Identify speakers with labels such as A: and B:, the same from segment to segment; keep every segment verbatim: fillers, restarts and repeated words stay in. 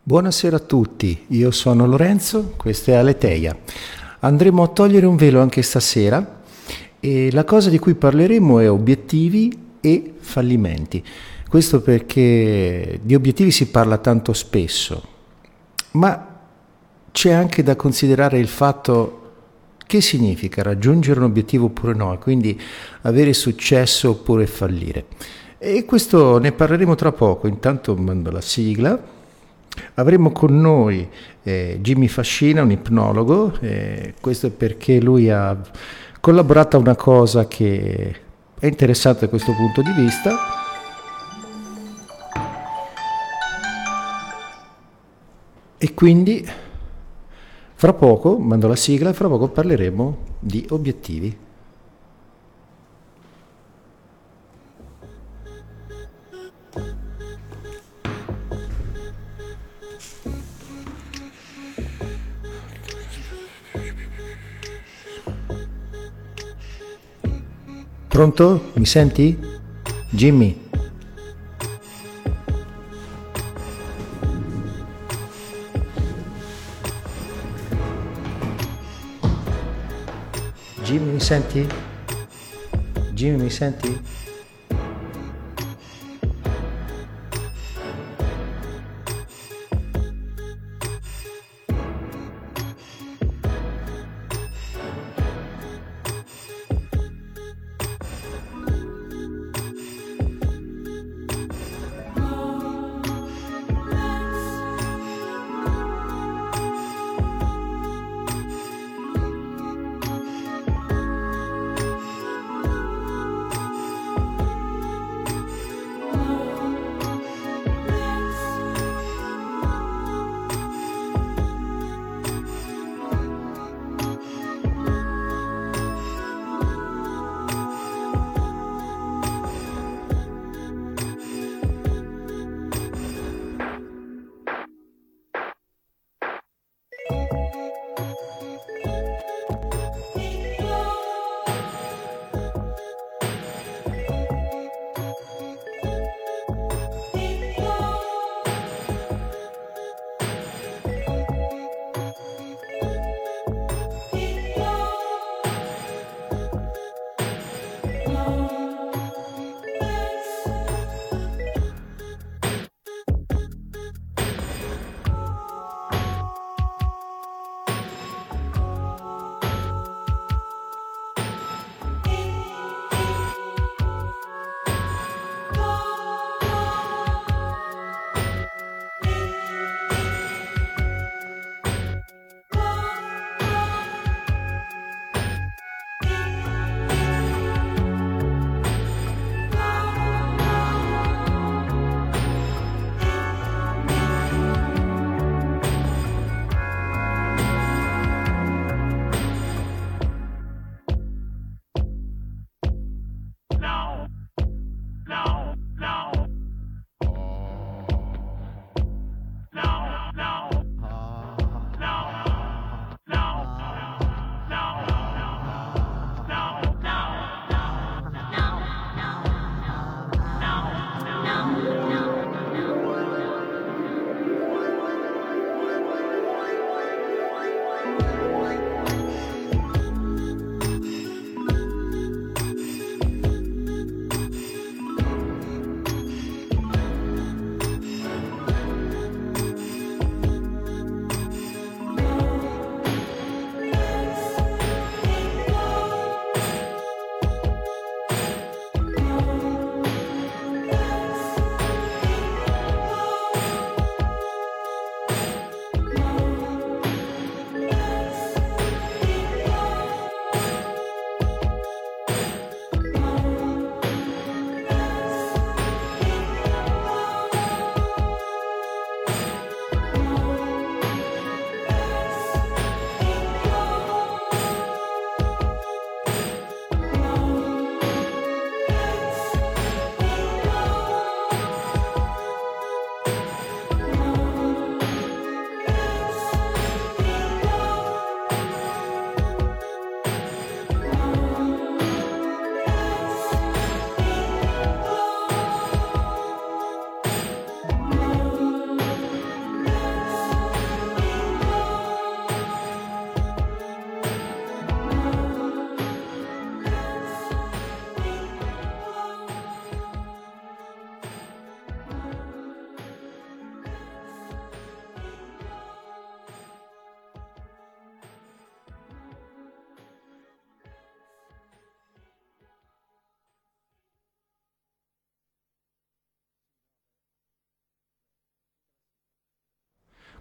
A: Buonasera a tutti, io sono Lorenzo, questa è Aleteia. Andremo a togliere un velo anche stasera e la cosa di cui parleremo è obiettivi e fallimenti. Questo perché di obiettivi si parla tanto spesso, ma c'è anche da considerare il fatto che significa raggiungere un obiettivo oppure no, e quindi avere successo oppure fallire. E questo ne parleremo tra poco, intanto mando la sigla. Avremo con noi eh, Jimmy Fascina, un ipnologo, eh, questo è perché lui ha collaborato a una cosa che è interessante da questo punto di vista. E quindi fra poco, mando la sigla, fra poco parleremo di obiettivi. Pronto? Mi senti? Jimmy? Jimmy mi senti? Jimmy mi senti?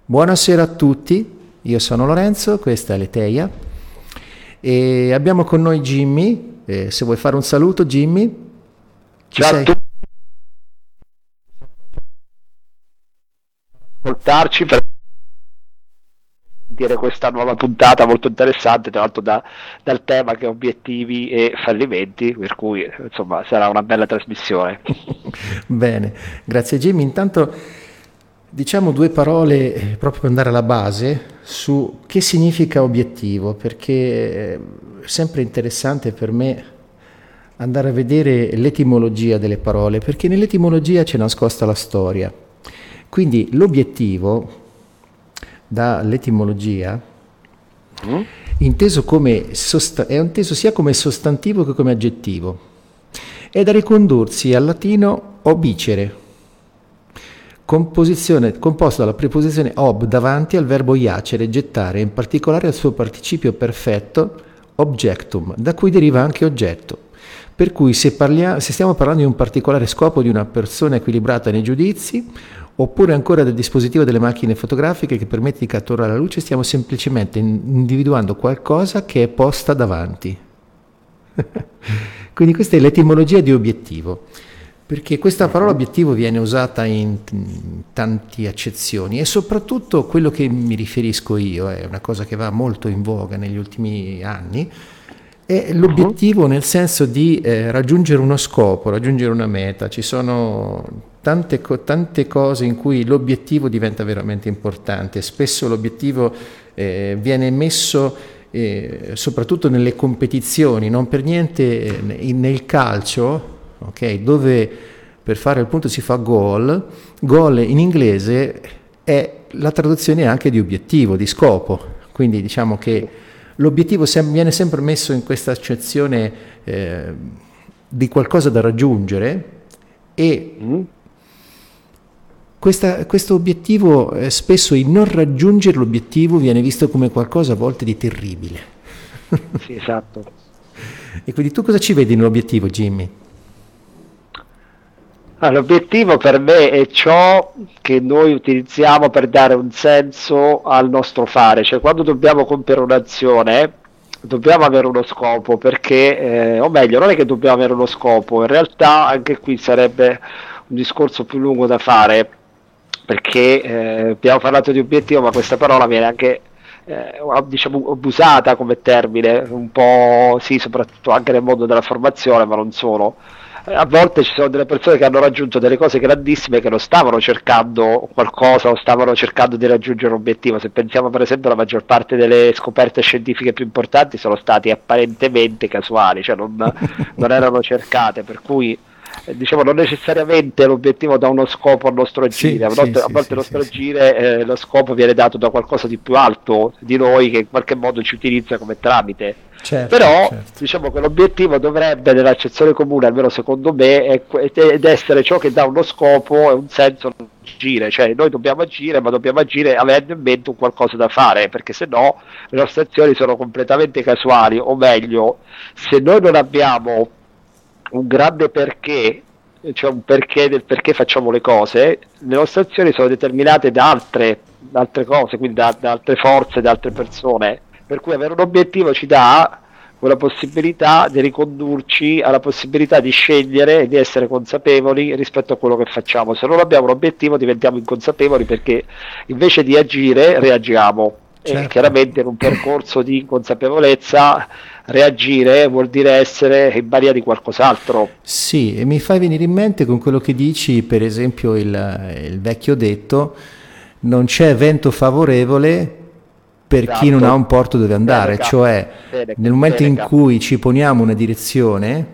A: Buonasera a tutti, io sono Lorenzo, questa è Aletheia e abbiamo con noi Jimmy. Eh, se vuoi fare un saluto, Jimmy. Ci
B: Ciao a
A: sei?
B: tutti, per ascoltarci, per sentire questa nuova puntata molto interessante, tra l'altro da- dal tema che è obiettivi e fallimenti, per cui insomma sarà una bella trasmissione.
A: Bene, grazie Jimmy. Intanto diciamo due parole eh, proprio per andare alla base su che significa obiettivo, perché è sempre interessante per me andare a vedere l'etimologia delle parole, perché nell'etimologia c'è nascosta la storia. Quindi l'obiettivo, dall'etimologia,
B: Mm?
A: inteso come sosta- è inteso sia come sostantivo che come aggettivo, è da ricondursi al latino obicere, composizione, composto dalla preposizione ob davanti al verbo iacere, gettare, in particolare al suo participio perfetto objectum, da cui deriva anche oggetto. Per cui se, parlia- se stiamo parlando di un particolare scopo di una persona equilibrata nei giudizi, oppure ancora del dispositivo delle macchine fotografiche che permette di catturare la luce, stiamo semplicemente in- individuando qualcosa che è posta davanti. Quindi questa è l'etimologia di obiettivo, perché questa parola obiettivo viene usata in, in tante accezioni e soprattutto quello che mi riferisco io, è una cosa che va molto in voga negli ultimi anni, è
B: Mhm.
A: l'obiettivo nel senso di eh, raggiungere uno scopo, raggiungere una meta. Ci sono tante, co- tante cose in cui l'obiettivo diventa veramente importante. Spesso l'obiettivo eh, viene messo eh, soprattutto nelle competizioni, non per niente eh, in- nel calcio, ok, dove per fare il punto si fa goal. Goal in inglese è la traduzione anche di obiettivo, di scopo. Quindi diciamo
B: Sì.
A: che l'obiettivo sem- viene sempre messo in questa accezione eh, di qualcosa da raggiungere e
B: Mm?
A: questa- questo obiettivo, eh, spesso il non raggiungere l'obiettivo viene visto come qualcosa a volte di terribile.
B: Sì, esatto.
A: E quindi tu cosa ci vedi nell'obiettivo, Jimmy?
B: Ah, l'obiettivo per me è ciò che noi utilizziamo per dare un senso al nostro fare, cioè quando dobbiamo compiere un'azione dobbiamo avere uno scopo, perché, eh, o meglio, non è che dobbiamo avere uno scopo, in realtà anche qui sarebbe un discorso più lungo da fare, perché eh, abbiamo parlato di obiettivo, ma questa parola viene anche eh, diciamo abusata come termine, un po' sì, soprattutto anche nel mondo della formazione, ma non solo. Eh, A volte ci sono delle persone che hanno raggiunto delle cose grandissime che non stavano cercando qualcosa o stavano cercando di raggiungere un obiettivo. Se pensiamo per esempio alla maggior parte delle scoperte scientifiche più importanti sono state apparentemente casuali, cioè non, non erano cercate, per cui eh, diciamo non necessariamente l'obiettivo dà uno scopo al nostro
A: Sì,
B: agire, a
A: sì,
B: volte, a
A: sì,
B: volte
A: sì,
B: il
A: sì,
B: nostro
A: sì.
B: agire eh, lo scopo viene dato da qualcosa di più alto di noi che in qualche modo ci utilizza come tramite.
A: Certo,
B: Però
A: certo.
B: diciamo che l'obiettivo dovrebbe, nell'accezione comune, almeno secondo me, è que- ed essere ciò che dà uno scopo e un senso all'agire, cioè noi dobbiamo agire, ma dobbiamo agire avendo in mente un qualcosa da fare, perché se no le nostre azioni sono completamente casuali, o meglio, se noi non abbiamo un grande perché, cioè un perché del perché facciamo le cose, le nostre azioni sono determinate da altre, da altre cose, quindi da, da altre forze, da altre persone, per cui avere un obiettivo ci dà quella possibilità di ricondurci alla possibilità di scegliere e di essere consapevoli rispetto a quello che facciamo. Se non abbiamo un obiettivo diventiamo inconsapevoli, perché invece di agire reagiamo, e
A: Certo.
B: chiaramente in un percorso di inconsapevolezza reagire vuol dire essere in balia di qualcos'altro.
A: Sì, e mi fai venire in mente con quello che dici, per esempio il, il vecchio detto, non c'è vento favorevole per chi non ha
B: Esatto.
A: un porto dove
B: Bene,
A: andare,
B: Ca.
A: cioè
B: Bene,
A: nel momento
B: bene,
A: in
B: Ca.
A: cui ci poniamo una direzione,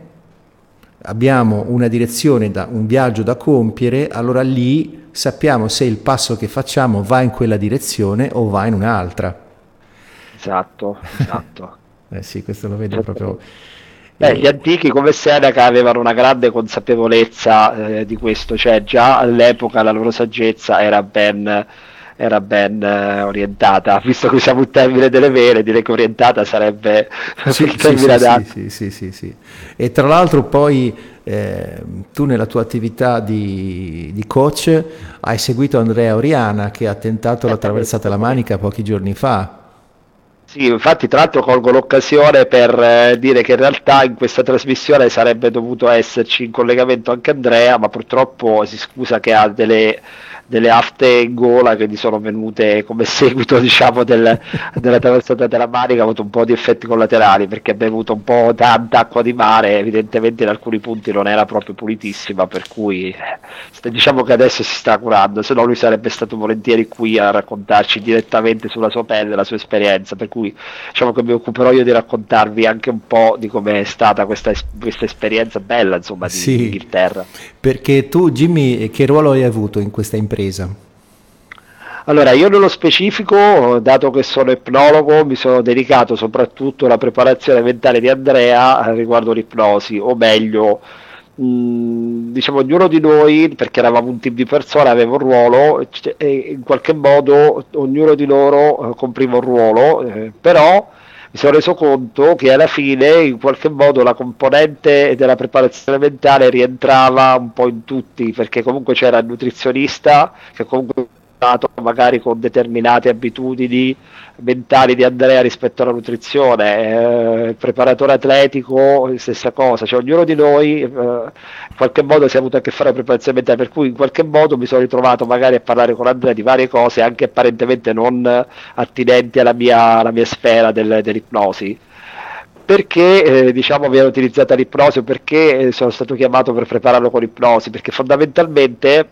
A: abbiamo una direzione, da, un viaggio da compiere, allora lì sappiamo se il passo che facciamo va in quella direzione o va in un'altra.
B: Esatto, esatto.
A: Eh sì, questo lo vedo proprio.
B: Esattamente. Beh, gli
A: eh,
B: antichi come Seneca avevano una grande consapevolezza eh, di questo, cioè già all'epoca la loro saggezza era ben, era ben eh, orientata, visto che usiamo il termine delle vere, dire che orientata sarebbe
A: Sì,
B: il
A: sì,
B: termine
A: sì, sì,
B: adatto.
A: sì, sì, sì, sì. E tra l'altro poi eh, tu nella tua attività di, di coach hai seguito Andrea Oriana che ha tentato la traversata della Manica pochi giorni fa.
B: Sì, infatti tra l'altro colgo l'occasione per eh, dire che in realtà in questa trasmissione sarebbe dovuto esserci in collegamento anche Andrea, ma purtroppo si scusa che ha delle, delle afte in gola che gli sono venute come seguito, diciamo, del, della traversata della Manica, ha avuto un po' di effetti collaterali perché ha bevuto un po' tanta acqua di mare, evidentemente in alcuni punti non era proprio pulitissima, per cui eh, diciamo che adesso si sta curando, se no lui sarebbe stato volentieri qui a raccontarci direttamente sulla sua pelle la sua esperienza, per cui diciamo che mi occuperò io di raccontarvi anche un po' di come è stata questa, questa esperienza bella, insomma, di
A: sì,
B: Inghilterra.
A: Perché tu, Jimmy, che ruolo hai avuto in questa impresa?
B: Allora, io nello specifico, dato che sono ipnologo, mi sono dedicato soprattutto alla preparazione mentale di Andrea riguardo l'ipnosi, o meglio, mh, diciamo ognuno di noi, perché eravamo un team di persone, aveva un ruolo e in qualche modo ognuno di loro eh, compriva un ruolo, eh, però mi sono reso conto che alla fine in qualche modo la componente della preparazione mentale rientrava un po' in tutti, perché comunque c'era il nutrizionista che comunque magari con determinate abitudini mentali di Andrea rispetto alla nutrizione, eh, il preparatore atletico stessa cosa, cioè ognuno di noi eh, in qualche modo si è avuto a che fare con la preparazione mentale, per cui in qualche modo mi sono ritrovato magari a parlare con Andrea di varie cose anche apparentemente non attinenti alla mia, alla mia sfera del, dell'ipnosi. Perché eh, diciamo viene utilizzata l'ipnosi o perché sono stato chiamato per prepararlo con l'ipnosi? Perché fondamentalmente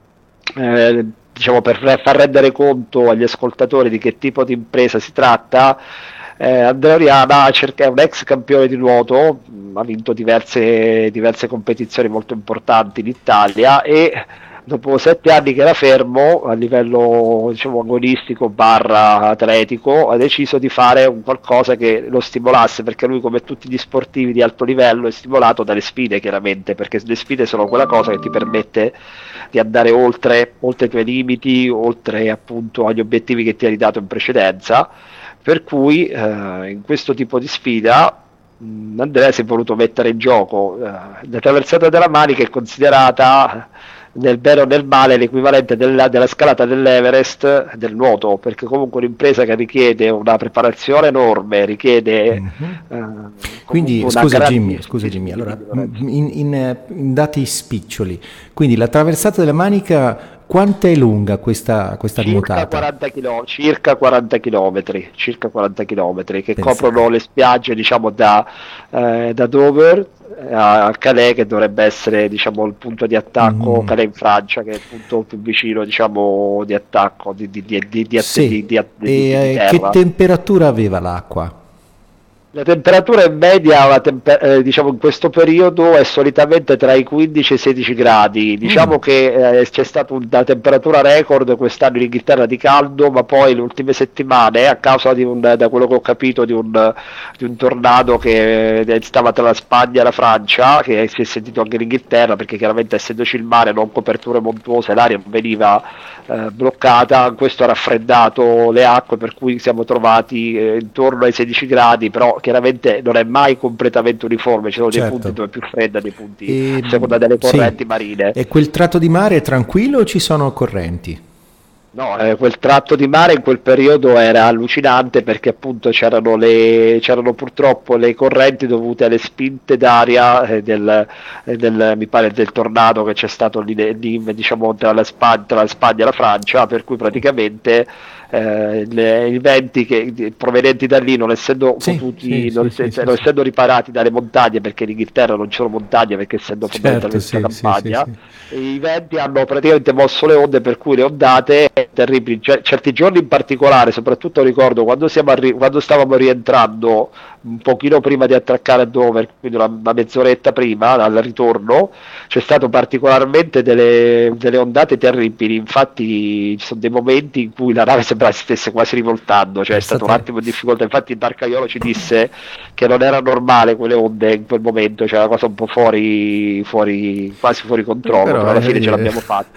B: eh, diciamo, per far rendere conto agli ascoltatori di che tipo di impresa si tratta, eh, Andrea Oriana è un ex campione di nuoto, mh, ha vinto diverse, diverse competizioni molto importanti in Italia e dopo sette anni che era fermo a livello, diciamo, agonistico barra atletico, ha deciso di fare un qualcosa che lo stimolasse, perché lui, come tutti gli sportivi di alto livello, è stimolato dalle sfide, chiaramente, perché le sfide sono quella cosa che ti permette di andare oltre, oltre i tuoi limiti, oltre appunto agli obiettivi che ti hai dato in precedenza, per cui eh, in questo tipo di sfida mh, Andrea si è voluto mettere in gioco. Eh, la traversata della Manica è considerata nel bene o nel male l'equivalente della, della scalata dell'Everest del nuoto, perché comunque un'impresa che richiede una preparazione enorme, richiede
A: Mm-hmm.
B: eh,
A: Quindi
B: una
A: scusa
B: garanzia-
A: Jimmy, scusa Jimmy, allora in, in, in dati spiccioli, quindi la traversata della Manica quanto è lunga questa, questa
B: circa
A: nuotata?
B: quaranta chilometri, circa quaranta chilometri, circa quaranta chilometri che
A: Pensate.
B: coprono le spiagge, diciamo, da, eh, da Dover a a Calais, che dovrebbe essere, diciamo, il punto di attacco,
A: Mm.
B: Calais in Francia, che è il punto più vicino, diciamo, di attacco di, di, di, di, di,
A: Sì,
B: di, di, di,
A: e
B: di
A: eh, che
B: terra.
A: temperatura aveva l'acqua?
B: La temperatura in media, la tempe- eh, diciamo, in questo periodo è solitamente tra i quindici e i sedici gradi. Diciamo
A: Mm.
B: che eh, c'è stata una temperatura record quest'anno in Inghilterra di caldo, ma poi le ultime settimane, a causa di un, da quello che ho capito, di un, di un tornado che eh, stava tra la Spagna e la Francia, che si è sentito anche in Inghilterra, perché chiaramente essendoci il mare, non coperture montuose, l'aria veniva eh, bloccata, questo ha raffreddato le acque, per cui siamo trovati eh, intorno ai sedici gradi, però chiaramente non è mai completamente uniforme, ci sono dei
A: Certo.
B: punti dove è più fredda, dei punti
A: E,
B: a seconda delle
A: sì.
B: correnti marine.
A: E quel tratto di mare è tranquillo o ci sono correnti?
B: No, eh, quel tratto di mare in quel periodo era allucinante, perché appunto c'erano, le, c'erano purtroppo le correnti dovute alle spinte d'aria eh, del, eh, del, mi pare, del tornado che c'è stato lì, lì, diciamo, tra la, Spagna, tra la Spagna e la Francia, per cui praticamente eh, le, i venti che, provenienti da lì, non essendo
A: Sì,
B: potuti,
A: sì,
B: non,
A: sì,
B: se-
A: sì,
B: non
A: sì.
B: essendo riparati dalle montagne, perché in Inghilterra non ci sono montagne, perché essendo
A: Certo,
B: fondamentalmente
A: sì,
B: una
A: sì,
B: campagna,
A: sì, sì.
B: i venti hanno praticamente mosso le onde, per cui le ondate terribili. Cer- certi giorni in particolare, soprattutto ricordo quando, siamo arri- quando stavamo rientrando un pochino prima di attraccare a Dover, quindi una, una mezz'oretta prima al ritorno, c'è stato particolarmente delle, delle ondate terribili. Infatti ci sono dei momenti in cui la nave sembrava si stesse quasi rivoltando, cioè è stato un
A: Pensate.
B: attimo di difficoltà. Infatti il barcaiolo ci disse che non era normale quelle onde in quel momento, cioè una cosa un po' fuori, fuori quasi fuori controllo, però,
A: Però,
B: alla
A: eh,
B: fine ce
A: eh,
B: l'abbiamo fatta.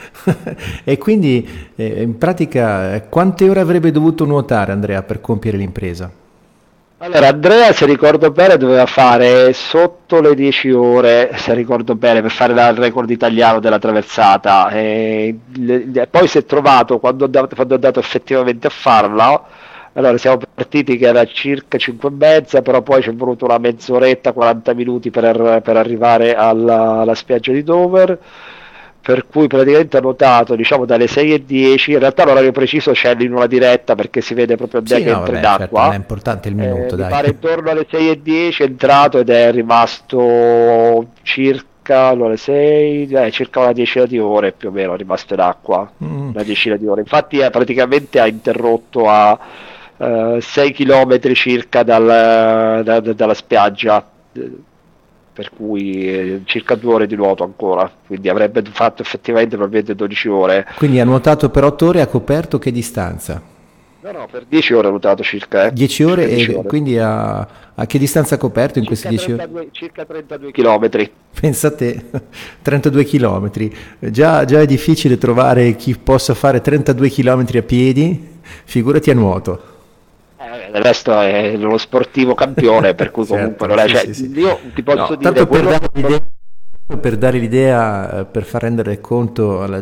A: E quindi eh, in pratica eh, quante ore avrebbe dovuto nuotare Andrea per compiere l'impresa?
B: Allora, Andrea, se ricordo bene, doveva fare sotto le dieci ore, se ricordo bene, per fare la- il record italiano della traversata. E le- le- poi si è trovato, quando, è andato- quando è andato effettivamente a farla, allora siamo partiti che era circa cinque e mezza, però poi ci è voluto una mezz'oretta, quaranta minuti per, ar- per arrivare alla, alla spiaggia di Dover. Per cui praticamente ha nuotato, diciamo, dalle sei e dieci. In realtà l'orario preciso c'è in una diretta perché si vede proprio Andrea
A: Sì,
B: che
A: no,
B: entra in
A: vabbè, certo, non è
B: acqua.
A: importante il
B: Eh,
A: minuto,
B: mi
A: dai.
B: pare intorno alle sei e dieci è entrato ed è rimasto circa, allora, sei, eh, circa una decina di ore più o meno, è rimasto in acqua,
A: Mm.
B: una decina di ore. Infatti eh, praticamente ha interrotto a eh, sei chilometri circa dal- da- da- dalla spiaggia, eh, per cui eh, circa due ore di nuoto ancora, quindi avrebbe fatto effettivamente probabilmente dodici ore.
A: Quindi ha nuotato per otto ore e ha coperto che distanza?
B: No, no, per dieci ore ho nuotato circa, eh.
A: dieci
B: Circa
A: ore
B: dieci
A: e
B: ore.
A: quindi a, a che distanza ha coperto in queste
B: Circa
A: dieci ore?
B: trentadue, circa trentadue chilometri.
A: Pensa a te, trentadue chilometri. Già, già è difficile trovare chi possa fare trentadue chilometri a piedi, figurati a nuoto.
B: Eh, del resto è uno sportivo campione, per cui comunque
A: Certo,
B: non è.
A: sì,
B: Cioè,
A: sì, sì.
B: io ti posso
A: No,
B: dire
A: tanto per
B: quello.
A: dare l'idea, per dare l'idea, eh, per far rendere conto alla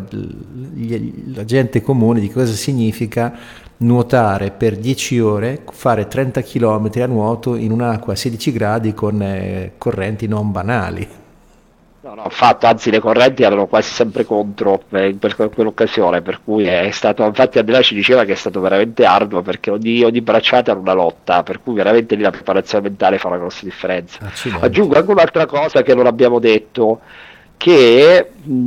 A: gli- la gente comune di cosa significa nuotare per dieci ore, fare trenta chilometri a nuoto in un'acqua a sedici gradi con eh, correnti non banali.
B: No, no, ho fatto, anzi le correnti erano quasi sempre contro eh, in per quell'occasione, per cui è stato, infatti Andrea ci diceva che è stato veramente arduo perché ogni, ogni bracciata era una lotta, per cui veramente lì la preparazione mentale fa una grossa differenza.
A: Accidenti.
B: Aggiungo anche un'altra cosa che non abbiamo detto, che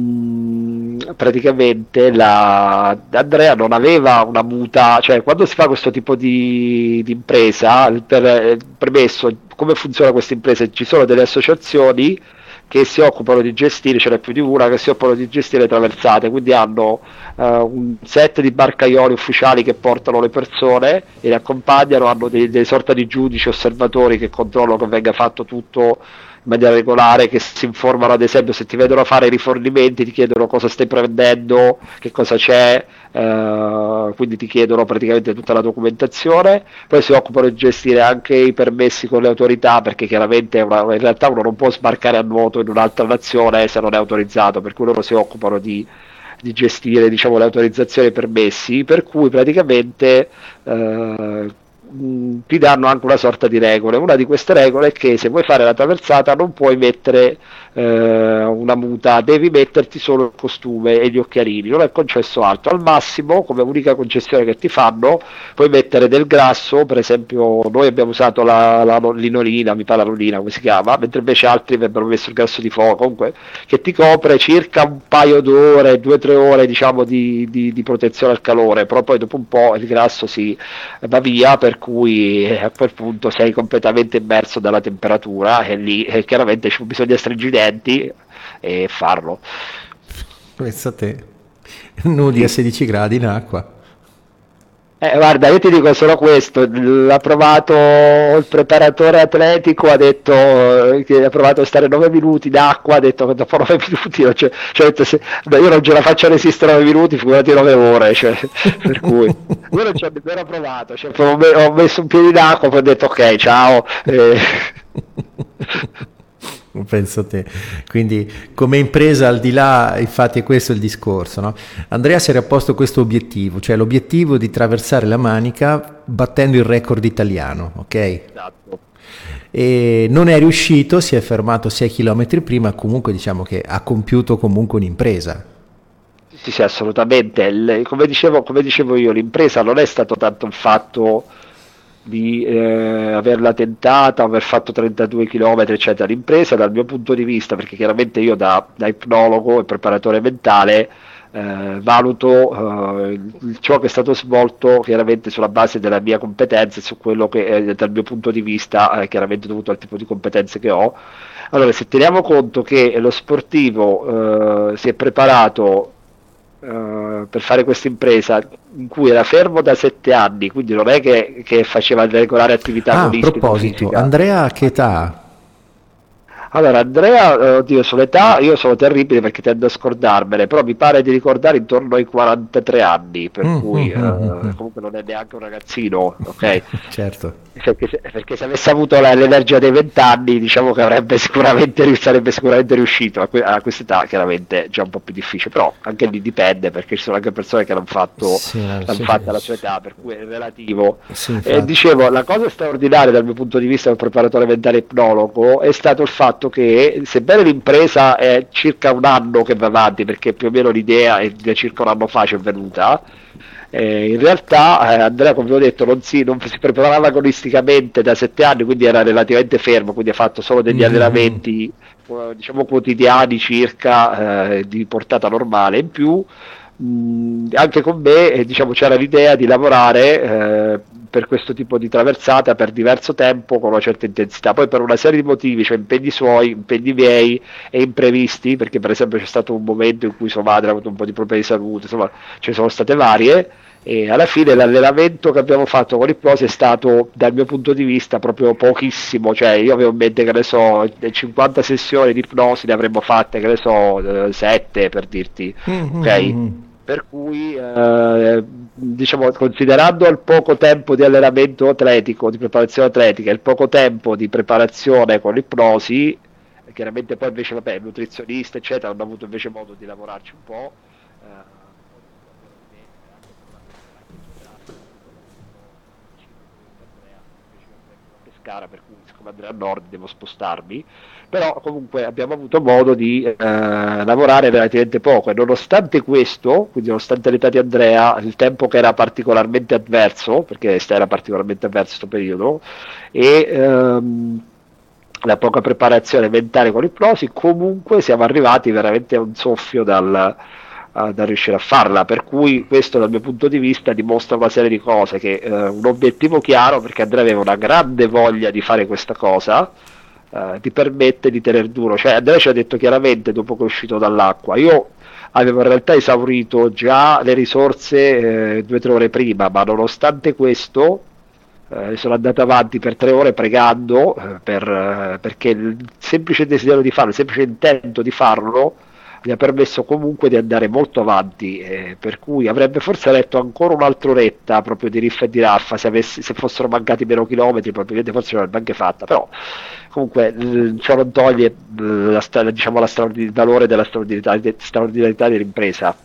B: mh, praticamente la, Andrea non aveva una muta, cioè quando si fa questo tipo di, di impresa, per, eh, premesso come funziona questa impresa, ci sono delle associazioni che si occupano di gestire, ce n'è più di una, che si occupano di gestire le traversate, quindi hanno eh, un set di barcaioli ufficiali che portano le persone e le accompagnano, hanno dei, delle sorta di giudici osservatori che controllano che venga fatto tutto in maniera regolare, che si informano, ad esempio se ti vedono fare i rifornimenti ti chiedono cosa stai prendendo, che cosa c'è, eh, quindi ti chiedono praticamente tutta la documentazione. Poi si occupano di gestire anche i permessi con le autorità, perché chiaramente è una, in realtà uno non può sbarcare a nuoto in un'altra nazione se non è autorizzato, per cui loro si occupano di, di gestire, diciamo, le autorizzazioni e i permessi, per cui praticamente eh, mh, ti danno anche una sorta di regole. Una di queste regole è che se vuoi fare la traversata non puoi mettere eh, una muta, devi metterti solo il costume e gli occhialini, non è concesso altro. Al massimo, come unica concessione che ti fanno, puoi mettere del grasso, per esempio noi abbiamo usato la, la linolina, mi pare la linolina come si chiama, mentre invece altri avrebbero messo il grasso di fuoco, comunque, che ti copre circa un paio d'ore, due o tre ore diciamo di, di, di protezione al calore, però poi dopo un po' il grasso si va via, per cui eh, a quel punto sei completamente immerso dalla temperatura e lì eh, chiaramente ci bisogna essere incidenti e farlo.
A: Pensa a te, nudi a
B: Sì.
A: sedici gradi in acqua.
B: Eh, guarda, io ti dico solo questo, l'ha provato il preparatore atletico, ha detto eh, che ha provato a stare nove minuti d'acqua, ha detto che dopo nove minuti, non c'è- cioè, ha detto, se- beh, io non ce la faccio resistere nove minuti, figurati nove ore, cioè, per cui io non ci ho nemmeno provato, cioè, ho, me- ho messo un piede d'acqua, poi ho detto ok, ciao. eh.
A: Penso a te. Quindi come impresa al di là, infatti è questo il discorso, no? Andrea si era posto questo obiettivo, cioè l'obiettivo di traversare la Manica battendo il record italiano, ok?
B: Esatto.
A: E non è riuscito, si è fermato sei chilometri prima, comunque diciamo che ha compiuto comunque un'impresa.
B: Sì, sì, assolutamente. Il- come dicevo, come dicevo io, l'impresa non è stato tanto il fatto di eh, averla tentata, aver fatto trentadue chilometri, eccetera. L'impresa, dal mio punto di vista, perché chiaramente io da, da ipnologo e preparatore mentale eh, valuto eh, il- ciò che è stato svolto chiaramente sulla base della mia competenza e su quello che eh, dal mio punto di vista, eh, chiaramente dovuto al tipo di competenze che ho. Allora, se teniamo conto che lo sportivo eh, si è preparato eh, per fare questa impresa in cui era fermo da sette anni, quindi non è che, che faceva regolare attività
A: Ah, a
B: agonistica o
A: proposito,
B: fisica.
A: Andrea a che età ha?
B: Allora, Andrea, eh, oddio, sull'età io sono terribile perché tendo a scordarmene, però mi pare di ricordare intorno ai quarantatré anni, per
A: Mm,
B: cui
A: mm,
B: eh,
A: mm, mm,
B: comunque non è neanche un ragazzino,
A: mm.
B: ok?
A: Certo.
B: Perché se, perché se avesse avuto la- l'energia dei vent'anni, diciamo che avrebbe sicuramente, ri- sarebbe sicuramente riuscito. A, que- a quest'età chiaramente è già un po' più difficile, però anche lì dipende, perché ci sono anche persone che l'hanno fatto,
A: Sì, no,
B: l'hanno
A: sì,
B: fatta
A: sì,
B: alla sua età, per cui è relativo.
A: sì,
B: E
A: infatti.
B: dicevo, la cosa straordinaria dal mio punto di vista del preparatore mentale ipnologo è stato il fatto che, sebbene l'impresa è circa un anno che va avanti, perché più o meno l'idea è di circa un anno fa ci è venuta, eh, in realtà eh, Andrea, come vi ho detto, non si, non si preparava agonisticamente da sette anni, quindi era relativamente fermo, quindi ha fatto solo degli
A: Mhm.
B: allenamenti eh, diciamo quotidiani circa, eh, di portata normale. In più mh, anche con me eh, diciamo, c'era l'idea di lavorare eh, per questo tipo di traversata per diverso tempo con una certa intensità, poi per una serie di motivi, cioè impegni suoi, impegni miei e imprevisti, perché per esempio c'è stato un momento in cui sua madre ha avuto un po' di problemi di salute, insomma ce ne sono state varie, e alla fine l'allenamento che abbiamo fatto con l'ipnosi è stato, dal mio punto di vista, proprio pochissimo. Cioè io avevo in mente, che ne so, cinquanta sessioni di ipnosi ne avremmo fatte, che ne so, sette per dirti, ok?
A: Mhm.
B: Per cui, eh, diciamo, considerando il poco tempo di allenamento atletico, di preparazione atletica, e il poco tempo di preparazione con l'ipnosi, chiaramente poi invece, vabbè, il nutrizionista, eccetera, hanno avuto invece modo di lavorarci un po'. eh, Pescara, per cui siccome andrei a nord devo spostarmi, però comunque abbiamo avuto modo di eh, lavorare relativamente poco, e nonostante questo, quindi nonostante l'età di Andrea, il tempo che era particolarmente avverso, perché era particolarmente avverso questo periodo, e ehm, la poca preparazione mentale con l'ipnosi, comunque siamo arrivati veramente a un soffio dal, uh, da riuscire a farla, per cui questo dal mio punto di vista dimostra una serie di cose, che uh, un obiettivo chiaro, perché Andrea aveva una grande voglia di fare questa cosa, uh, ti permette di tenere duro. Cioè Andrea ci ha detto chiaramente dopo che è uscito dall'acqua: io avevo in realtà esaurito già le risorse eh, due o tre ore prima, ma nonostante questo eh, sono andato avanti per tre ore pregando, eh, per, eh, perché il semplice desiderio di farlo, il semplice intento di farlo mi ha permesso comunque di andare molto avanti, eh, per cui avrebbe forse letto ancora un'altra oretta proprio di riffa e di raffa se, avessi, se fossero mancati meno chilometri, probabilmente forse ce l'avrebbe anche fatta, però comunque l- ciò non toglie l- la, sta- diciamo, la straordin- il valore della straordinarietà, straordinarietà dell'impresa.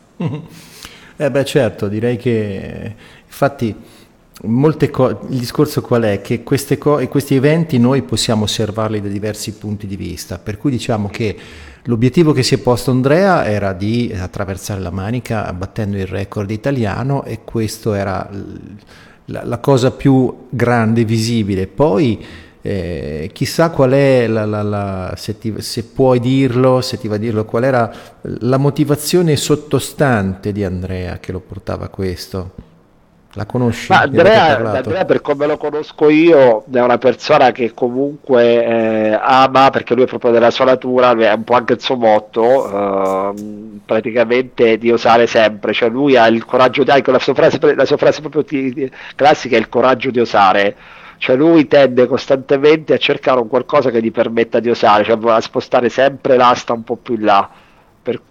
A: Eh beh, certo, direi che infatti molte co- il discorso qual è? Che queste co- questi eventi noi possiamo osservarli da diversi punti di vista, per cui diciamo che l'obiettivo che si è posto Andrea era di attraversare la Manica battendo il record italiano, e questo era l- la, la cosa più grande, visibile. Poi eh, chissà qual è la, la- la- se, ti- se puoi dirlo, se ti va a dirlo, qual era la motivazione sottostante di Andrea che lo portava a questo. La
B: Ma
A: conosci? Ne avete
B: Andrea, Andrea,
A: parlato?
B: per come lo conosco io, è una persona che comunque eh, ama, perché lui è proprio della sua natura, lui è un po' anche il suo motto, ehm, praticamente di osare sempre. Cioè lui ha il coraggio di, ecco, la sua frase, la sua frase proprio ti- ti- classica è il coraggio di osare. Cioè lui tende costantemente a cercare un qualcosa che gli permetta di osare, cioè a spostare sempre l'asta un po' più in là, per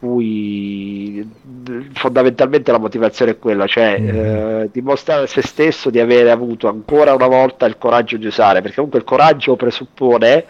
B: cui fondamentalmente la motivazione è quella, cioè
A: Mhm.
B: eh, dimostrare a se stesso di avere avuto ancora una volta il coraggio di usare, perché comunque il coraggio presuppone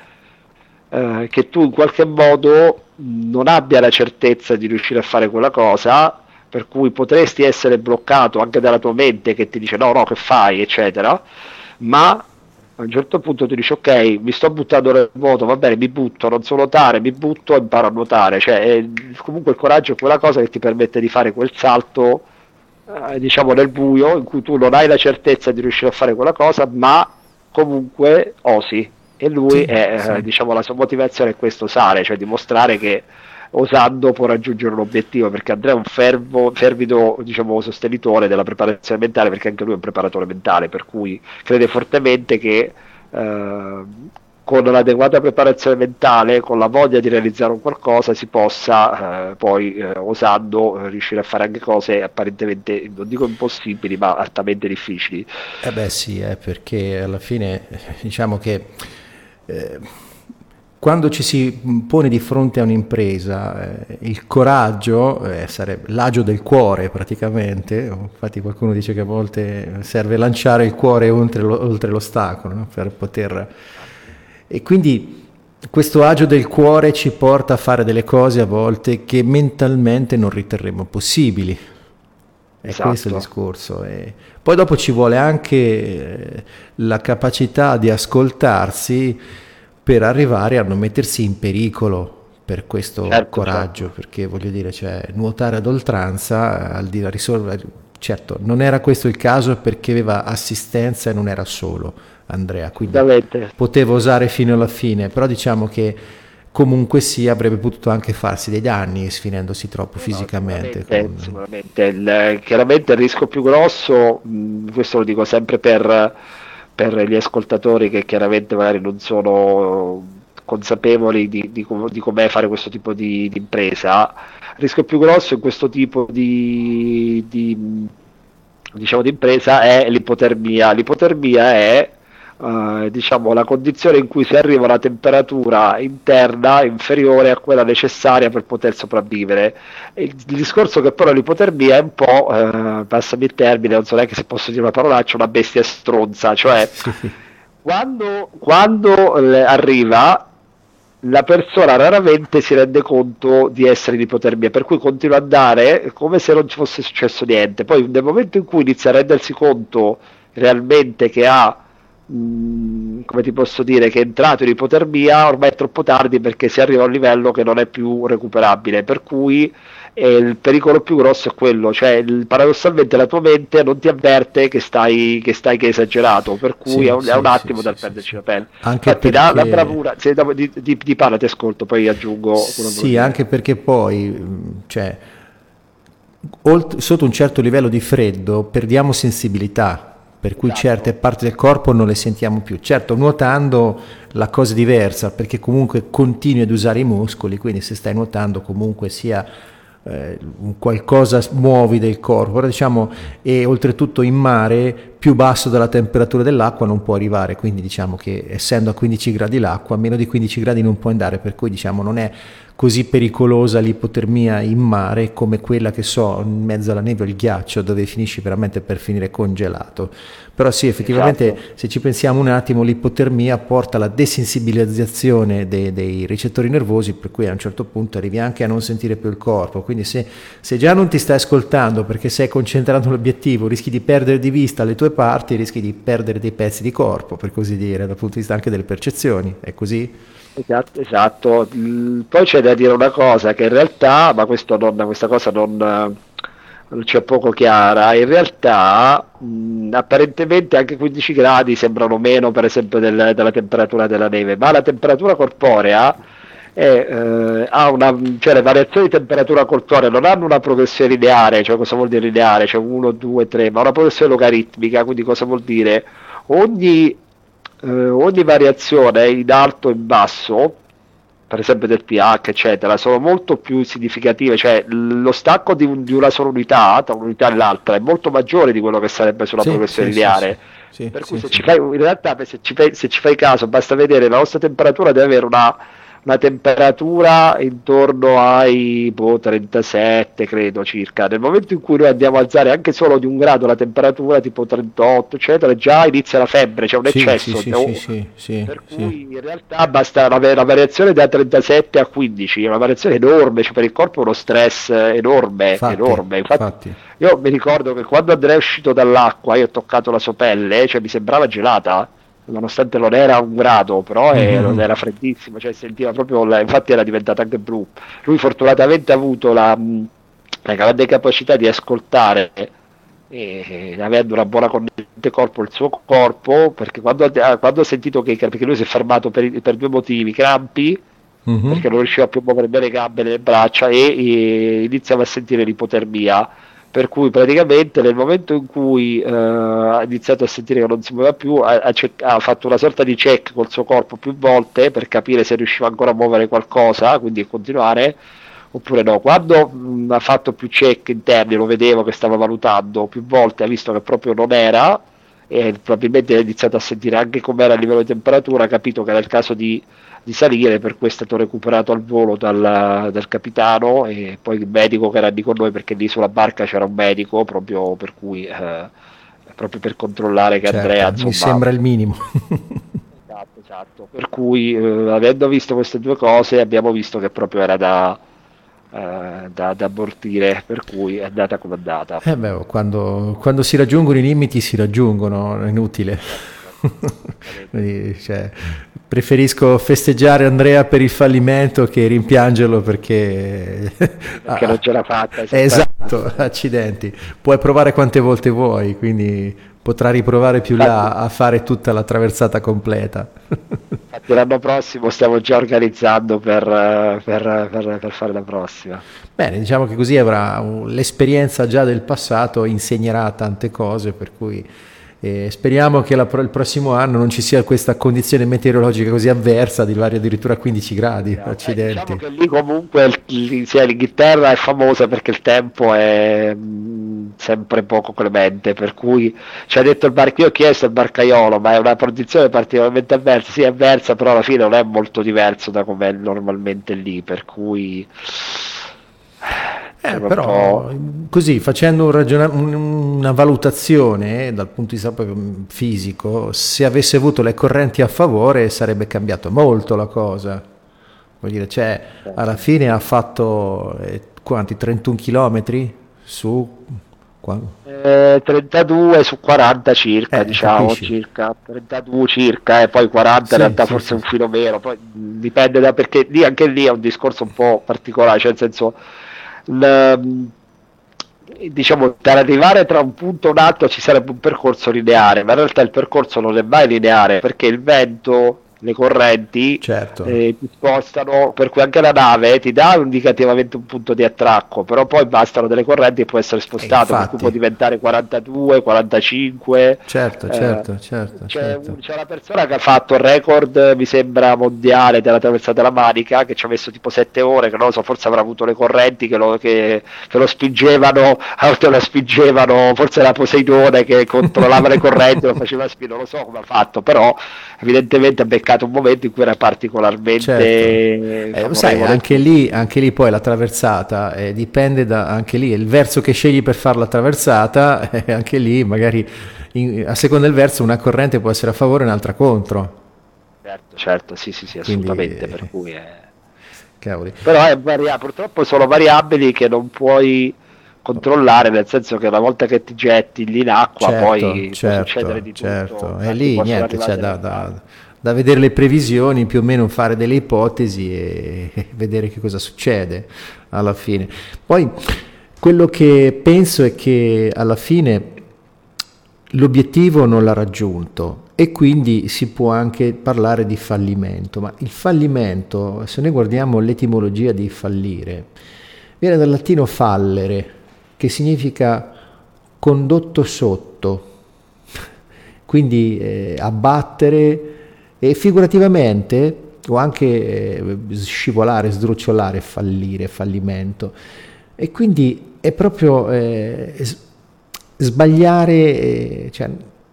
B: eh, che tu in qualche modo non abbia la certezza di riuscire a fare quella cosa, per cui potresti essere bloccato anche dalla tua mente che ti dice no, no, che fai, eccetera, ma a un certo punto ti dici ok, mi sto buttando nel vuoto, va bene, mi butto, non so nuotare, mi butto e imparo a nuotare. Cioè, è- comunque il coraggio è quella cosa che ti permette di fare quel salto, eh, diciamo, nel buio, in cui tu non hai la certezza di riuscire a fare quella cosa, ma comunque osi. E lui,
A: Sì,
B: è, eh,
A: sì.
B: diciamo, la sua motivazione è questo: osare, cioè dimostrare che osando può raggiungere un obiettivo, perché Andrea è un fervo, fervido, diciamo, sostenitore della preparazione mentale, perché anche lui è un preparatore mentale, per cui crede fortemente che eh, con l'adeguata preparazione mentale, con la voglia di realizzare un qualcosa, si possa eh, poi, eh, osando, eh, riuscire a fare anche cose apparentemente, non dico impossibili, ma altamente difficili.
A: Eh beh sì, eh, perché alla fine eh, diciamo che eh, quando ci si pone di fronte a un'impresa, eh, il coraggio eh, sarebbe l'agio del cuore praticamente, infatti qualcuno dice che a volte serve lanciare il cuore oltre, lo, oltre l'ostacolo, no? Per poter... E quindi questo agio del cuore ci porta a fare delle cose a volte che mentalmente non riterremo possibili. È
B: Esatto.
A: questo il discorso. E poi dopo ci vuole anche eh, la capacità di ascoltarsi per arrivare a non mettersi in pericolo per questo
B: Certo,
A: coraggio,
B: certo.
A: perché voglio dire, cioè, nuotare ad oltranza, al di là risolvere, certo, non era questo il caso perché aveva assistenza e non era solo Andrea, quindi
B: Assolutamente.
A: poteva osare fino alla fine, però diciamo che comunque sì, avrebbe potuto anche farsi dei danni sfinendosi troppo
B: No, no,
A: fisicamente.
B: sicuramente,
A: con-
B: sicuramente. Il- chiaramente il rischio più grosso, mh, questo lo dico sempre per, per gli ascoltatori che chiaramente magari non sono consapevoli di, di, com- di com'è fare questo tipo di, di impresa. Il rischio più grosso in questo tipo di, di, diciamo, di impresa è l'ipotermia. L'ipotermia è eh, diciamo, la condizione in cui si arriva a una temperatura interna inferiore a quella necessaria per poter sopravvivere. E il, il discorso che però l'ipotermia è un po', eh, passami il termine, non so neanche se posso dire una parolaccia, una bestia stronza, cioè
A: Sì,
B: quando, quando le- arriva la persona raramente si rende conto di essere in ipotermia, per cui continua ad andare come se non ci fosse successo niente. Poi nel momento in cui inizia a rendersi conto realmente che ha, mh, come ti posso dire, che è entrato in ipotermia, ormai è troppo tardi perché si arriva a un livello che non è più recuperabile, per cui eh, il pericolo più grosso è quello, cioè il- paradossalmente la tua mente non ti avverte che stai, che stai che hai esagerato, per cui è
A: sì,
B: un, è un
A: sì, sì,
B: attimo
A: sì,
B: dal
A: sì,
B: perderci
A: sì.
B: la pelle.
A: Anche
B: Infatti la, la
A: perché
B: bravura, se dopo di, di, di parla ti ascolto, poi aggiungo quello che volevo
A: sì,
B: dire.
A: anche perché poi, mh, cioè, olt- sotto un certo livello di freddo perdiamo sensibilità, per cui
B: Esatto.
A: certe parti del corpo non le sentiamo più. Certo, nuotando la cosa è diversa, perché comunque continui ad usare i muscoli, quindi se stai nuotando comunque sia eh, un qualcosa s- muovi del corpo, però diciamo, e oltretutto in mare più basso della temperatura dell'acqua non può arrivare, quindi diciamo che essendo a quindici gradi l'acqua, a meno di quindici gradi non può andare, per cui diciamo non è così pericolosa l'ipotermia in mare come quella che so in mezzo alla neve o al ghiaccio dove finisci veramente per finire congelato. Però sì, effettivamente
B: Esatto.
A: se ci pensiamo un attimo l'ipotermia porta alla desensibilizzazione dei, dei recettori nervosi, per cui a un certo punto arrivi anche a non sentire più il corpo, quindi se, se già non ti stai ascoltando perché sei concentrato sull'obiettivo, rischi di perdere di vista le tue parti, rischi di perdere dei pezzi di corpo, per così dire, dal punto di vista anche delle percezioni, è così?
B: Esatto, esatto. Il- Poi c'è da dire una cosa che in realtà, ma questo non, questa cosa non, eh, non c'è poco chiara, in realtà mh, apparentemente anche quindici gradi sembrano meno per esempio del- della temperatura della neve, ma la temperatura corporea è, eh, ha una, cioè le variazioni di temperatura corporea non hanno una progressione lineare, cioè cosa vuol dire lineare? Cioè uno, due, tre, ma una progressione logaritmica, quindi cosa vuol dire? Ogni eh, ogni variazione in alto e in basso, per esempio del pH, eccetera, sono molto più significative, cioè l- lo stacco di, un- di una sola unità tra un'unità e l'altra è molto maggiore di quello che sarebbe sulla
A: Sì,
B: progressione
A: sì, sì, sì,
B: lineare.
A: sì,
B: Per cui
A: sì,
B: se
A: sì.
B: ci fai, in realtà se ci, fai, se ci fai caso, basta vedere la nostra temperatura deve avere una, una temperatura intorno ai boh, trentasette, credo circa. Nel momento in cui noi andiamo a alzare anche solo di un grado la temperatura, tipo trentotto, eccetera, già inizia la febbre, c'è un
A: Sì, sì,
B: eccesso.
A: sì, sì,
B: o-
A: sì, sì,
B: per
A: sì.
B: cui in realtà basta la, la variazione da trentasette a quindici, è una variazione enorme, cioè per il corpo è uno stress enorme,
A: Infatti,
B: enorme. Infatti
A: infatti.
B: io mi ricordo che quando Andrea è uscito dall'acqua, io ho toccato la sua pelle, cioè mi sembrava gelata, nonostante non era un grado, però è- non
A: Mhm.
B: era freddissimo, cioè sentiva proprio, la- infatti era diventata anche blu. Lui fortunatamente ha avuto la, mh, la grande capacità di ascoltare e avendo una buona connessione corpo il suo corpo, perché quando, ha- quando ho sentito che, perché lui si è fermato per, per due motivi, crampi,
A: Mhm.
B: perché non riusciva più a muovere bene le gambe e le braccia e, e iniziava a sentire l'ipotermia, per cui praticamente nel momento in cui eh, ha iniziato a sentire che non si muoveva più ha, ha cec- ha fatto una sorta di check col suo corpo più volte per capire se riusciva ancora a muovere qualcosa, quindi a continuare oppure no. Quando mh, ha fatto più check interni, lo vedevo che stava valutando più volte, ha visto che proprio non era e probabilmente ha iniziato a sentire anche com'era a livello di temperatura, ha capito che era il caso di, di salire, per cui è stato recuperato al volo dal, dal capitano e poi il medico che era lì con noi, perché lì sulla barca c'era un medico proprio per cui eh, proprio per controllare che
A: Certo,
B: Andrea,
A: mi
B: insomma,
A: sembra il minimo.
B: esatto, esatto. Per cui eh, avendo visto queste due cose abbiamo visto che proprio era da, eh, da, da abortire, per cui è andata come è andata.
A: Eh beh, quando, quando si raggiungono i limiti si raggiungono, è inutile. Quindi, cioè, preferisco festeggiare Andrea per il fallimento che rimpiangerlo perché,
B: Perché non ce l'ha fatta.
A: Esatto, accidenti. Puoi provare quante volte vuoi, quindi potrà riprovare più là a fare tutta la traversata completa.
B: Infatti l'anno prossimo stiamo già organizzando per, per, per, per fare la prossima.
A: Bene, diciamo che così avrà l'esperienza già del passato, insegnerà tante cose, per cui eh, speriamo che la, il prossimo anno non ci sia questa condizione meteorologica così avversa di arrivare addirittura a quindici gradi.
B: Eh,
A: Accidenti.
B: diciamo che lì comunque il- sia l'Inghilterra è famosa perché il tempo è mh, sempre poco clemente, per cui ci ha detto il barca, io ho chiesto al barcaiolo, ma è una condizione particolarmente avversa, sì è avversa, però alla fine non è molto diverso da come è normalmente lì, per cui
A: Eh,
B: sono un
A: però
B: po'.
A: così facendo un ragiona- un- una valutazione eh, dal punto di vista proprio fisico, se avesse avuto le correnti a favore sarebbe cambiato molto la cosa. Vuol dire, cioè, alla fine ha fatto eh, quanti? trentuno chilometri su qua-
B: Eh, trentadue su quaranta circa,
A: eh,
B: diciamo,
A: capisci?
B: circa trentadue circa, e poi quaranta in
A: Sì,
B: realtà
A: sì,
B: forse
A: sì.
B: un filo meno, poi mh, dipende da, perché lì anche lì è un discorso un po' particolare, cioè nel senso, il, mh, diciamo, per arrivare tra un punto e un altro ci sarebbe un percorso lineare, ma in realtà il percorso non è mai lineare perché il vento, le correnti
A: Certo.
B: eh, ti spostano, per cui anche la nave ti dà indicativamente un punto di attracco, però poi bastano delle correnti e può essere
A: E
B: spostato, per cui può
A: infatti,
B: diventare quarantadue, quarantacinque.
A: certo,
B: eh,
A: certo, certo,
B: c'è,
A: certo.
B: un- c'è una persona che ha fatto il record, mi sembra mondiale, della traversata della Manica, che ci ha messo tipo sette ore, che non lo so, forse avrà avuto le correnti che lo, che, che lo spingevano, a volte lo spingevano, forse era Poseidone che controllava le correnti, lo faceva spingere, non lo so come ha fatto, però evidentemente ha beccato un momento in cui era particolarmente
A: Certo. Eh, sai,
B: favorevole.
A: anche lì, anche lì poi la traversata eh, dipende da, anche lì, il verso che scegli per fare la traversata, eh, anche lì magari in- a seconda del verso una corrente può essere a favore e un'altra contro.
B: Certo, certo, sì, sì, sì,
A: Quindi,
B: assolutamente, per
A: eh,
B: cui è.
A: cavoli.
B: Però è varia- purtroppo sono variabili che non puoi controllare, nel senso che una volta che ti getti lì in acqua
A: Certo,
B: poi può succedere
A: certo,
B: di tutto,
A: certo. E
B: infatti
A: lì
B: possono
A: niente, c'è
B: arrivare
A: da,
B: delle
A: da- da vedere le previsioni, più o meno fare delle ipotesi e, e vedere che cosa succede alla fine. Poi quello che penso è che alla fine l'obiettivo non l'ha raggiunto e quindi si può anche parlare di fallimento, ma il fallimento, se noi guardiamo l'etimologia di fallire, viene dal latino fallere, che significa condotto sotto, quindi eh, abbattere e figurativamente o anche eh, scivolare, sdrucciolare, fallire, fallimento. E quindi è proprio eh, s- sbagliare, eh, cioè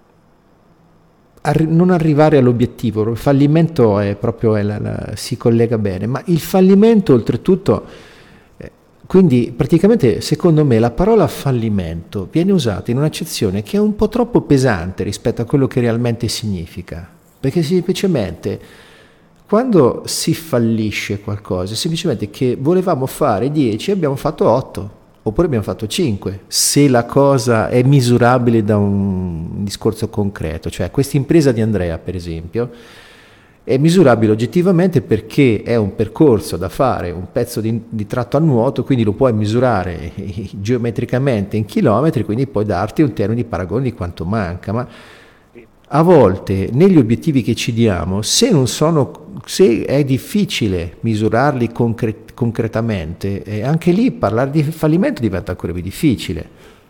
A: arri- non arrivare all'obiettivo. Il fallimento è proprio, è la- la- si collega bene, ma il fallimento oltretutto, eh, quindi praticamente secondo me la parola fallimento viene usata in un'accezione che è un po' troppo pesante rispetto a quello che realmente significa, perché semplicemente quando si fallisce qualcosa, è semplicemente che volevamo fare dieci e abbiamo fatto otto, oppure abbiamo fatto cinque, se la cosa è misurabile da un discorso concreto. Cioè questa impresa di Andrea, per esempio, è misurabile oggettivamente perché è un percorso da fare, un pezzo di, di tratto a nuoto, quindi lo puoi misurare geometricamente in chilometri, quindi puoi darti un termine di paragone di quanto manca, ma a volte negli obiettivi che ci diamo, se non sono, se è difficile misurarli concre- concretamente, eh, anche lì parlare di fallimento diventa ancora più difficile.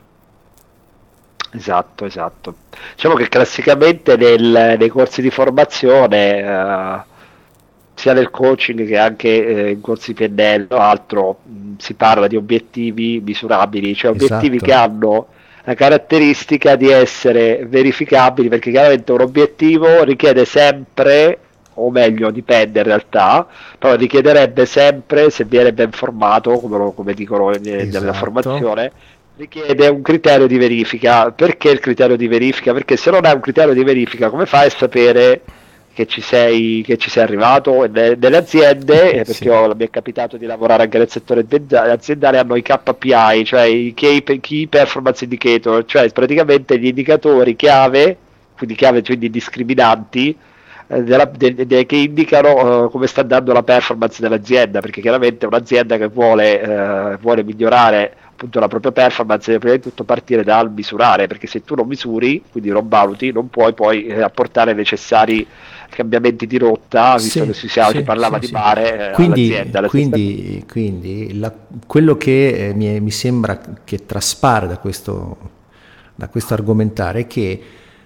B: Esatto, esatto. Diciamo che classicamente nel- nei corsi di formazione, eh, sia nel coaching che anche eh, in corsi P N L o altro, mh, si parla di obiettivi misurabili, cioè obiettivi che
A: Esatto,
B: hanno la caratteristica di essere verificabili, perché chiaramente un obiettivo richiede sempre, o meglio dipende in realtà, però richiederebbe sempre, se viene ben formato, come, lo, come dicono nella
A: Esatto.
B: formazione, richiede un criterio di verifica. Perché il criterio di verifica? Perché se non hai un criterio di verifica, come fai a sapere che ci sei, che ci sei arrivato? E ne- nelle aziende, eh, perché
A: Sì.
B: io, mi è capitato di lavorare anche nel settore azienda- aziendale, hanno i K P I, cioè i Key, Key Performance Indicator, cioè praticamente gli indicatori chiave, quindi chiave, quindi discriminanti, eh, della- de- de- che indicano eh, come sta andando la performance dell'azienda, perché chiaramente un'azienda che vuole, eh, vuole migliorare appunto la propria performance deve prima di tutto partire dal misurare, perché se tu non misuri, quindi non valuti, non puoi poi eh, apportare i necessari cambiamenti di rotta, visto
A: Sì,
B: che si, si
A: sì,
B: parlava
A: sì,
B: di
A: sì.
B: mare, eh,
A: Quindi,
B: all'azienda. La stessa-
A: quindi, quindi la- quello che eh, mi, è- mi sembra che traspare da questo, da questo argomentare è che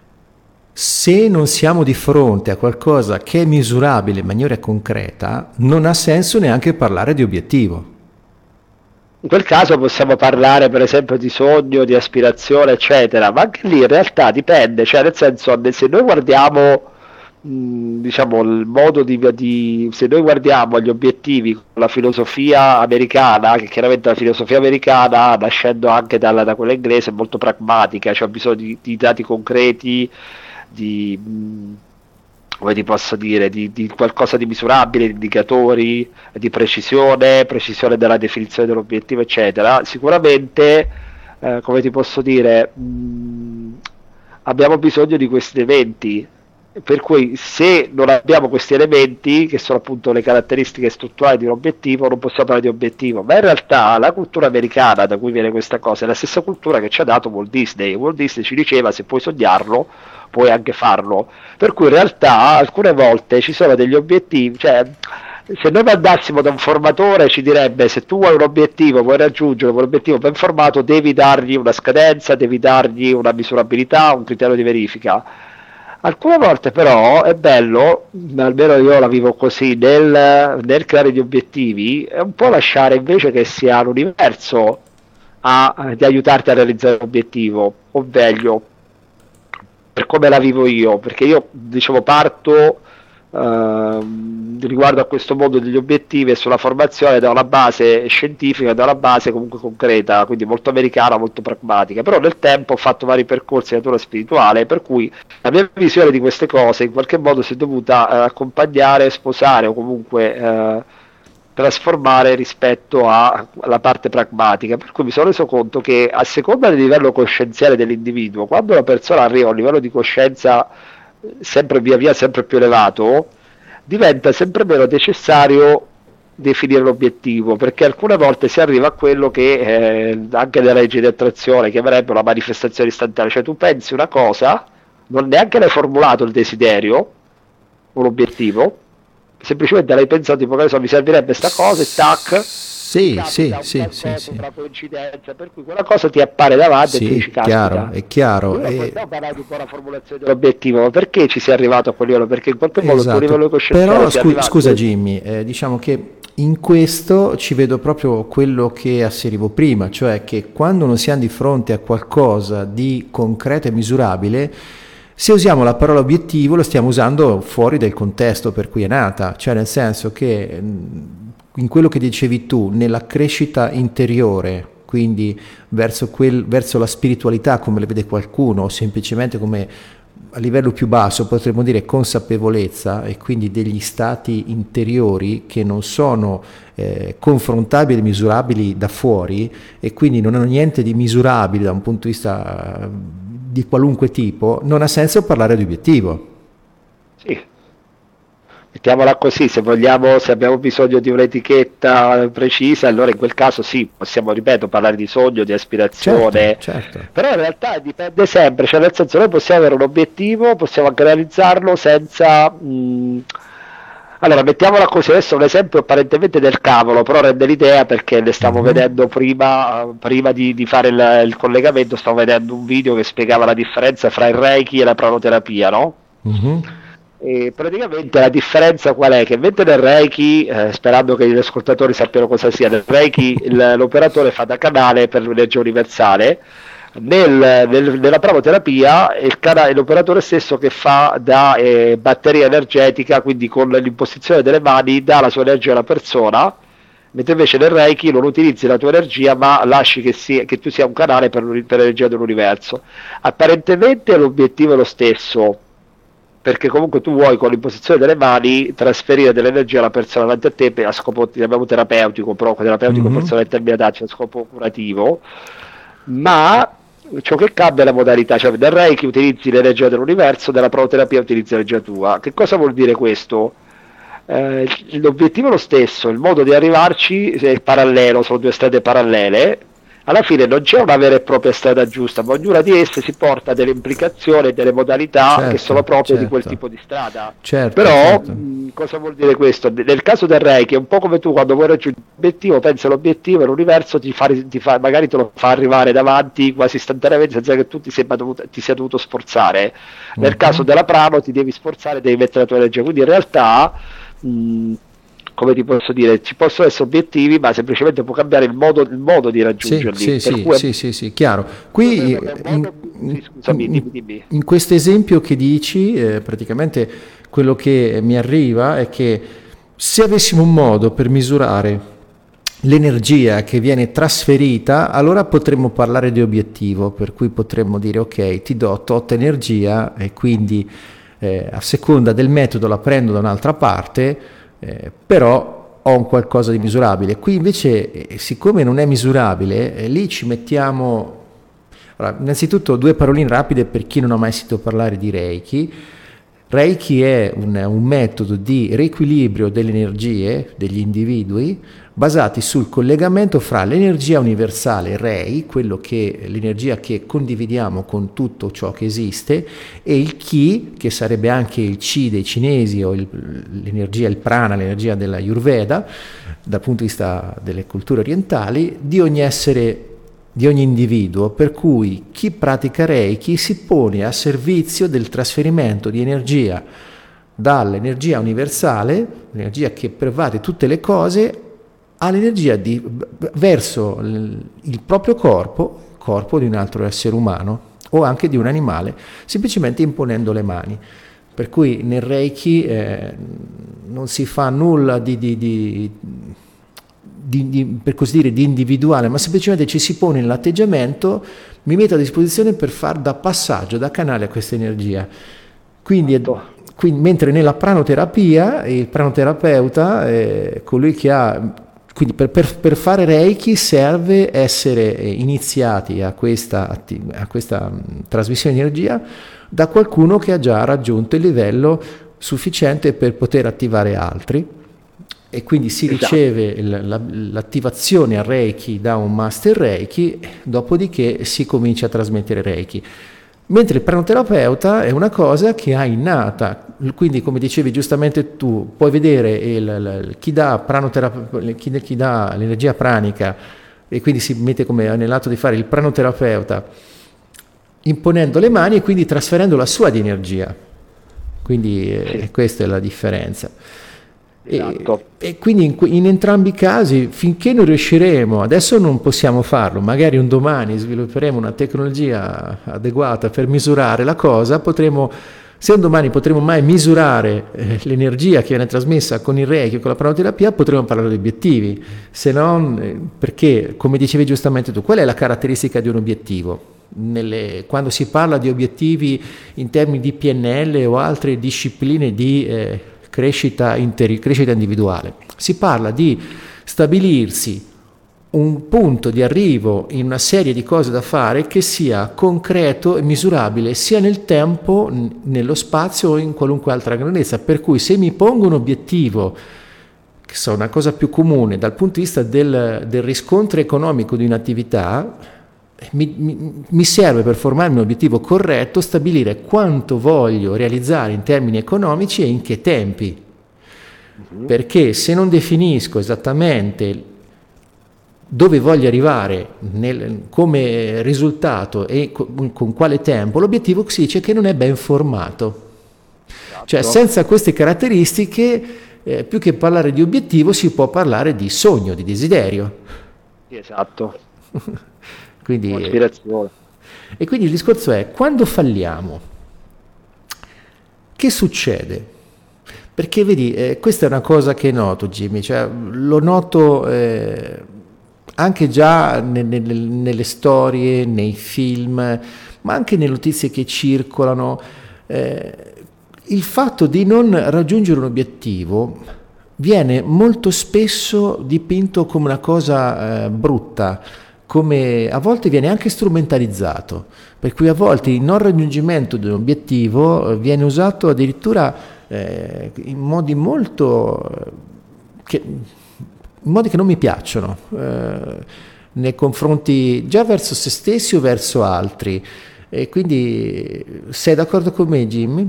A: se non siamo di fronte a qualcosa che è misurabile in maniera concreta, non ha senso neanche parlare di obiettivo.
B: In quel caso possiamo parlare per esempio di sogno, di aspirazione, eccetera, ma anche lì in realtà dipende, cioè nel senso, se noi guardiamo mh, diciamo il modo di, di se noi guardiamo gli obiettivi con la filosofia americana, che chiaramente la filosofia americana, nascendo anche dalla, da quella inglese, è molto pragmatica, cioè ha bisogno di, di dati concreti, di mh, come ti posso dire, di, di qualcosa di misurabile, di indicatori, di precisione, precisione della definizione dell'obiettivo, eccetera. Sicuramente, eh, come ti posso dire, mh, abbiamo bisogno di questi elementi, per cui se non abbiamo questi elementi, che sono appunto le caratteristiche strutturali di un obiettivo, non possiamo parlare di obiettivo. Ma in realtà la cultura americana da cui viene questa cosa è la stessa cultura che ci ha dato Walt Disney. Walt Disney ci diceva: se puoi sognarlo puoi anche farlo, per cui in realtà alcune volte ci sono degli obiettivi, cioè se noi andassimo da un formatore ci direbbe: se tu vuoi un obiettivo, vuoi raggiungere un obiettivo ben formato, devi dargli una scadenza, devi dargli una misurabilità, un criterio di verifica. Alcune volte però è bello, almeno io la vivo così, nel, nel creare gli obiettivi, è un po' lasciare invece che sia l'universo a, di aiutarti a realizzare l'obiettivo, o meglio, per come la vivo io, perché io diciamo parto ehm, riguardo a questo mondo degli obiettivi e sulla formazione da una base scientifica, da una base comunque concreta, quindi molto americana, molto pragmatica, però nel tempo ho fatto vari percorsi di natura spirituale, per cui la mia visione di queste cose in qualche modo si è dovuta eh, accompagnare, sposare o comunque eh, trasformare rispetto a- alla parte pragmatica, per cui mi sono reso conto che a seconda del livello coscienziale dell'individuo, quando una persona arriva a un livello di coscienza eh, sempre via via sempre più elevato, diventa sempre meno necessario definire l'obiettivo, perché alcune volte si arriva a quello che eh, anche nella legge di attrazione chiamerebbe una manifestazione istantanea, cioè tu pensi una cosa, non neanche l'hai formulato il desiderio o l'obiettivo, semplicemente l'hai pensato, tipo che ne so, mi servirebbe sta cosa e tac,
A: Sì,
B: capita
A: sì,
B: un
A: sì,
B: qualcosa,
A: sì, sì.
B: una coincidenza, per cui quella cosa ti appare davanti e tu dici:
A: Sì, chiaro,
B: caspita,
A: è chiaro.
B: io non
A: E-
B: possiamo parlare di buona formulazione dell'obiettivo, ma perché ci sei arrivato a quel livello? Perché in qualche modo il tuo livello
A: Esatto,
B: coscienziale
A: però
B: si è
A: scu-
B: arrivato.
A: scusa Jimmy, eh, diciamo che in questo ci vedo proprio quello che asserivo prima, cioè che quando non siamo di fronte a qualcosa di concreto e misurabile, se usiamo la parola obiettivo lo stiamo usando fuori dal contesto per cui è nata, cioè nel senso che mh, in quello che dicevi tu, nella crescita interiore, quindi verso, quel, verso la spiritualità come le vede qualcuno, o semplicemente come a livello più basso potremmo dire consapevolezza, e quindi degli stati interiori che non sono eh, confrontabili, misurabili da fuori, e quindi non hanno niente di misurabile da un punto di vista eh, di qualunque tipo, non ha senso parlare di obiettivo.
B: Sì, mettiamola così, se vogliamo, se abbiamo bisogno di un'etichetta precisa, allora in quel caso sì, possiamo, ripeto, parlare di sogno, di
A: Certo,
B: aspirazione,
A: certo.
B: però in realtà dipende sempre, cioè nel senso noi possiamo avere un obiettivo, possiamo anche realizzarlo senza... mh, allora, mettiamola così, adesso un esempio apparentemente del cavolo, però rende l'idea perché ne stavo
A: Mhm.
B: vedendo prima, eh, prima di, di fare il, il collegamento, stavo vedendo un video che spiegava la differenza fra il Reiki e la pranoterapia, no?
A: Mhm.
B: E praticamente la differenza qual è? Che mentre nel Reiki, eh, sperando che gli ascoltatori sappiano cosa sia, nel Reiki il- l'operatore fa da canale per l'energia universale, Nel, nel- nella pravoterapia è il cana- è l'operatore stesso che fa da eh, batteria energetica, quindi con l'imposizione delle mani dà la sua energia alla persona, mentre invece nel Reiki non utilizzi la tua energia ma lasci che, sia- che tu sia un canale per, l'uni- per l'energia dell'universo. Apparentemente l'obiettivo è lo stesso, perché comunque tu vuoi con l'imposizione delle mani trasferire dell'energia alla persona davanti a te per- a scopo chiamiamo terapeutico, però terapeutico
A: Mhm.
B: forse non è il termine adatto, a scopo curativo, ma ciò che cambia è la modalità, cioè nel Reiki utilizzi l'energia dell'universo, nella pranoterapia utilizzi l'energia tua. Che cosa vuol dire questo? Eh, l'obiettivo è lo stesso, il modo di arrivarci è parallelo, sono due strade parallele. Alla fine non c'è una vera e propria strada giusta, ma ognuna di esse si porta delle implicazioni e delle modalità che sono
A: Certo,
B: proprie di quel
A: certo,
B: tipo di strada.
A: certo,
B: Però,
A: certo.
B: mh, cosa vuol dire questo? Nel caso del Reiki è un po' come tu quando vuoi raggiungere l'obiettivo, pensi all'obiettivo e l'universo ti fa, ti fa- magari te lo fa arrivare davanti quasi istantaneamente senza che tu ti sia dovuto, ti sia dovuto sforzare. Nel caso
A: Mhm.
B: della prano ti devi sforzare, devi mettere la tua energia, quindi in realtà mh, come ti posso dire, ci possono essere obiettivi, ma semplicemente può cambiare il modo, il modo di
A: Sì,
B: raggiungerli.
A: sì,
B: Per
A: sì,
B: cui è,
A: sì, sì, sì, chiaro.
B: secondo
A: Qui
B: me è un
A: in,
B: modo.
A: in-
B: Sì, scusami,
A: in-
B: dimmi, dimmi.
A: in questo esempio che dici, eh, praticamente quello che mi arriva è che se avessimo un modo per misurare l'energia che viene trasferita, allora potremmo parlare di obiettivo, per cui potremmo dire ok, ti do tot energia e quindi eh, a seconda del metodo la prendo da un'altra parte, eh, però ho un qualcosa di misurabile. Qui invece, eh, siccome non è misurabile, eh, lì ci mettiamo. Allora, innanzitutto due paroline rapide per chi non ha mai sentito parlare di Reiki. Reiki è un, un metodo di riequilibrio delle energie degli individui basati sul collegamento fra l'energia universale Rei, quello che, l'energia che condividiamo con tutto ciò che esiste, e il Ki, che sarebbe anche il Chi dei cinesi o il, l'energia, il prana, l'energia della Ayurveda, dal punto di vista delle culture orientali, di ogni essere, di ogni individuo, per cui chi pratica Reiki si pone a servizio del trasferimento di energia dall'energia universale, l'energia che pervade tutte le cose, all'energia di, verso il proprio corpo, il corpo di un altro essere umano o anche di un animale, semplicemente imponendo le mani. Per cui nel Reiki eh, non si fa nulla di, di, di, di, di, per così dire, di individuale, ma semplicemente ci si pone nell'atteggiamento, mi metto a disposizione per far da passaggio, da canale a questa energia. Quindi, quindi mentre nella pranoterapia il pranoterapeuta è colui che ha, quindi per, per, per fare Reiki serve essere iniziati a questa, a questa mh, trasmissione di energia da qualcuno che ha già raggiunto il livello sufficiente per poter attivare altri, e quindi si riceve il, la, l'attivazione a Reiki da un master Reiki, dopodiché si comincia a trasmettere Reiki. Mentre il pranoterapeuta è una cosa che ha innata, quindi come dicevi giustamente tu, puoi vedere il, il, chi, dà pranoterap- chi, chi dà l'energia pranica e quindi si mette come nell'atto di fare il pranoterapeuta, imponendo le mani e quindi trasferendo la sua di energia. Quindi eh,
B: Sì.
A: questa è la differenza.
B: Esatto.
A: E, e quindi in, in entrambi i casi, finché non riusciremo, adesso non possiamo farlo, magari un domani svilupperemo una tecnologia adeguata per misurare la cosa, potremo, se un domani potremo mai misurare eh, l'energia che viene trasmessa con il Reiki o con la pranoterapia, potremo parlare di obiettivi, se non, eh, perché, come dicevi giustamente tu, qual è la caratteristica di un obiettivo? Nelle, quando si parla di obiettivi in termini di P N L o altre discipline di eh, crescita, interi- crescita individuale, si parla di stabilirsi un punto di arrivo in una serie di cose da fare che sia concreto e misurabile sia nel tempo, n- nello spazio o in qualunque altra grandezza, per cui se mi pongo un obiettivo che so, una cosa più comune dal punto di vista del, del riscontro economico di un'attività, Mi, mi, mi serve per formarmi un obiettivo corretto stabilire quanto voglio realizzare in termini economici e in che tempi, uh-huh. Perché se non definisco esattamente dove voglio arrivare nel, come risultato e con, con quale tempo, l'obiettivo si dice che non è ben formato. Esatto. Cioè senza queste caratteristiche eh, più che parlare di obiettivo si può parlare di sogno, di desiderio.
B: Esatto.
A: Quindi,
B: ispirazione.
A: E quindi il discorso è, quando falliamo, che succede? Perché vedi, eh, questa è una cosa che noto, Jimmy, cioè lo noto eh, anche già ne, ne, nelle storie, nei film, ma anche nelle notizie che circolano. Eh, il fatto di non raggiungere un obiettivo viene molto spesso dipinto come una cosa eh, brutta, come a volte viene anche strumentalizzato, per cui a volte il non raggiungimento di un obiettivo viene usato addirittura eh, in modi molto che, in modi che non mi piacciono eh, nei confronti già verso se stessi o verso altri. E quindi sei d'accordo con me, Jimmy?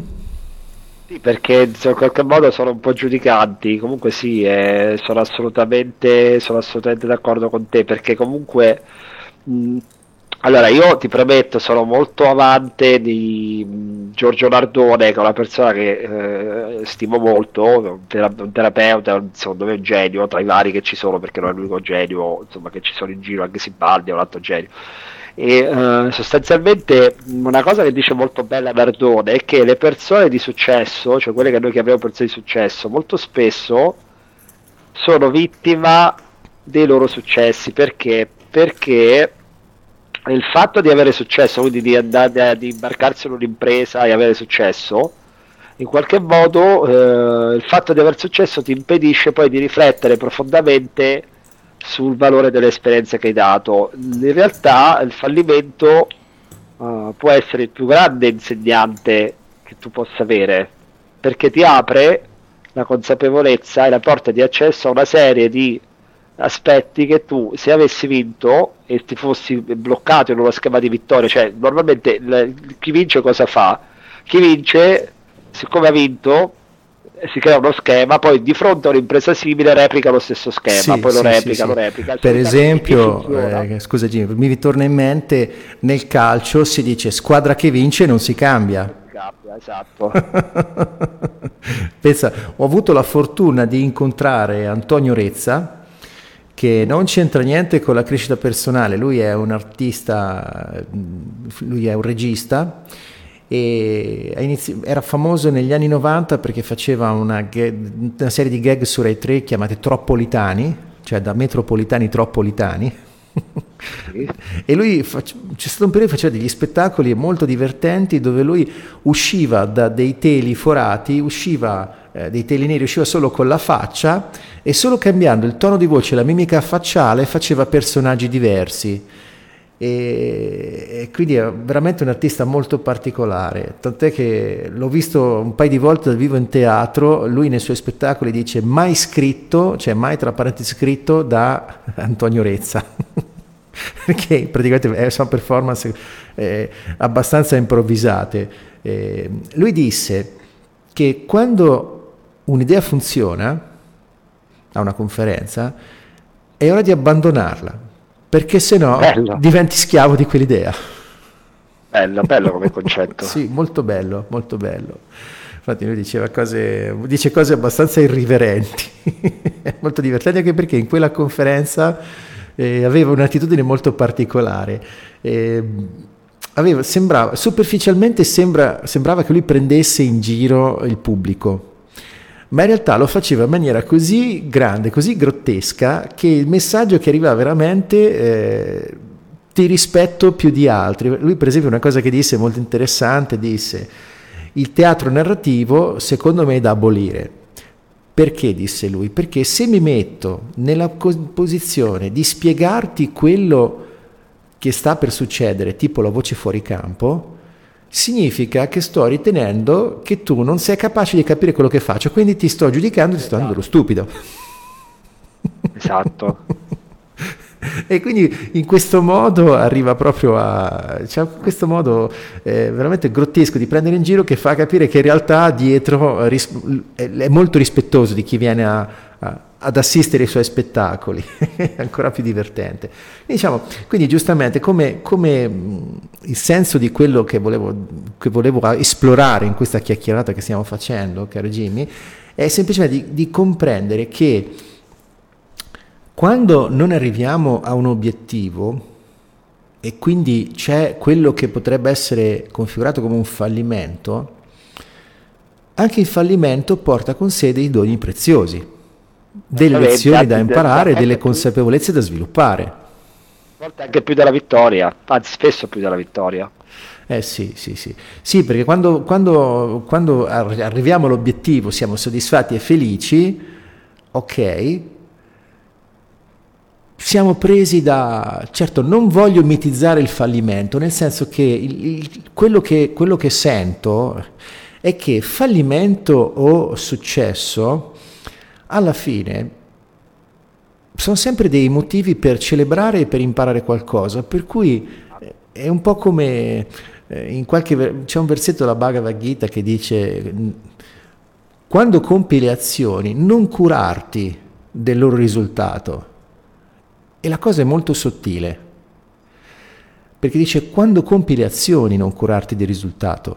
B: Sì, perché in qualche modo sono un po' giudicanti, comunque sì, eh, sono assolutamente, sono assolutamente d'accordo con te, perché comunque, mh, allora io ti premetto, sono molto amante di mh, Giorgio Nardone, che è una persona che eh, stimo molto, un, tera- un terapeuta, secondo me un genio, tra i vari che ci sono, perché non è l'unico genio, insomma, che ci sono in giro, anche Sibaldi è un altro genio. E eh, sostanzialmente una cosa che dice molto bella Nardone è che le persone di successo, cioè quelle che noi chiamiamo persone di successo, molto spesso sono vittima dei loro successi. Perché? Perché il fatto di avere successo, quindi di andare di imbarcarsi in un'impresa e avere successo, in qualche modo eh, il fatto di aver successo ti impedisce poi di riflettere profondamente sul valore delle esperienze che hai dato. In realtà il fallimento uh, può essere il più grande insegnante che tu possa avere, perché ti apre la consapevolezza e la porta di accesso a una serie di aspetti che tu, se avessi vinto e ti fossi bloccato in uno schema di vittoria, cioè normalmente il, chi vince cosa fa? Chi vince, siccome ha vinto, si crea uno schema, poi di fronte a un'impresa simile replica lo stesso schema,
A: Sì,
B: poi lo
A: sì,
B: replica,
A: sì,
B: lo
A: sì.
B: replica.
A: Per
B: Solitamente
A: esempio,
B: funziona.
A: eh, scusa Jimmy, mi ritorna in mente nel calcio si dice squadra che vince non si cambia.
B: Cambia, esatto.
A: Pensa, ho avuto la fortuna di incontrare Antonio Rezza, che non c'entra niente con la crescita personale, lui è un artista, lui è un regista e inizi- era famoso negli anni novanta perché faceva una, gag- una serie di gag su Rai tre chiamate Troppolitani, cioè da metropolitani troppolitani.
B: Sì.
A: E lui fac- c'è stato un periodo che faceva degli spettacoli molto divertenti dove lui usciva da dei teli forati, usciva eh, dei teli neri, usciva solo con la faccia e solo cambiando il tono di voce e la mimica facciale faceva personaggi diversi. E, e quindi è veramente un artista molto particolare, tant'è che l'ho visto un paio di volte dal vivo in teatro. Lui nei suoi spettacoli dice mai scritto, cioè mai tra parentesi scritto da Antonio Rezza perché praticamente sono performance eh, abbastanza improvvisate. Eh, lui disse che quando un'idea funziona a una conferenza è ora di abbandonarla, perché se no
B: Bello.
A: diventi schiavo di quell'idea.
B: Bello, bello come concetto.
A: Sì, molto bello, molto bello. Infatti lui diceva cose, dice cose abbastanza irriverenti, molto divertenti, anche perché in quella conferenza eh, aveva un'attitudine molto particolare. Eh, aveva, sembrava, superficialmente sembra, sembrava che lui prendesse in giro il pubblico, ma in realtà lo faceva in maniera così grande, così grottesca, che il messaggio che arrivava veramente eh, ti rispetto più di altri. Lui per esempio una cosa che disse molto interessante, disse il teatro narrativo secondo me è da abolire. Perché, disse lui? Perché se mi metto nella posizione di spiegarti quello che sta per succedere, tipo la voce fuori campo, significa che sto ritenendo che tu non sei capace di capire quello che faccio, quindi ti sto giudicando e ti sto dando lo stupido.
B: Esatto.
A: E quindi in questo modo arriva proprio a cioè, questo modo eh, veramente grottesco di prendere in giro, che fa capire che in realtà dietro ris- è molto rispettoso di chi viene a, a, ad assistere ai suoi spettacoli. È ancora più divertente. E diciamo, quindi giustamente come, come mh, il senso di quello che volevo, che volevo esplorare in questa chiacchierata che stiamo facendo, caro Jimmy, è semplicemente di, di comprendere che quando non arriviamo a un obiettivo e quindi c'è quello che potrebbe essere configurato come un fallimento, anche il fallimento porta con sé dei doni preziosi, delle lezioni da imparare, delle consapevolezze da sviluppare. A
B: volte anche più della vittoria, anzi spesso più della vittoria.
A: Eh sì, sì, sì. Sì, perché quando, quando, quando arriviamo all'obiettivo siamo soddisfatti e felici, ok, siamo presi da... Certo, non voglio mitizzare il fallimento, nel senso che, il, il, quello che quello che sento è che fallimento o successo alla fine sono sempre dei motivi per celebrare e per imparare qualcosa, per cui è un po' come in qualche c'è un versetto della Bhagavad Gita che dice: quando compi le azioni non curarti del loro risultato. E la cosa è molto sottile, perché dice: quando compi le azioni non curarti del risultato.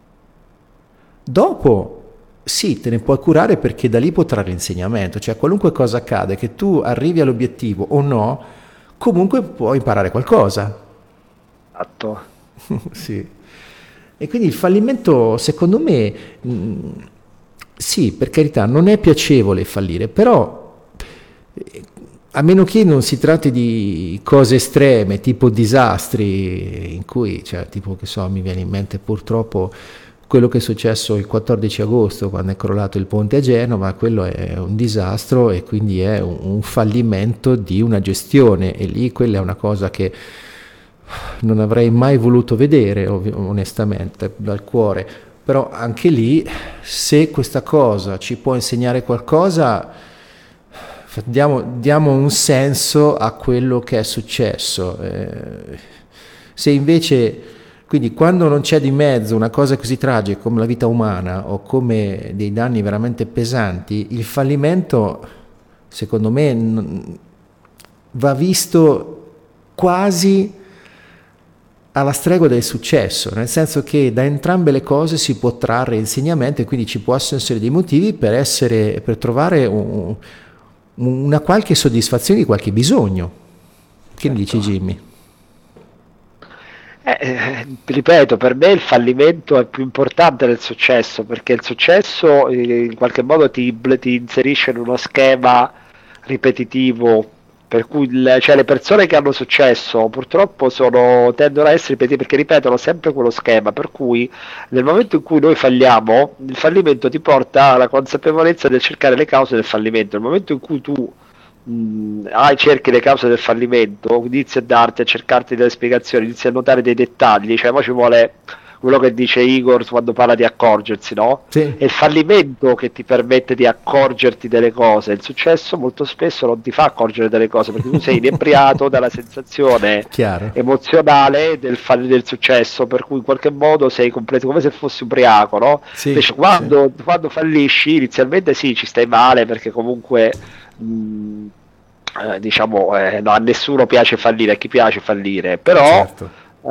A: Dopo sì, te ne puoi curare, perché da lì può trarre insegnamento, cioè qualunque cosa accade, che tu arrivi all'obiettivo o no, comunque puoi imparare qualcosa.
B: Esatto.
A: Sì. E quindi il fallimento, secondo me, mh, sì, per carità, non è piacevole fallire, però a meno che non si tratti di cose estreme, tipo disastri, in cui, cioè, tipo, che so, mi viene in mente purtroppo quello che è successo il quattordici agosto, quando è crollato il ponte a Genova. Quello è un disastro e quindi è un, un fallimento di una gestione, e lì quella è una cosa che non avrei mai voluto vedere, onestamente, dal cuore. Però anche lì, se questa cosa ci può insegnare qualcosa, Diamo, diamo un senso a quello che è successo. Eh, se invece, quindi quando non c'è di mezzo una cosa così tragica come la vita umana o come dei danni veramente pesanti, il fallimento, secondo me, n- va visto quasi alla stregua del successo, nel senso che da entrambe le cose si può trarre insegnamento, e quindi ci possono essere dei motivi per essere, per trovare un una qualche soddisfazione di qualche bisogno. Che certo. Dici, Jimmy?
B: Eh, eh, ripeto, per me il fallimento è più importante del successo, perché il successo eh, in qualche modo ti, ti inserisce in uno schema ripetitivo, per cui le, cioè le persone che hanno successo purtroppo sono, tendono a essere ripetitivi, perché ripetono sempre quello schema, per cui nel momento in cui noi falliamo, il fallimento ti porta alla consapevolezza del cercare le cause del fallimento. Nel momento in cui tu mh, hai, cerchi le cause del fallimento, inizi a darti, a cercarti delle spiegazioni, inizi a notare dei dettagli, cioè ma ci vuole quello che dice Igor quando parla di accorgersi, no?
A: Sì.
B: È il fallimento che ti permette di accorgerti delle cose. Il successo molto spesso non ti fa accorgere delle cose, perché tu sei inebriato dalla sensazione
A: Chiaro.
B: emozionale del, fall- del successo, per cui in qualche modo sei completo, come se fossi ubriaco, no?
A: Sì,
B: Invece quando,
A: sì.
B: quando fallisci, inizialmente sì, ci stai male, perché comunque mh, eh, diciamo eh, no, a nessuno piace fallire, a chi piace fallire, però
A: certo.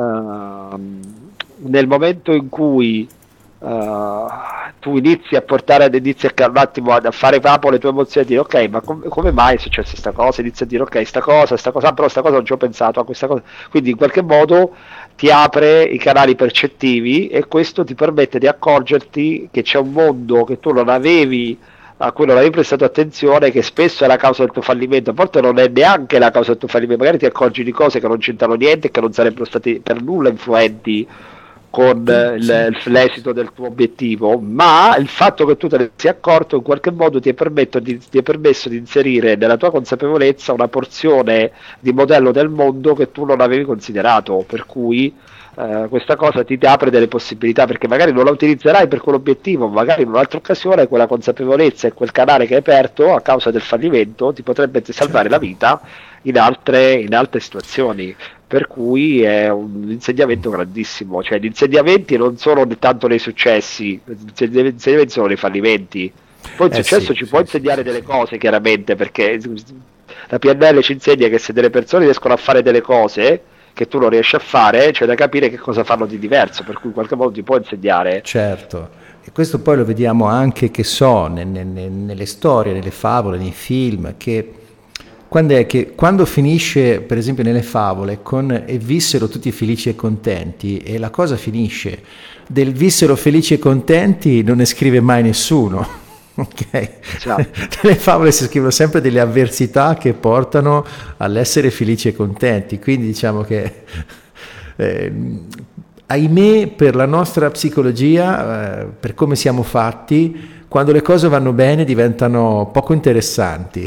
B: uh, nel momento in cui uh, tu inizi a portare inizi a, un attimo a fare capo alle tue emozioni, a dire ok, ma com- come mai è successa questa cosa, inizi a dire ok, sta cosa, sta cosa, però sta cosa non ci ho pensato, a questa cosa, quindi in qualche modo ti apre i canali percettivi, e questo ti permette di accorgerti che c'è un mondo che tu non avevi, a cui non avevi prestato attenzione, che spesso è la causa del tuo fallimento. A volte non è neanche la causa del tuo fallimento, magari ti accorgi di cose che non c'entrano niente e che non sarebbero stati per nulla influenti con il, l'esito del tuo obiettivo, ma il fatto che tu te ne sia accorto in qualche modo ti è, permetto di, ti è permesso di inserire nella tua consapevolezza una porzione di modello del mondo che tu non avevi considerato, per cui eh, questa cosa ti apre delle possibilità, perché magari non la utilizzerai per quell'obiettivo, magari in un'altra occasione quella consapevolezza e quel canale che hai aperto a causa del fallimento ti potrebbe salvare certo. la vita in altre, in altre situazioni. Per cui è un insegnamento grandissimo, cioè gli insegnamenti non sono tanto nei successi, gli insegnamenti sono nei fallimenti. Poi il eh successo sì, ci sì, può sì, insegnare sì, delle cose, chiaramente, perché la P N L ci insegna che se delle persone riescono a fare delle cose che tu non riesci a fare, c'è da capire che cosa fanno di diverso, per cui in qualche modo ti può insegnare.
A: Certo, e questo poi lo vediamo anche, che so, nelle, nelle storie, nelle favole, nei film, che quando è che quando finisce, per esempio nelle favole, con e vissero tutti felici e contenti, e la cosa finisce, del vissero felici e contenti non ne scrive mai nessuno, ok?
B: Ciao.
A: Nelle favole si scrivono sempre delle avversità che portano all'essere felici e contenti, quindi diciamo che eh, ahimè, per la nostra psicologia, eh, per come siamo fatti, quando le cose vanno bene diventano poco interessanti.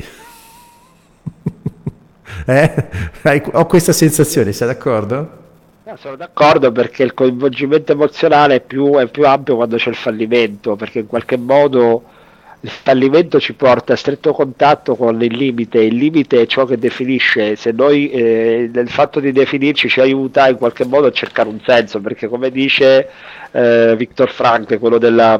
A: eh? Ho questa sensazione, sei d'accordo?
B: No, sono d'accordo perché il coinvolgimento emozionale è più, è più ampio quando c'è il fallimento, perché in qualche modo il fallimento ci porta a stretto contatto con il limite, il limite è ciò che definisce, se noi eh, nel fatto di definirci ci aiuta in qualche modo a cercare un senso, perché come dice eh, Viktor Frankl, quello della,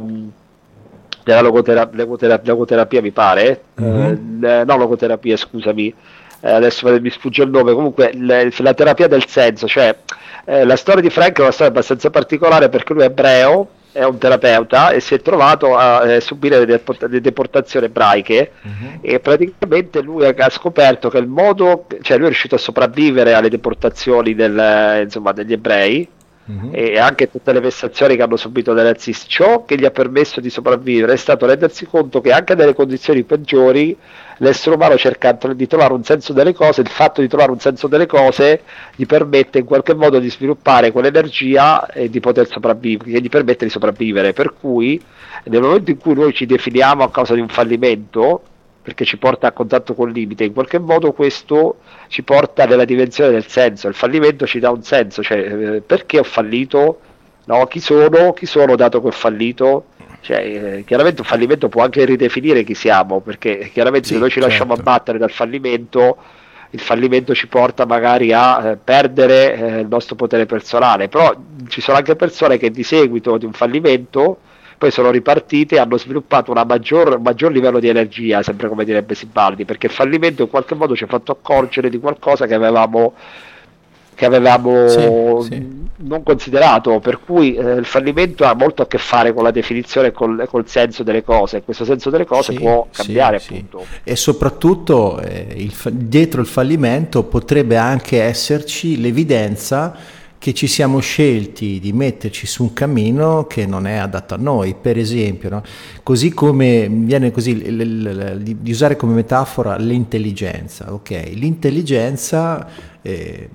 B: della logotera- logotera- logoterapia mi pare, mm-hmm. eh, no logoterapia scusami, eh, adesso mi sfugge il nome, comunque le, la terapia del senso, cioè eh, la storia di Frankl è una storia abbastanza particolare perché lui è ebreo, è un terapeuta e si è trovato a eh, subire le, deport- le deportazioni ebraiche uh-huh. e praticamente lui ha scoperto che il modo, cioè lui è riuscito a sopravvivere alle deportazioni del, insomma, degli ebrei uh-huh. e anche tutte le vessazioni che hanno subito dai nazisti. Ciò che gli ha permesso di sopravvivere è stato rendersi conto che anche nelle condizioni peggiori l'essere umano cerca di trovare un senso delle cose, il fatto di trovare un senso delle cose gli permette in qualche modo di sviluppare quell'energia e di poter sopravvivere, che gli permette di sopravvivere, per cui nel momento in cui noi ci definiamo a causa di un fallimento, perché ci porta a contatto col limite, in qualche modo questo ci porta nella dimensione del senso, il fallimento ci dà un senso, cioè eh, perché ho fallito, no? Chi sono, chi sono dato che ho fallito? Cioè, eh, chiaramente un fallimento può anche ridefinire chi siamo, perché chiaramente sì, se noi ci certo. lasciamo abbattere dal fallimento, il fallimento ci porta magari a eh, perdere eh, il nostro potere personale, però ci sono anche persone che di seguito di un fallimento poi sono ripartite e hanno sviluppato una maggior, un maggior livello di energia, sempre come direbbe Sibaldi, perché il fallimento in qualche modo ci ha fatto accorgere di qualcosa che avevamo che avevamo sì, sì. non considerato, per cui eh, il fallimento ha molto a che fare con la definizione e col, col senso delle cose, questo senso delle cose sì, può cambiare sì, appunto.
A: Sì. E soprattutto eh, il, dietro il fallimento potrebbe anche esserci l'evidenza che ci siamo scelti di metterci su un cammino che non è adatto a noi, per esempio, no? Così come viene così l, l, l, di usare come metafora l'intelligenza, ok? L'intelligenza eh,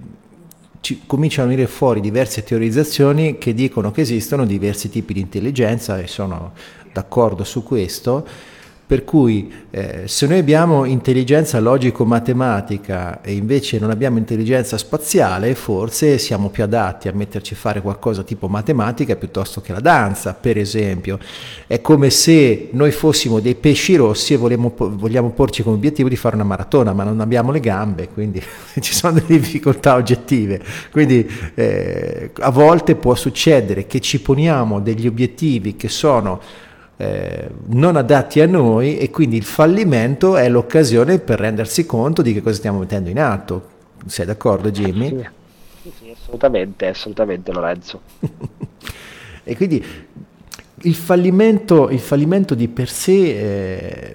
A: Ci cominciano a venire fuori diverse teorizzazioni che dicono che esistono diversi tipi di intelligenza e sono d'accordo su questo, per cui eh, se noi abbiamo intelligenza logico-matematica e invece non abbiamo intelligenza spaziale, forse siamo più adatti a metterci a fare qualcosa tipo matematica piuttosto che la danza, per esempio. È come se noi fossimo dei pesci rossi e vogliamo, vogliamo porci come obiettivo di fare una maratona, ma non abbiamo le gambe, quindi ci sono delle difficoltà oggettive. Quindi eh, a volte può succedere che ci poniamo degli obiettivi che sono Eh, non adatti a noi e quindi il fallimento è l'occasione per rendersi conto di che cosa stiamo mettendo in atto. Sei d'accordo, Jimmy?
B: Sì, sì, sì, assolutamente, assolutamente Lorenzo.
A: E quindi il fallimento, il fallimento di per sé eh,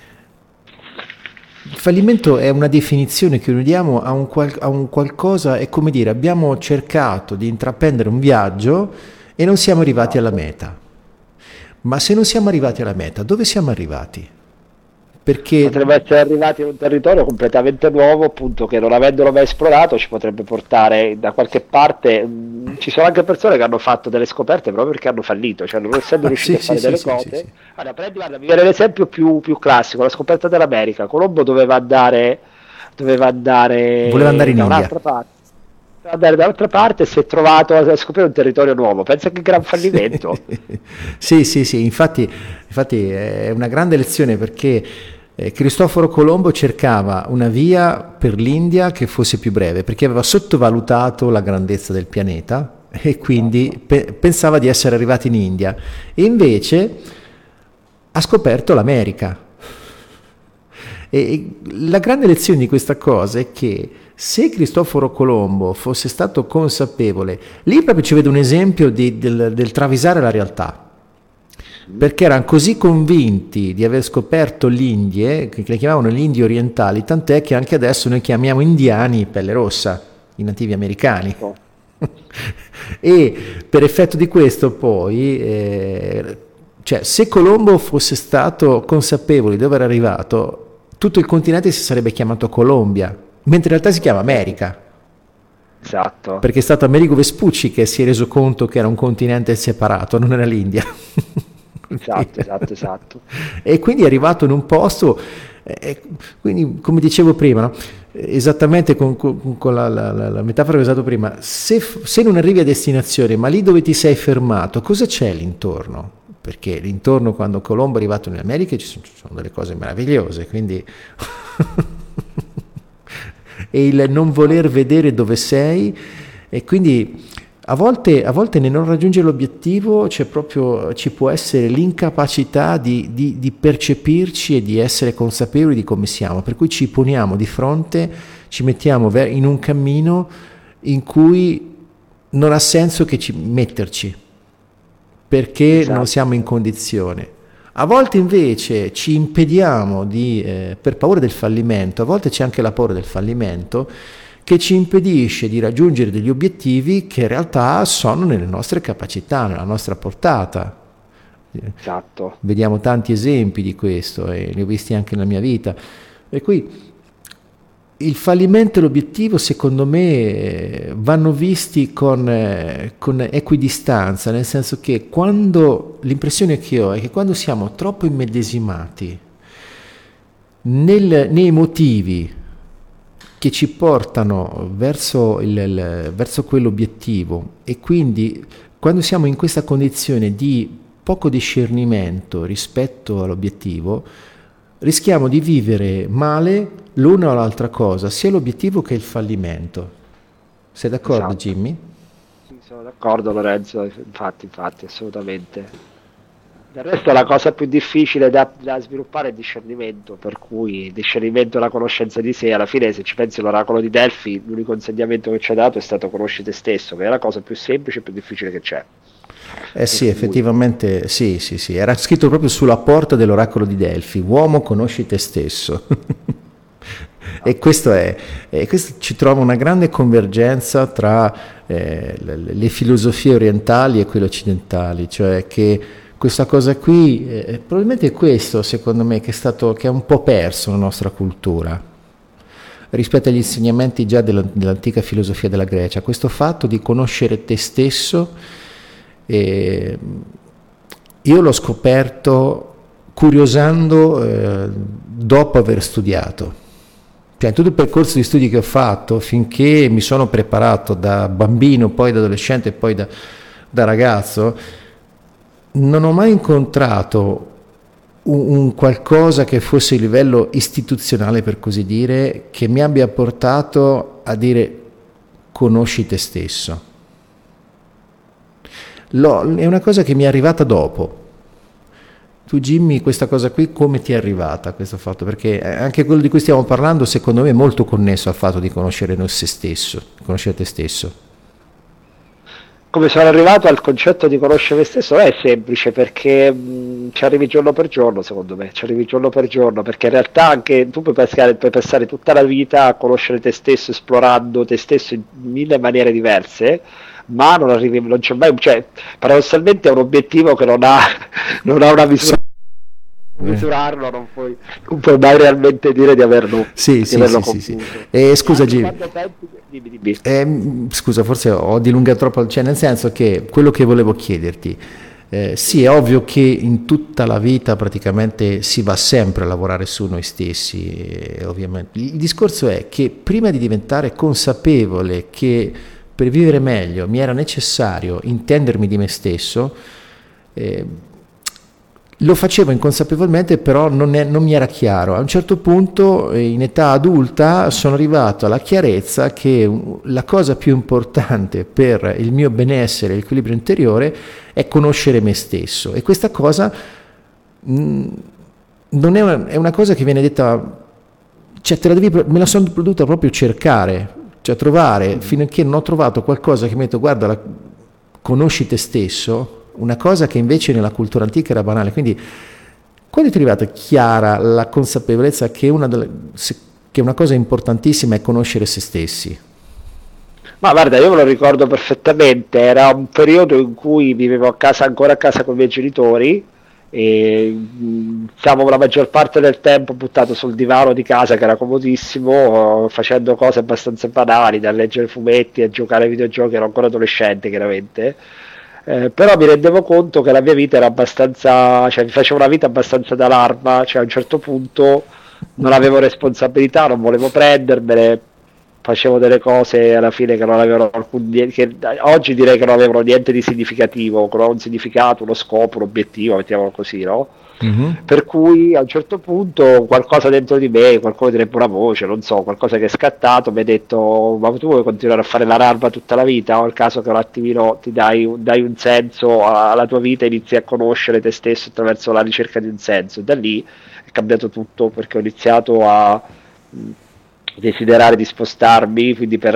A: il fallimento è una definizione che noi diamo a un, qual- a un qualcosa, è come dire abbiamo cercato di intraprendere un viaggio e non siamo arrivati alla meta. Ma se non siamo arrivati alla meta, dove siamo arrivati? Perché
B: potremmo essere arrivati in un territorio completamente nuovo, appunto, che non avendolo mai esplorato ci potrebbe portare da qualche parte. Mh, ci sono anche persone che hanno fatto delle scoperte proprio perché hanno fallito, cioè non essendo riusciti
A: sì,
B: a fare
A: sì,
B: delle
A: sì,
B: cose.
A: sì, sì.
B: Allora, prendi, guarda, mi viene l'esempio più, più classico, la scoperta dell'America. Colombo doveva andare, doveva andare,
A: voleva andare in
B: da
A: India.
B: un'altra parte. Andare dall'altra parte e si è trovato a scoprire un territorio nuovo. Pensa che gran fallimento.
A: Sì, sì, sì, infatti, infatti è una grande lezione perché eh, Cristoforo Colombo cercava una via per l'India che fosse più breve, perché aveva sottovalutato la grandezza del pianeta e quindi pe- pensava di essere arrivato in India e invece ha scoperto l'America. E, e la grande lezione di questa cosa è che se Cristoforo Colombo fosse stato consapevole, lì proprio ci vedo un esempio di, del, del travisare la realtà. perché erano così convinti di aver scoperto l'Indie, che le chiamavano le Indie orientali, tant'è che anche adesso noi chiamiamo indiani pelle rossa, i nativi americani. Oh. E per effetto di questo poi, eh, cioè, se Colombo fosse stato consapevole di dove era arrivato, tutto il continente si sarebbe chiamato Colombia, mentre in realtà si chiama America.
B: Esatto.
A: Perché è stato Amerigo Vespucci che si è reso conto che era un continente separato, non era l'India.
B: Esatto, esatto, esatto.
A: E quindi è arrivato in un posto, eh, quindi come dicevo prima, no? Esattamente con, con, con la, la, la metafora che ho usato prima, se, se non arrivi a destinazione, ma lì dove ti sei fermato, cosa c'è l'intorno? Perché l'intorno, quando Colombo è arrivato in America, ci sono, ci sono delle cose meravigliose, quindi e il non voler vedere dove sei, e quindi a volte, a volte nel non raggiungere l'obiettivo c'è proprio, ci può essere l'incapacità di, di, di percepirci e di essere consapevoli di come siamo, per cui ci poniamo di fronte, ci mettiamo in un cammino in cui non ha senso che ci metterci, perché esatto. non siamo in condizione. A volte invece ci impediamo di, eh, per paura del fallimento, a volte c'è anche la paura del fallimento, che ci impedisce di raggiungere degli obiettivi che in realtà sono nelle nostre capacità, nella nostra portata.
B: Esatto.
A: Vediamo tanti esempi di questo e li ho visti anche nella mia vita. Per cui il fallimento e l'obiettivo, secondo me, vanno visti con, con equidistanza, nel senso che quando, l'impressione che ho è che quando siamo troppo immedesimati nel, nei motivi che ci portano verso, il, il, verso quell'obiettivo, e quindi quando siamo in questa condizione di poco discernimento rispetto all'obiettivo, rischiamo di vivere male l'una o l'altra cosa, sia l'obiettivo che il fallimento. Sei d'accordo, esatto. Jimmy?
B: Sì, sono d'accordo, Lorenzo, infatti, infatti, assolutamente. Del resto la cosa più difficile da, da sviluppare è il discernimento, per cui il discernimento e la conoscenza di sé, alla fine se ci pensi all'oracolo di Delfi, l'unico insegnamento che ci ha dato è stato conosci te stesso, che è la cosa più semplice e più difficile che c'è.
A: Eh sì, effettivamente sì, sì, sì, era scritto proprio sulla porta dell'oracolo di Delfi, uomo conosci te stesso. E questo è, e questo ci trova una grande convergenza tra eh, le, le filosofie orientali e quelle occidentali, cioè che questa cosa qui, eh, probabilmente è questo, secondo me, che è stato, che è un po' perso nella nostra cultura, rispetto agli insegnamenti già della, dell'antica filosofia della Grecia, questo fatto di conoscere te stesso. E io l'ho scoperto curiosando eh, dopo aver studiato, cioè in tutto il percorso di studi che ho fatto, finché mi sono preparato da bambino, poi da adolescente e poi da, da ragazzo, non ho mai incontrato un, un qualcosa che fosse a livello istituzionale, per così dire, che mi abbia portato a dire conosci te stesso. Lo, è una cosa che mi è arrivata dopo. Tu, Jimmy, questa cosa qui come ti è arrivata, questo fatto? Perché anche quello di cui stiamo parlando secondo me è molto connesso al fatto di conoscere noi se stesso, conoscere te stesso.
B: Come sono arrivato al concetto di conoscere me stesso è semplice, perché mh, ci arrivi giorno per giorno, secondo me, ci arrivi giorno per giorno, perché in realtà anche tu puoi passare, puoi passare tutta la vita a conoscere te stesso, esplorando te stesso in mille maniere diverse, ma non arrivi, non c'è mai, cioè paradossalmente è un obiettivo che non ha, non ha una misura. Misurarlo non puoi, non puoi mai realmente dire di averlo,
A: sì,
B: di
A: sì,
B: averlo
A: sì, sì, sì. Eh, scusa Jimmy, dimmi, dimmi. Eh, scusa, forse ho dilungato troppo, cioè nel senso che quello che volevo chiederti, eh, sì, è ovvio che in tutta la vita praticamente si va sempre a lavorare su noi stessi, eh, ovviamente. Il discorso è che prima di diventare consapevole che per vivere meglio mi era necessario intendermi di me stesso, eh, lo facevo inconsapevolmente, però non, è, non mi era chiaro. A un certo punto, in età adulta, sono arrivato alla chiarezza che la cosa più importante per il mio benessere e l'equilibrio interiore è conoscere me stesso. E questa cosa mh, non è una, è una cosa che viene detta, cioè te la devi, me la sono dovuta proprio cercare, cioè trovare, finché non ho trovato qualcosa che mi ha detto guarda, la, conosci te stesso, una cosa che invece nella cultura antica era banale. Quindi quando ti è arrivata chiara la consapevolezza che una, delle, che una cosa importantissima è conoscere se stessi?
B: Ma guarda, io me lo ricordo perfettamente, era un periodo in cui vivevo a casa, ancora a casa con i miei genitori, e mh, stavo la maggior parte del tempo buttato sul divano di casa che era comodissimo, eh, facendo cose abbastanza banali, da leggere fumetti a giocare ai videogiochi, ero ancora adolescente chiaramente. Eh, però mi rendevo conto che la mia vita era abbastanza, cioè mi facevo una vita abbastanza da larva, cioè a un certo punto non avevo responsabilità, non volevo prendermele, facevo delle cose alla fine che non avevano alcun, che oggi direi che non avevano niente di significativo, che non avevano un significato, uno scopo, un obiettivo, mettiamolo così, no?
A: Mm-hmm.
B: Per cui a un certo punto qualcosa dentro di me, qualcuno direbbe una voce, non so, qualcosa che è scattato, mi ha detto: ma tu vuoi continuare a fare la larva tutta la vita, o è il caso che un attimino ti dai, dai un senso alla tua vita e inizi a conoscere te stesso attraverso la ricerca di un senso? E da lì è cambiato tutto, perché ho iniziato a desiderare di spostarmi, quindi per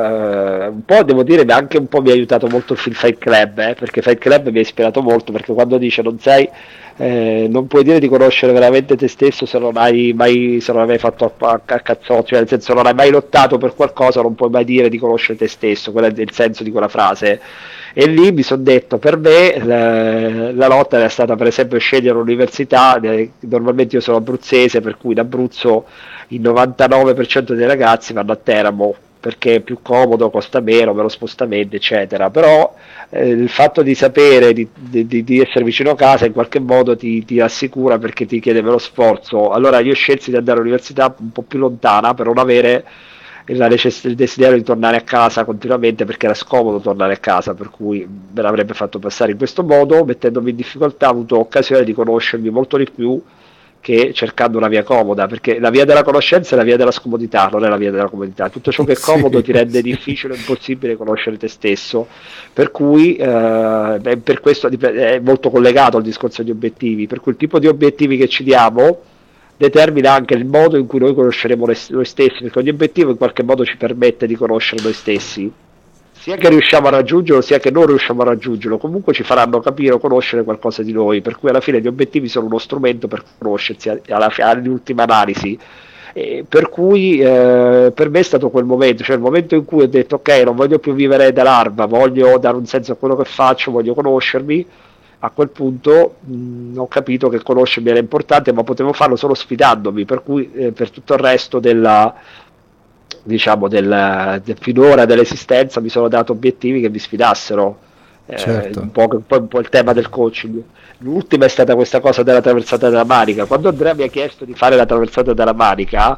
B: uh, un po' devo dire, ma anche un po' mi ha aiutato molto il film Fight Club, eh, perché Fight Club mi ha ispirato molto, perché quando dice non sei eh, non puoi dire di conoscere veramente te stesso se non hai mai, se non hai mai fatto a, a, a cazzotti, cioè nel senso non hai mai lottato per qualcosa, non puoi mai dire di conoscere te stesso, quello è il senso di quella frase. E lì mi sono detto, per me la, la lotta era stata per esempio scegliere l'università, eh, normalmente io sono abruzzese, per cui in Abruzzo il novantanove per cento dei ragazzi vanno a Teramo perché è più comodo, costa meno, meno spostamenti eccetera, però eh, il fatto di sapere di, di, di essere vicino a casa in qualche modo ti, ti assicura, perché ti chiede meno sforzo. Allora io scelsi di andare all'università un po' più lontana per non avere la necess- il desiderio di tornare a casa continuamente, perché era scomodo tornare a casa, per cui me l'avrebbe fatto passare in questo modo, mettendomi in difficoltà. Ho avuto occasione di conoscermi molto di più che cercando una via comoda, perché la via della conoscenza è la via della scomodità, non è la via della comodità. Tutto ciò che è comodo sì, ti rende sì. difficile o impossibile conoscere te stesso, per cui eh, per questo è molto collegato al discorso degli obiettivi, per cui il tipo di obiettivi che ci diamo determina anche il modo in cui noi conosceremo noi stessi, perché ogni obiettivo in qualche modo ci permette di conoscere noi stessi, sia che riusciamo a raggiungerlo sia che non riusciamo a raggiungerlo, comunque ci faranno capire o conoscere qualcosa di noi, per cui alla fine gli obiettivi sono uno strumento per conoscersi alla, all'ultima analisi. E per cui eh, per me è stato quel momento, cioè il momento in cui ho detto ok, non voglio più vivere da larva, voglio dare un senso a quello che faccio, voglio conoscermi. A quel punto mh, ho capito che conoscermi era importante, ma potevo farlo solo sfidandomi, per cui eh, per tutto il resto della diciamo del, del finora dell'esistenza mi sono dato obiettivi che mi sfidassero, eh,
A: certo.
B: un, po', un, po', un po' il tema del coaching. L'ultima è stata questa cosa della traversata della Manica. Quando Andrea mi ha chiesto di fare la traversata della Manica,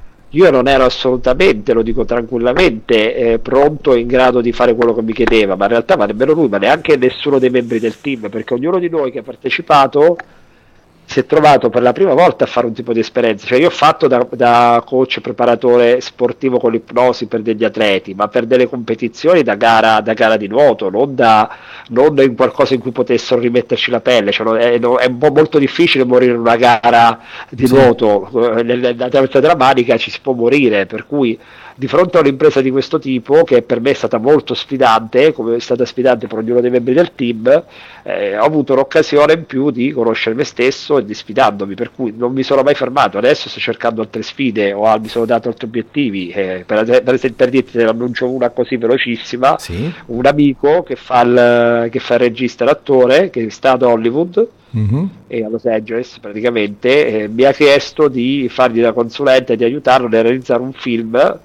B: io non ero assolutamente, lo dico tranquillamente, eh, pronto e in grado di fare quello che mi chiedeva, ma in realtà ma nemmeno lui, ma neanche nessuno dei membri del team, perché ognuno di noi che ha partecipato si è trovato per la prima volta a fare un tipo di esperienza. Cioè io ho fatto da, da coach preparatore sportivo con l'ipnosi per degli atleti, ma per delle competizioni da gara, da gara di nuoto, non, da, non in qualcosa in cui potessero rimetterci la pelle. Cioè, è, è un po' molto difficile morire in una gara di sì. nuoto, nella traversata della Manica ci si può morire, per cui di fronte a un'impresa di questo tipo, che per me è stata molto sfidante, come è stata sfidante per ognuno dei membri del team, eh, ho avuto un'occasione in più di conoscere me stesso e di sfidandomi, per cui non mi sono mai fermato. Adesso sto cercando altre sfide, o mi sono dato altri obiettivi, eh, per, per esempio, per dirti, te ne annuncio una così velocissima, sì. un amico che fa, il, che fa il regista e l'attore, che è stato a Hollywood, mm-hmm. e a Los Angeles praticamente, eh, mi ha chiesto di fargli da consulente e di aiutarlo a realizzare un film,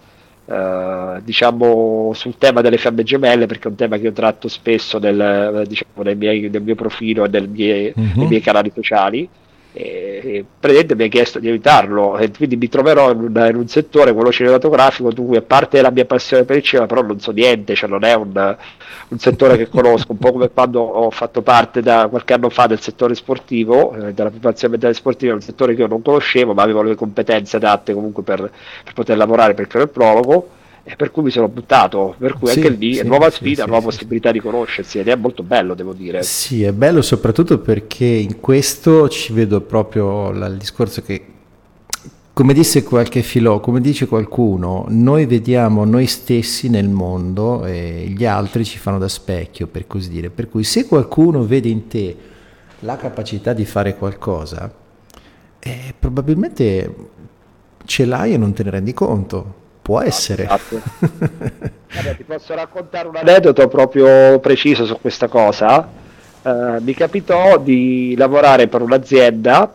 B: Uh, diciamo sul tema delle fiamme gemelle, perché è un tema che io tratto spesso nel, diciamo, nel, miei, nel mio profilo e nel mie, mm-hmm. nei miei canali sociali, e, e praticamente mi ha chiesto di aiutarlo, e quindi mi troverò in un, in un settore, quello cinematografico, di cui a parte la mia passione per il cinema però non so niente, cioè non è un, un settore che conosco, un po' come quando ho fatto parte da qualche anno fa del settore sportivo, eh, della preparazione mentale sportiva, un settore che io non conoscevo ma avevo le competenze adatte comunque per, per poter lavorare, perché ero il prologo, e per cui mi sono buttato, per cui sì, anche lì è sì, nuova sfida, sì, nuova sì, possibilità sì. di conoscersi, ed è molto bello, devo dire.
A: Sì, è bello soprattutto perché in questo ci vedo proprio la, il discorso che Come disse qualche filò, come dice qualcuno, noi vediamo noi stessi nel mondo e gli altri ci fanno da specchio, per così dire. Per cui se qualcuno vede in te la capacità di fare qualcosa, eh, probabilmente ce l'hai e non te ne rendi conto. Può essere.
B: Esatto. Vabbè, ti posso raccontare un aneddoto proprio preciso su questa cosa. Eh, mi capitò di lavorare per un'azienda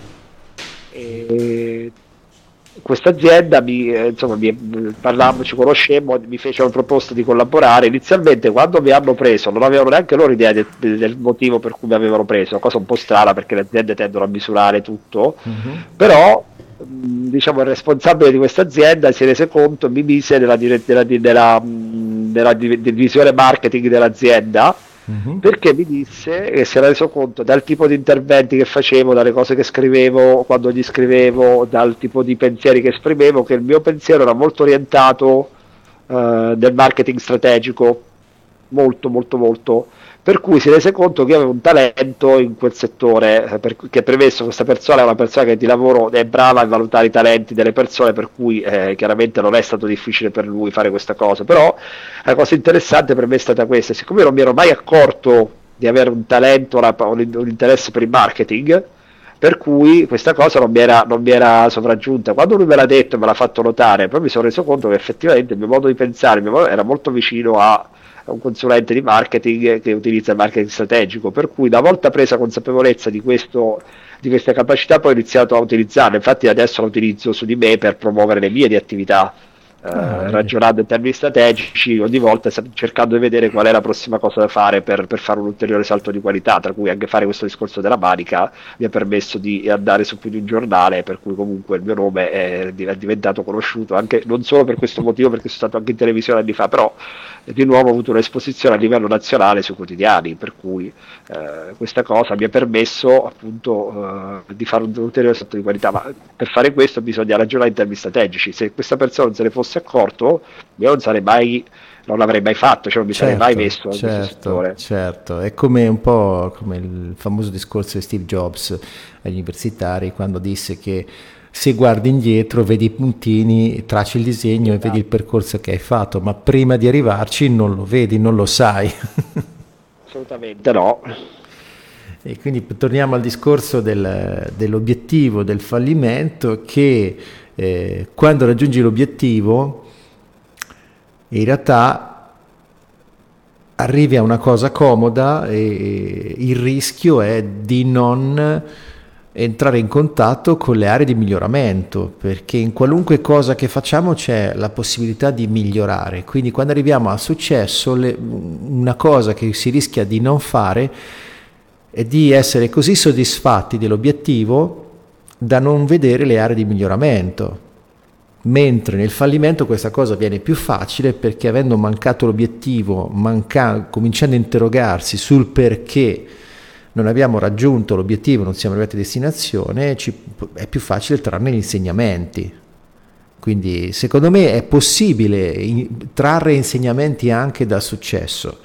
B: e questa azienda mi, eh, insomma, mi parlavamo, ci conoscemmo, mi fecero proposta di collaborare. Inizialmente quando mi hanno preso non avevano neanche loro idea del, del motivo per cui mi avevano preso, cosa un po' strana perché le aziende tendono a misurare tutto, mm-hmm. però diciamo il responsabile di questa azienda si rese conto, mi mise nella, dire, della, della, della divisione marketing dell'azienda, mm-hmm. perché mi disse che si era reso conto dal tipo di interventi che facevo, dalle cose che scrivevo quando gli scrivevo, dal tipo di pensieri che esprimevo, che il mio pensiero era molto orientato uh, nel marketing strategico, molto molto molto, per cui si rese conto che io avevo un talento in quel settore, perché premesso questa persona è una persona che di lavoro è brava a valutare i talenti delle persone, per cui eh, chiaramente non è stato difficile per lui fare questa cosa, però la cosa interessante per me è stata questa: siccome io non mi ero mai accorto di avere un talento, un interesse per il marketing, per cui questa cosa non mi era, non mi era sopraggiunta. Quando lui me l'ha detto e me l'ha fatto notare, poi mi sono reso conto che effettivamente il mio modo di pensare, il mio modo era molto vicino a un consulente di marketing che utilizza il marketing strategico, per cui una volta presa consapevolezza di questo, di queste capacità, poi ho iniziato a utilizzarle. Infatti adesso la utilizzo su di me per promuovere le mie di attività, eh, ah, ragionando in termini strategici ogni volta, cercando di vedere qual è la prossima cosa da fare per, per fare un ulteriore salto di qualità, tra cui anche fare questo discorso della manica mi ha permesso di andare su più di un giornale, per cui comunque il mio nome è diventato conosciuto anche non solo per questo motivo, perché sono stato anche in televisione anni fa, però di nuovo ho avuto un'esposizione a livello nazionale sui quotidiani, per cui eh, questa cosa mi ha permesso appunto eh, di fare un ulteriore salto di qualità. Ma per fare questo bisogna ragionare in termini strategici. Se questa persona non se ne fosse accorto, io non sarei mai, non l'avrei mai fatto, cioè non mi certo, sarei mai messo in questo settore.
A: Certo, è come un po' come il famoso discorso di Steve Jobs agli universitari, quando disse che se guardi indietro vedi i puntini, tracci il disegno esatto. e vedi il percorso che hai fatto, ma prima di arrivarci non lo vedi, non lo sai.
B: Assolutamente no.
A: E quindi torniamo al discorso del, dell'obiettivo, del fallimento, che eh, quando raggiungi l'obiettivo in realtà arrivi a una cosa comoda e il rischio è di non entrare in contatto con le aree di miglioramento, perché in qualunque cosa che facciamo c'è la possibilità di migliorare. Quindi quando arriviamo al successo, le, una cosa che si rischia di non fare è di essere così soddisfatti dell'obiettivo da non vedere le aree di miglioramento, mentre nel fallimento questa cosa viene più facile, perché avendo mancato l'obiettivo, manca, cominciando a interrogarsi sul perché non abbiamo raggiunto l'obiettivo, non siamo arrivati a destinazione, ci, è più facile trarne gli insegnamenti. Quindi secondo me è possibile in, trarre insegnamenti anche dal successo.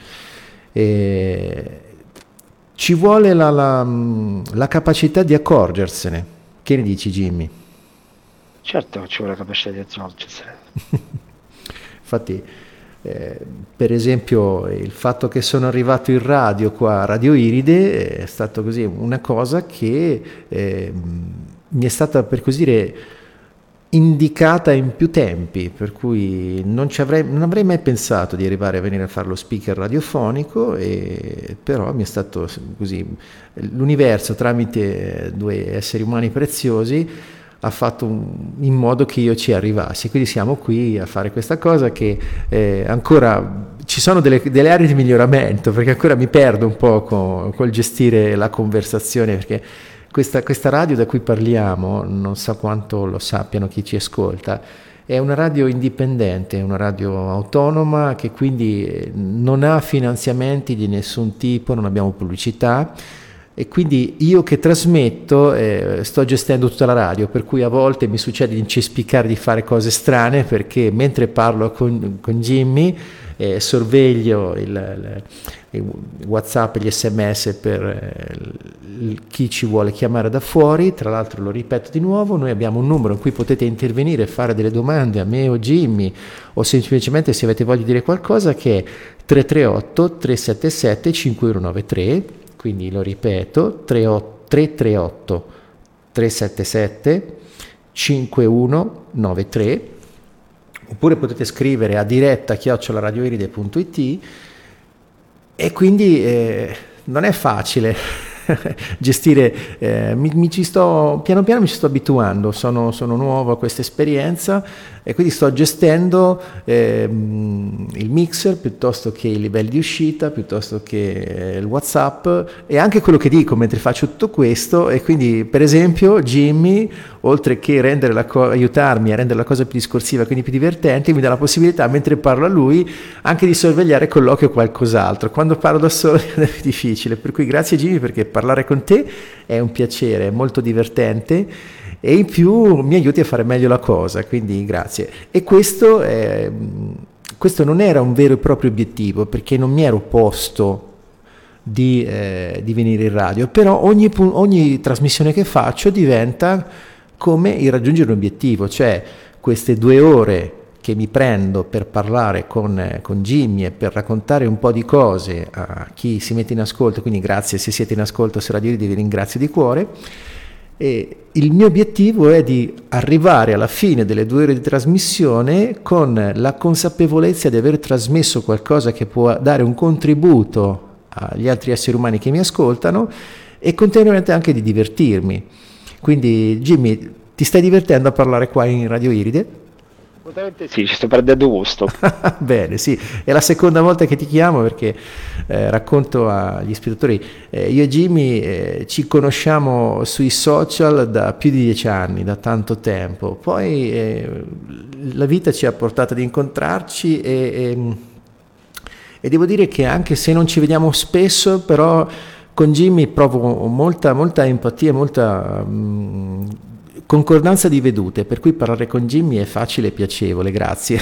A: E ci vuole la, la, la capacità di accorgersene. Che ne dici, Jimmy?
B: Certo, ci vuole la capacità di accorgersene.
A: Infatti, Eh, per esempio il fatto che sono arrivato in radio qua a Radio Iride è stato così una cosa che eh, mi è stata, per così dire, indicata in più tempi, per cui non, ci avrei, non avrei mai pensato di arrivare a venire a fare lo speaker radiofonico, e però mi è stato così, l'universo tramite due esseri umani preziosi ha fatto in modo che io ci arrivassi, quindi siamo qui a fare questa cosa che eh, ancora ci sono delle, delle aree di miglioramento, perché ancora mi perdo un po' con, col gestire la conversazione, perché questa, questa radio da cui parliamo, non so quanto lo sappiano chi ci ascolta, è una radio indipendente, è una radio autonoma che quindi non ha finanziamenti di nessun tipo, non abbiamo pubblicità. E quindi io che trasmetto eh, sto gestendo tutta la radio, per cui a volte mi succede di incespicare, di fare cose strane, perché mentre parlo con, con Jimmy eh, sorveglio il, il, il WhatsApp e gli sms per eh, chi ci vuole chiamare da fuori. Tra l'altro lo ripeto di nuovo, noi abbiamo un numero in cui potete intervenire e fare delle domande a me o Jimmy, o semplicemente se avete voglia di dire qualcosa, che è tre tre otto tre sette sette cinque uno nove tre, quindi lo ripeto, tre tre otto tre sette sette cinque uno nove tre, oppure potete scrivere a diretta chiocciola radioiride punto it. E quindi eh, non è facile gestire, eh, mi, mi ci sto, piano piano mi ci sto abituando, sono, sono nuovo a questa esperienza e quindi sto gestendo eh, il mixer piuttosto che i livelli di uscita, piuttosto che il WhatsApp e anche quello che dico mentre faccio tutto questo. E quindi per esempio Jimmy, oltre che rendere la co- aiutarmi a rendere la cosa più discorsiva, quindi più divertente, mi dà la possibilità mentre parlo a lui anche di sorvegliare colloquio o qualcos'altro. Quando parlo da solo è difficile, per cui grazie Jimmy, perché parlare con te è un piacere, è molto divertente e in più mi aiuti a fare meglio la cosa, quindi grazie. E questo, è, questo non era un vero e proprio obiettivo, perché non mi ero posto di, eh, di venire in radio, però ogni, ogni trasmissione che faccio diventa come il raggiungere un obiettivo, cioè queste due ore che mi prendo per parlare con, con Jimmy e per raccontare un po' di cose a chi si mette in ascolto, quindi grazie se siete in ascolto su Radio Iride, vi ringrazio di cuore. E il mio obiettivo è di arrivare alla fine delle due ore di trasmissione con la consapevolezza di aver trasmesso qualcosa che può dare un contributo agli altri esseri umani che mi ascoltano e contemporaneamente anche di divertirmi. Quindi Jimmy, ti stai divertendo a parlare qua in Radio Iride?
B: Assolutamente sì, ci sto perdendo gusto.
A: Bene, sì, è la seconda volta che ti chiamo perché eh, racconto agli spettatori, eh, io e Jimmy eh, ci conosciamo sui social da più di dieci anni, da tanto tempo, poi eh, la vita ci ha portato ad incontrarci e, e, e devo dire che anche se non ci vediamo spesso, però con Jimmy provo molta, molta empatia, molta... Mh, concordanza di vedute, per cui parlare con Jimmy è facile e piacevole, grazie.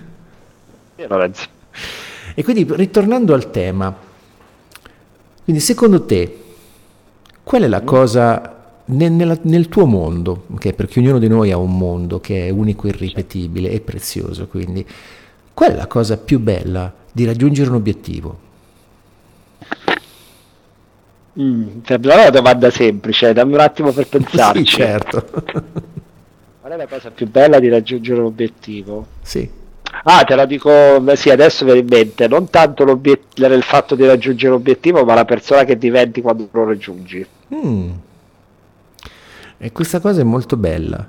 A: E quindi ritornando al tema, quindi secondo te qual è la cosa nel, nella, nel tuo mondo, okay, perché ognuno di noi ha un mondo che è unico, irripetibile e prezioso, quindi qual è la cosa più bella di raggiungere un obiettivo?
B: Mm, non è una domanda semplice, dammi un attimo per pensarci.
A: Sì, certo.
B: Qual è la cosa più bella di raggiungere un obiettivo?
A: Sì.
B: Ah, te la dico, sì, adesso mi viene in mente, non tanto l'obiettivo, il fatto di raggiungere l'obiettivo, ma la persona che diventi quando lo raggiungi.
A: Mm. E questa cosa è molto bella.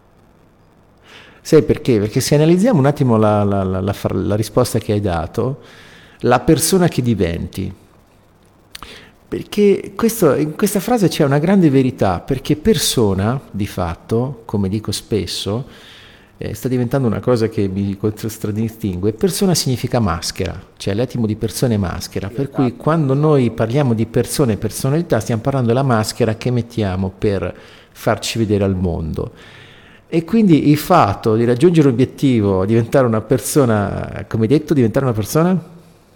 A: Sai perché? Perché se analizziamo un attimo la, la, la, la, la risposta che hai dato, la persona che diventi, perché questo, in questa frase c'è una grande verità, perché persona, di fatto, come dico spesso, eh, sta diventando una cosa che mi contraddistingue, persona significa maschera, cioè l'attimo di persona è maschera, per cui quando noi parliamo di persone e personalità stiamo parlando della maschera che mettiamo per farci vedere al mondo. E quindi il fatto di raggiungere l'obiettivo, diventare una persona, come detto, diventare una persona...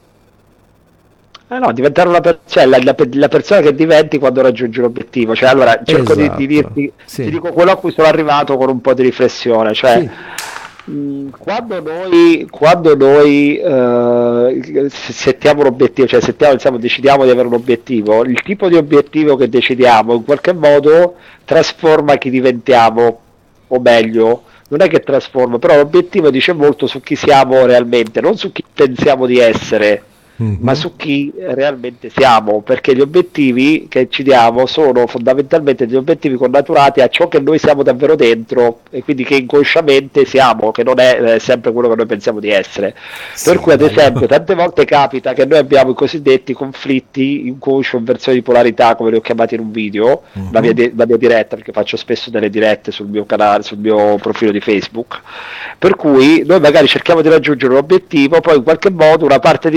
B: Eh no, diventare una per- cioè la, la, la persona che diventi quando raggiungi l'obiettivo. Cioè, allora cerco
A: esatto,
B: di, di dirti,
A: sì.
B: ti dico quello a cui sono arrivato con un po' di riflessione. Cioè,
A: sì.
B: mh, quando noi, quando noi eh, settiamo un obiettivo, cioè settiamo, diciamo, decidiamo di avere un obiettivo, il tipo di obiettivo che decidiamo in qualche modo trasforma chi diventiamo, o meglio, non è che trasforma, però l'obiettivo dice molto su chi siamo realmente, non su chi pensiamo di essere. Mm-hmm. Ma su chi realmente siamo, perché gli obiettivi che ci diamo sono fondamentalmente degli obiettivi connaturati a ciò che noi siamo davvero dentro e quindi che inconsciamente siamo, che non è eh, sempre quello che noi pensiamo di essere. Sì, per cui ad esempio tante volte capita che noi abbiamo i cosiddetti conflitti inconscio, inversione di polarità, come li ho chiamati in un video, mm-hmm. la, mia di- la mia diretta, perché faccio spesso delle dirette sul mio canale, sul mio profilo di Facebook, per cui noi magari cerchiamo di raggiungere un obiettivo, poi in qualche modo una parte di noi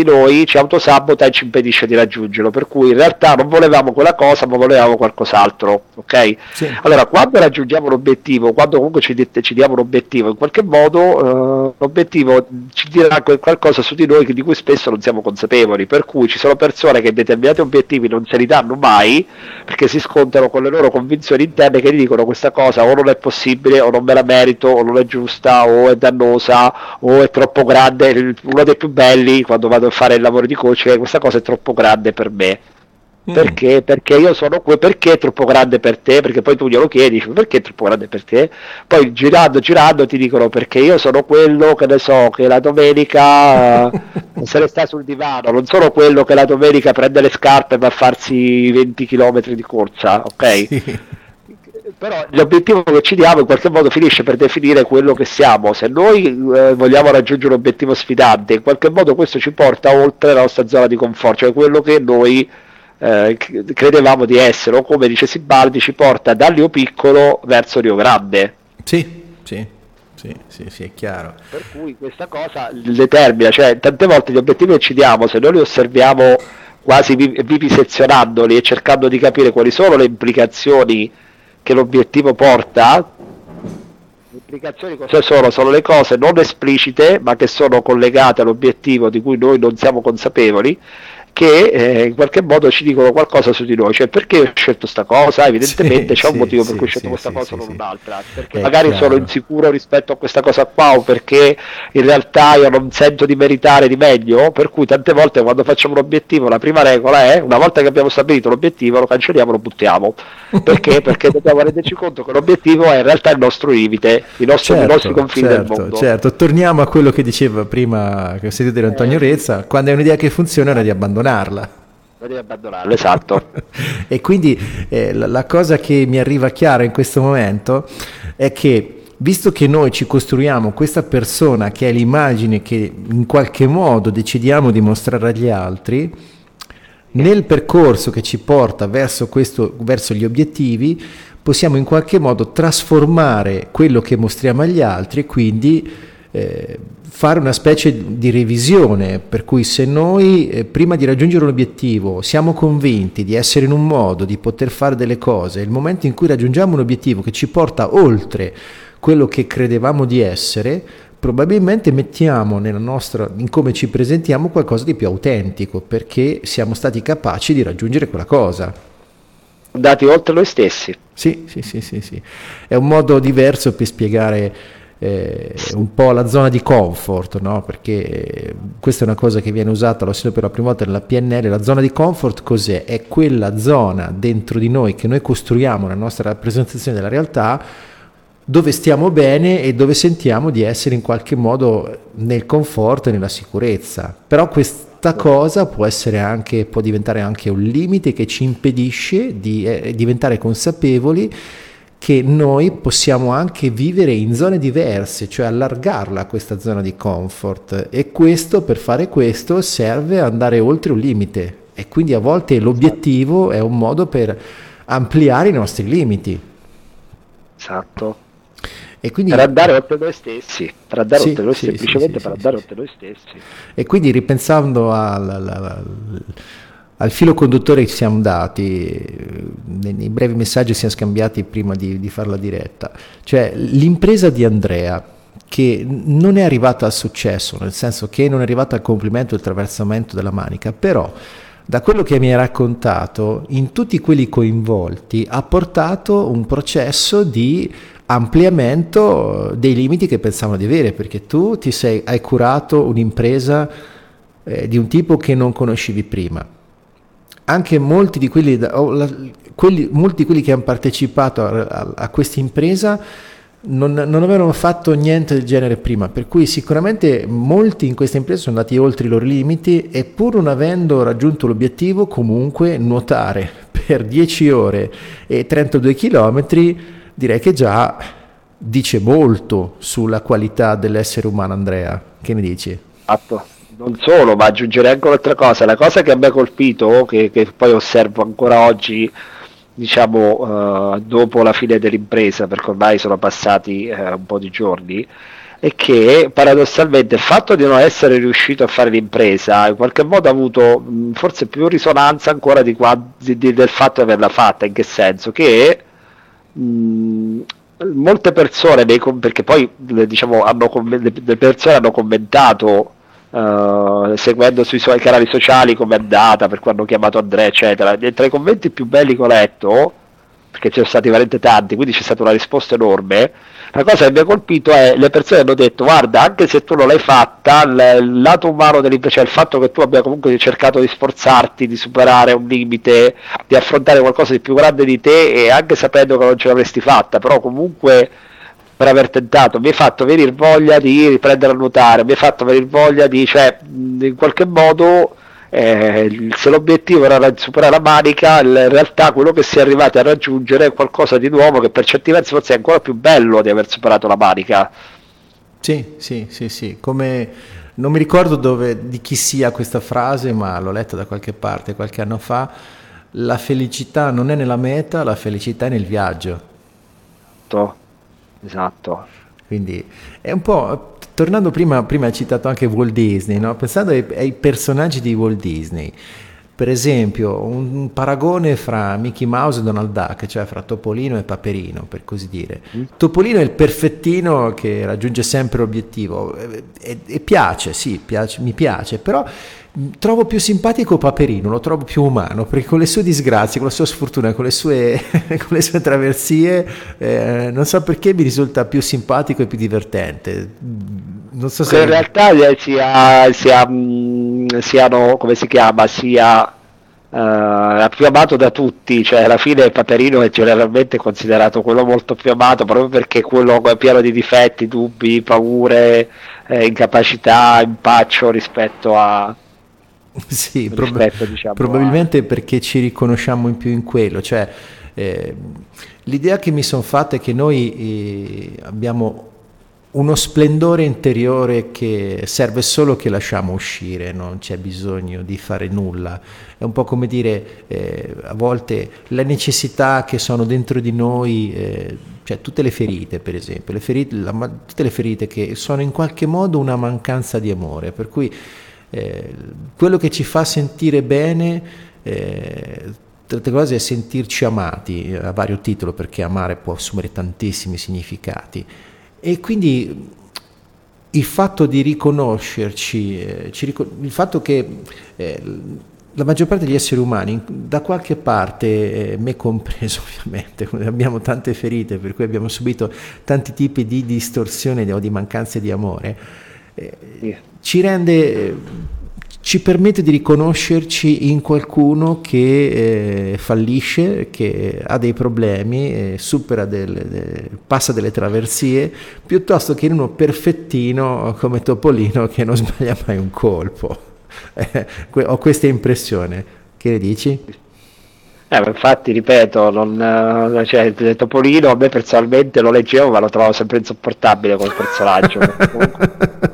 B: ci autosabota e ci impedisce di raggiungerlo, per cui in realtà non volevamo quella cosa ma volevamo qualcos'altro, ok?
A: Sì.
B: Allora quando raggiungiamo l'obiettivo, quando comunque ci, ci diamo un obiettivo, in qualche modo eh, l'obiettivo ci dirà qualcosa su di noi di cui spesso non siamo consapevoli, per cui ci sono persone che determinati obiettivi non se li danno mai perché si scontrano con le loro convinzioni interne che gli dicono questa cosa o non è possibile o non me la merito o non è giusta o è dannosa o è troppo grande. Uno dei più belli quando vado a fare il lavoro di coach è che questa cosa è troppo grande per me. Mm. Perché? Perché io sono qui, perché è troppo grande per te? Perché poi tu glielo chiedi, perché è troppo grande per te? Poi girando, girando ti dicono perché io sono quello che ne so, che la domenica se ne sta sul divano, non sono quello che la domenica prende le scarpe e va a farsi venti chilometri di corsa, ok? Sì. Però l'obiettivo che ci diamo in qualche modo finisce per definire quello che siamo. Se noi eh, vogliamo raggiungere un obiettivo sfidante, in qualche modo questo ci porta oltre la nostra zona di comfort, cioè quello che noi eh, credevamo di essere, o come dice Sibaldi, ci porta dal Rio piccolo verso Rio grande.
A: Sì, sì, sì, sì, sì, è chiaro.
B: Per cui questa cosa determina, cioè tante volte gli obiettivi che ci diamo, se noi li osserviamo quasi vivisezionandoli e cercando di capire quali sono le implicazioni che l'obiettivo porta, le implicazioni cosa sono? Sono le cose non esplicite ma che sono collegate all'obiettivo di cui noi non siamo consapevoli, che eh, in qualche modo ci dicono qualcosa su di noi, cioè perché ho scelto sta cosa, evidentemente sì, c'è un sì, motivo per sì, cui ho scelto sì, questa sì, cosa o sì, non un'altra, perché è magari chiaro. Sono insicuro rispetto a questa cosa qua o perché in realtà io non sento di meritare di meglio, per cui tante volte quando facciamo un obiettivo la prima regola è, una volta che abbiamo stabilito l'obiettivo lo cancelliamo, lo buttiamo. Perché? Perché dobbiamo renderci conto che l'obiettivo è in realtà il nostro limite, i nostri, certo, i nostri confini
A: certo,
B: del mondo.
A: Certo, torniamo a quello che diceva prima che ho sentito di Antonio eh, Rezza, quando è un'idea che funziona è di abbandonarla.
B: Devi abbandonarla, esatto.
A: E quindi eh, la, la cosa che mi arriva chiara in questo momento è che visto che noi ci costruiamo questa persona che è l'immagine che in qualche modo decidiamo di mostrare agli altri, nel percorso che ci porta verso questo, verso gli obiettivi, possiamo in qualche modo trasformare quello che mostriamo agli altri e quindi eh, fare una specie di revisione, per cui se noi eh, prima di raggiungere un obiettivo siamo convinti di essere in un modo, di poter fare delle cose, il momento in cui raggiungiamo un obiettivo che ci porta oltre quello che credevamo di essere, probabilmente mettiamo nella nostra, in come ci presentiamo, qualcosa di più autentico, perché siamo stati capaci di raggiungere quella cosa.
B: Andati oltre noi stessi.
A: Sì, sì, sì, sì, sì. È un modo diverso per spiegare eh, un po' la zona di comfort, no? Perché questa è una cosa che viene usata, l'ho sentito per la prima volta nella P N L. La zona di comfort cos'è? È quella zona dentro di noi che noi costruiamo, la nostra rappresentazione della realtà, dove stiamo bene e dove sentiamo di essere in qualche modo nel conforto e nella sicurezza. Però questa cosa può essere anche, può diventare anche un limite che ci impedisce di eh, diventare consapevoli che noi possiamo anche vivere in zone diverse, cioè allargarla questa zona di comfort, e questo, per fare questo, serve andare oltre un limite, e quindi a volte l'obiettivo è un modo per ampliare i nostri limiti.
B: Esatto.
A: E quindi,
B: per andare oltre noi stessi, per andare
A: sì,
B: oltre noi
A: sì,
B: semplicemente
A: sì,
B: per
A: sì,
B: andare
A: sì,
B: oltre noi stessi.
A: E quindi ripensando al, al, al filo conduttore che ci siamo dati, nei, nei brevi messaggi che siamo scambiati prima di, di fare la diretta, cioè l'impresa di Andrea, che non è arrivata al successo, nel senso che non è arrivata al compimento del traversamento della Manica, però da quello che mi hai raccontato, in tutti quelli coinvolti ha portato un processo di ampliamento dei limiti che pensavano di avere, perché tu ti sei, hai curato un'impresa eh, di un tipo che non conoscevi prima. Anche molti di quelli, oh, la, quelli, molti di quelli che hanno partecipato a, a, a questa impresa non, non avevano fatto niente del genere prima, per cui sicuramente molti in questa impresa sono andati oltre i loro limiti, e pur non avendo raggiunto l'obiettivo, comunque nuotare per dieci ore e trentadue chilometri direi che già dice molto sulla qualità dell'essere umano. Andrea, che ne dici?
B: Esatto. Non solo, ma aggiungerei anche un'altra cosa. La cosa che mi ha colpito, che, che poi osservo ancora oggi, diciamo uh, dopo la fine dell'impresa, perché ormai sono passati uh, un po' di giorni, è che paradossalmente il fatto di non essere riuscito a fare l'impresa in qualche modo ha avuto mh, forse più risonanza ancora di qua- di- di- del fatto di averla fatta. In che senso? Che mh, molte persone, nei com- perché poi le, diciamo, hanno comm- le le persone hanno commentato eh, seguendo sui suoi canali sociali come è andata, per cui hanno chiamato Andrea, eccetera. E tra i commenti più belli che ho letto, perché ci sono stati veramente tanti, quindi c'è stata una risposta enorme. La cosa che mi ha colpito è le persone hanno detto: guarda, anche se tu non l'hai fatta, il, il lato umano dell'impresa, cioè il fatto che tu abbia comunque cercato di sforzarti, di superare un limite, di affrontare qualcosa di più grande di te, e anche sapendo che non ce l'avresti fatta, però comunque per aver tentato, mi hai fatto venire voglia di riprendere a nuotare, mi hai fatto venire voglia di, cioè, mh, in qualche modo, eh, se l'obiettivo era ra- superare la manica, il- in realtà quello che si è arrivati a raggiungere è qualcosa di nuovo che per certi versi forse è ancora più bello di aver superato la manica.
A: Sì, sì, sì, sì, come non mi ricordo dove, di chi sia questa frase, ma l'ho letta da qualche parte qualche anno fa. La felicità non è nella meta, la felicità è nel viaggio.
B: Esatto, esatto.
A: Quindi è un po', tornando prima, prima hai citato anche Walt Disney, no? Pensando ai, ai personaggi di Walt Disney, per esempio un, un paragone fra Mickey Mouse e Donald Duck, cioè fra Topolino e Paperino, per così dire.
B: Mm.
A: Topolino è il perfettino che raggiunge sempre l'obiettivo e, e- e piace, sì, piace, mi piace, però mh, trovo più simpatico Paperino, lo trovo più umano, perché con le sue disgrazie, con la sua sfortuna, con le sue, con le sue traversie, eh, non so perché mi risulta più simpatico e più divertente. Non so
B: Che in
A: se...
B: realtà eh, sia, sia, mh, siano, come si chiama, sia eh, più amato da tutti, cioè alla fine Paperino è generalmente considerato quello molto più amato proprio perché è quello pieno di difetti, dubbi, paure, eh, incapacità, impaccio rispetto a
A: Sì, prob-
B: rispetto diciamo a...
A: probabilmente perché ci riconosciamo in più in quello, cioè eh, l'idea che mi sono fatta è che noi eh, abbiamo uno splendore interiore che serve solo che lasciamo uscire, non c'è bisogno di fare nulla. È un po' come dire, eh, a volte le necessità che sono dentro di noi, eh, cioè tutte le ferite per esempio, le ferite, la, ma- tutte le ferite che sono in qualche modo una mancanza di amore, per cui eh, quello che ci fa sentire bene, eh, tra altre cose, è sentirci amati, a vario titolo, perché amare può assumere tantissimi significati. E quindi il fatto di riconoscerci, eh, ci ricon- il fatto che eh, la maggior parte degli esseri umani, da qualche parte, eh, me compreso ovviamente, abbiamo tante ferite, per cui abbiamo subito tanti tipi di distorsione o di mancanze di amore, eh,
B: Sì.
A: ci rende, eh, ci permette di riconoscerci in qualcuno che eh, fallisce, che ha dei problemi, eh, supera delle, de- passa delle traversie, piuttosto che in uno perfettino come Topolino che non sbaglia mai un colpo. Eh, que- ho questa impressione. Che ne dici?
B: Eh, ma infatti, ripeto, non, eh, cioè, Topolino a me personalmente lo leggevo, ma lo trovavo sempre insopportabile come personaggio. perché comunque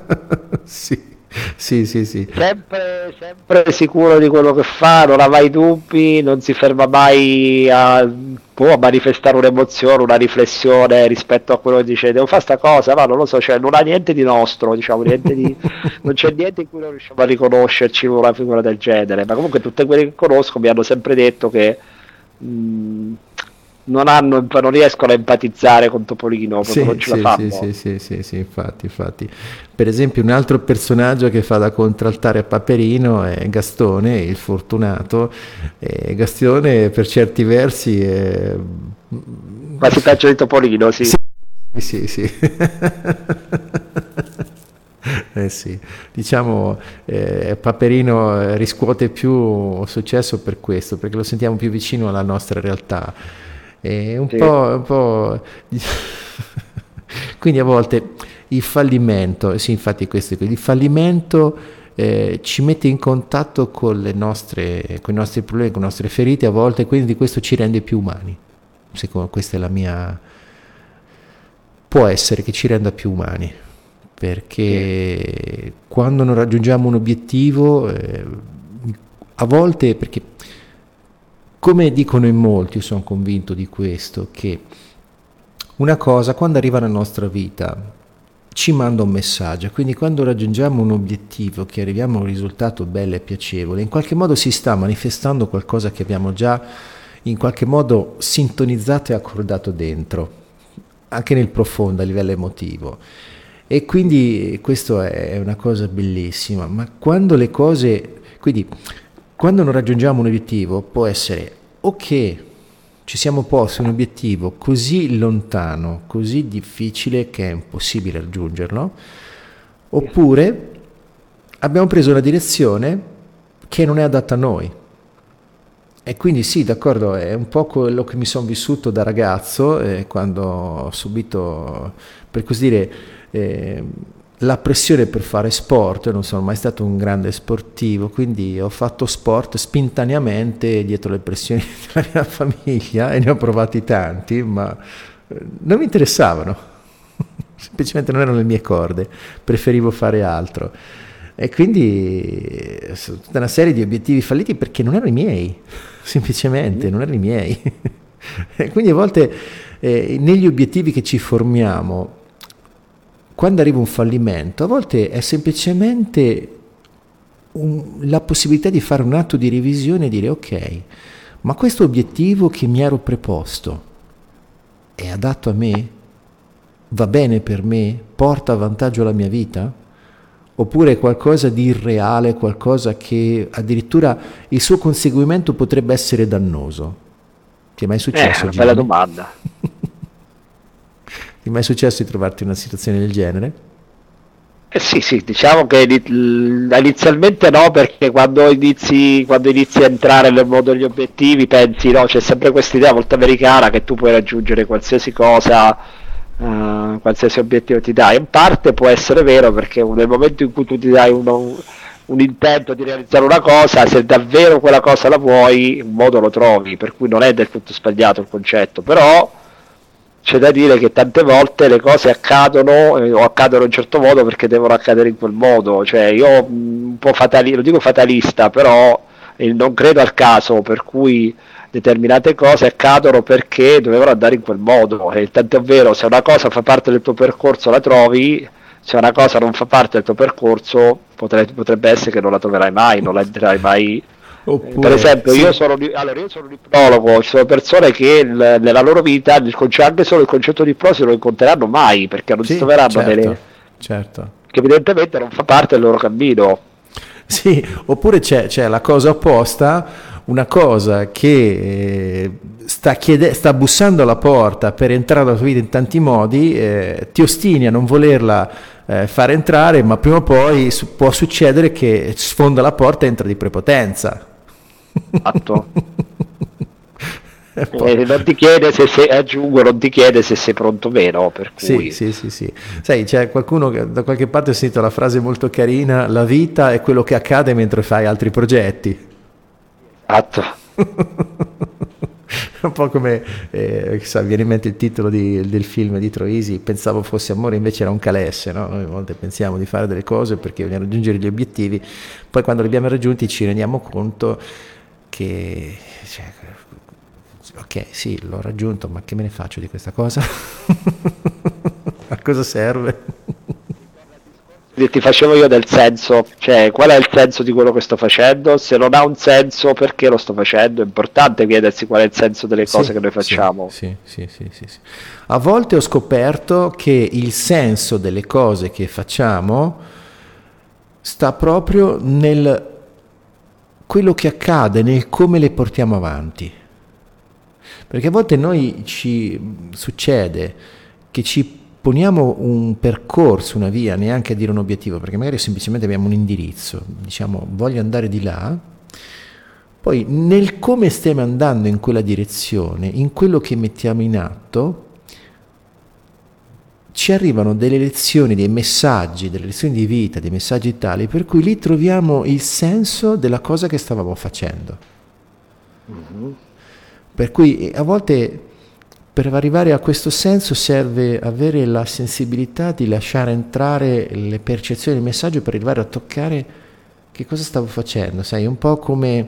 A: Sì, sì, sì, sì.
B: sempre, sempre sicuro di quello che fa, non ha mai dubbi, non si ferma mai a, boh, a manifestare un'emozione, una riflessione rispetto a quello che dice devo fare sta cosa, ma non lo so, cioè non ha niente di nostro, diciamo, niente di, non c'è niente in cui non riusciamo a riconoscerci in una figura del genere, ma comunque tutte quelle che conosco mi hanno sempre detto che mh, non hanno, non riescono a empatizzare con Topolino, proprio
A: Sì,
B: non ce la
A: sì, sì,
B: fanno.
A: sì, sì, sì, sì, infatti, infatti. Per esempio, un altro personaggio che fa da contraltare a Paperino è Gastone, il fortunato. E Gastone, per certi versi, è...
B: Quasi peggio di Topolino, sì.
A: Sì, sì, sì. Eh sì, diciamo, eh, Paperino eh, riscuote più successo per questo, perché lo sentiamo più vicino alla nostra realtà. E un
B: Sì.
A: po', un po'... Quindi a volte il fallimento, sì, infatti questo è il fallimento eh, ci mette in contatto con le nostre, con i nostri problemi, con le nostre ferite a volte, quindi questo ci rende più umani. Secondo questa è la mia... Può essere che ci renda più umani, perché quando non raggiungiamo un obiettivo, eh, a volte, perché come dicono in molti, io sono convinto di questo, che una cosa quando arriva nella nostra vita ci manda un messaggio. Quindi quando raggiungiamo un obiettivo, che arriviamo a un risultato bello e piacevole, in qualche modo si sta manifestando qualcosa che abbiamo già in qualche modo sintonizzato e accordato dentro, anche nel profondo, a livello emotivo. E quindi questo è una cosa bellissima. Ma quando le cose, quindi quando non raggiungiamo un obiettivo, può essere o che ci siamo posti un obiettivo così lontano, così difficile che è impossibile raggiungerlo, oppure abbiamo preso una direzione che non è adatta a noi. E quindi sì, d'accordo, è un po' quello che mi sono vissuto da ragazzo, eh, quando ho subito, per così dire, eh, la pressione per fare sport. Io non sono mai stato un grande sportivo, quindi ho fatto sport spontaneamente dietro le pressioni della mia famiglia, e ne ho provati tanti, ma non mi interessavano, semplicemente non erano le mie corde, preferivo fare altro. E quindi tutta una serie di obiettivi falliti perché non erano i miei, semplicemente non erano i miei. E quindi a volte eh, negli obiettivi che ci formiamo, quando arriva un fallimento, a volte è semplicemente un, la possibilità di fare un atto di revisione e dire: ok, ma questo obiettivo che mi ero preposto è adatto a me? Va bene per me? Porta a vantaggio la mia vita? Oppure è qualcosa di irreale, qualcosa che addirittura il suo conseguimento potrebbe essere dannoso? Ti è mai successo?
B: Eh, una bella domanda.
A: Ti è mai successo di trovarti in una situazione del genere?
B: Eh sì, sì, diciamo che inizialmente no, perché quando inizi, quando inizi a entrare nel mondo degli obiettivi pensi, no, c'è sempre questa idea molto americana che tu puoi raggiungere qualsiasi cosa, uh, qualsiasi obiettivo ti dai. In parte può essere vero, perché nel momento in cui tu ti dai uno, un intento di realizzare una cosa, se davvero quella cosa la vuoi, un modo lo trovi, per cui non è del tutto sbagliato il concetto, però c'è da dire che tante volte le cose accadono eh, o accadono in un certo modo perché devono accadere in quel modo. Cioè io mh, un po' fatalista, lo dico fatalista, però eh, non credo al caso per cui determinate cose accadono perché dovevano andare in quel modo. E tanto è vero, se una cosa fa parte del tuo percorso la trovi, se una cosa non fa parte del tuo percorso potrebbe, potrebbe essere che non la troverai mai, non la entrerai mai. Oppure, per esempio, sì. io, sono, allora, io sono un ipnologo, ci sono persone che il, nella loro vita il concetto, anche solo il concetto di ipnosi non lo incontreranno mai, perché non
A: sì,
B: si troveranno
A: certo,
B: delle
A: certo.
B: che evidentemente non fa parte del loro cammino.
A: Sì, oppure c'è, c'è la cosa opposta, una cosa che eh, sta, chiede, sta bussando alla porta per entrare nella tua vita in tanti modi, eh, ti ostini a non volerla eh, fare entrare, ma prima o poi su, può succedere che sfonda la porta e entra di prepotenza.
B: Esatto. Eh, non ti chiede se sei, aggiungo, non ti chiede se sei pronto o meno, per cui...
A: Sì, sì, sì, sì. Sai, c'è qualcuno che da qualche parte ho sentito la frase molto carina: la vita è quello che accade mentre fai altri progetti.
B: Esatto.
A: Un po' come, eh, chissà, viene in mente il titolo di, del film di Troisi, Pensavo fosse amore, invece era un calesse, no? Noi a volte pensiamo di fare delle cose perché vogliamo raggiungere gli obiettivi, poi quando li abbiamo raggiunti ci rendiamo conto che... Cioè, ok, sì, l'ho raggiunto, ma che me ne faccio di questa cosa? A cosa serve?
B: Ti facevo io del senso, cioè qual è il senso di quello che sto facendo? Se non ha un senso, perché lo sto facendo? È importante chiedersi qual è il senso delle cose sì, che noi facciamo.
A: Sì, sì, sì, sì, sì. A volte ho scoperto che il senso delle cose che facciamo sta proprio nel quello che accade, nel come le portiamo avanti. Perché a volte noi ci succede che ci poniamo un percorso, una via, neanche a dire un obiettivo, perché magari semplicemente abbiamo un indirizzo, diciamo voglio andare di là, poi nel come stiamo andando in quella direzione, in quello che mettiamo in atto, ci arrivano delle lezioni, dei messaggi, delle lezioni di vita, dei messaggi tali per cui lì troviamo il senso della cosa che stavamo facendo. Mm-hmm. Per cui a volte per arrivare a questo senso serve avere la sensibilità di lasciare entrare le percezioni del messaggio per arrivare a toccare che cosa stavo facendo, sai, un po' come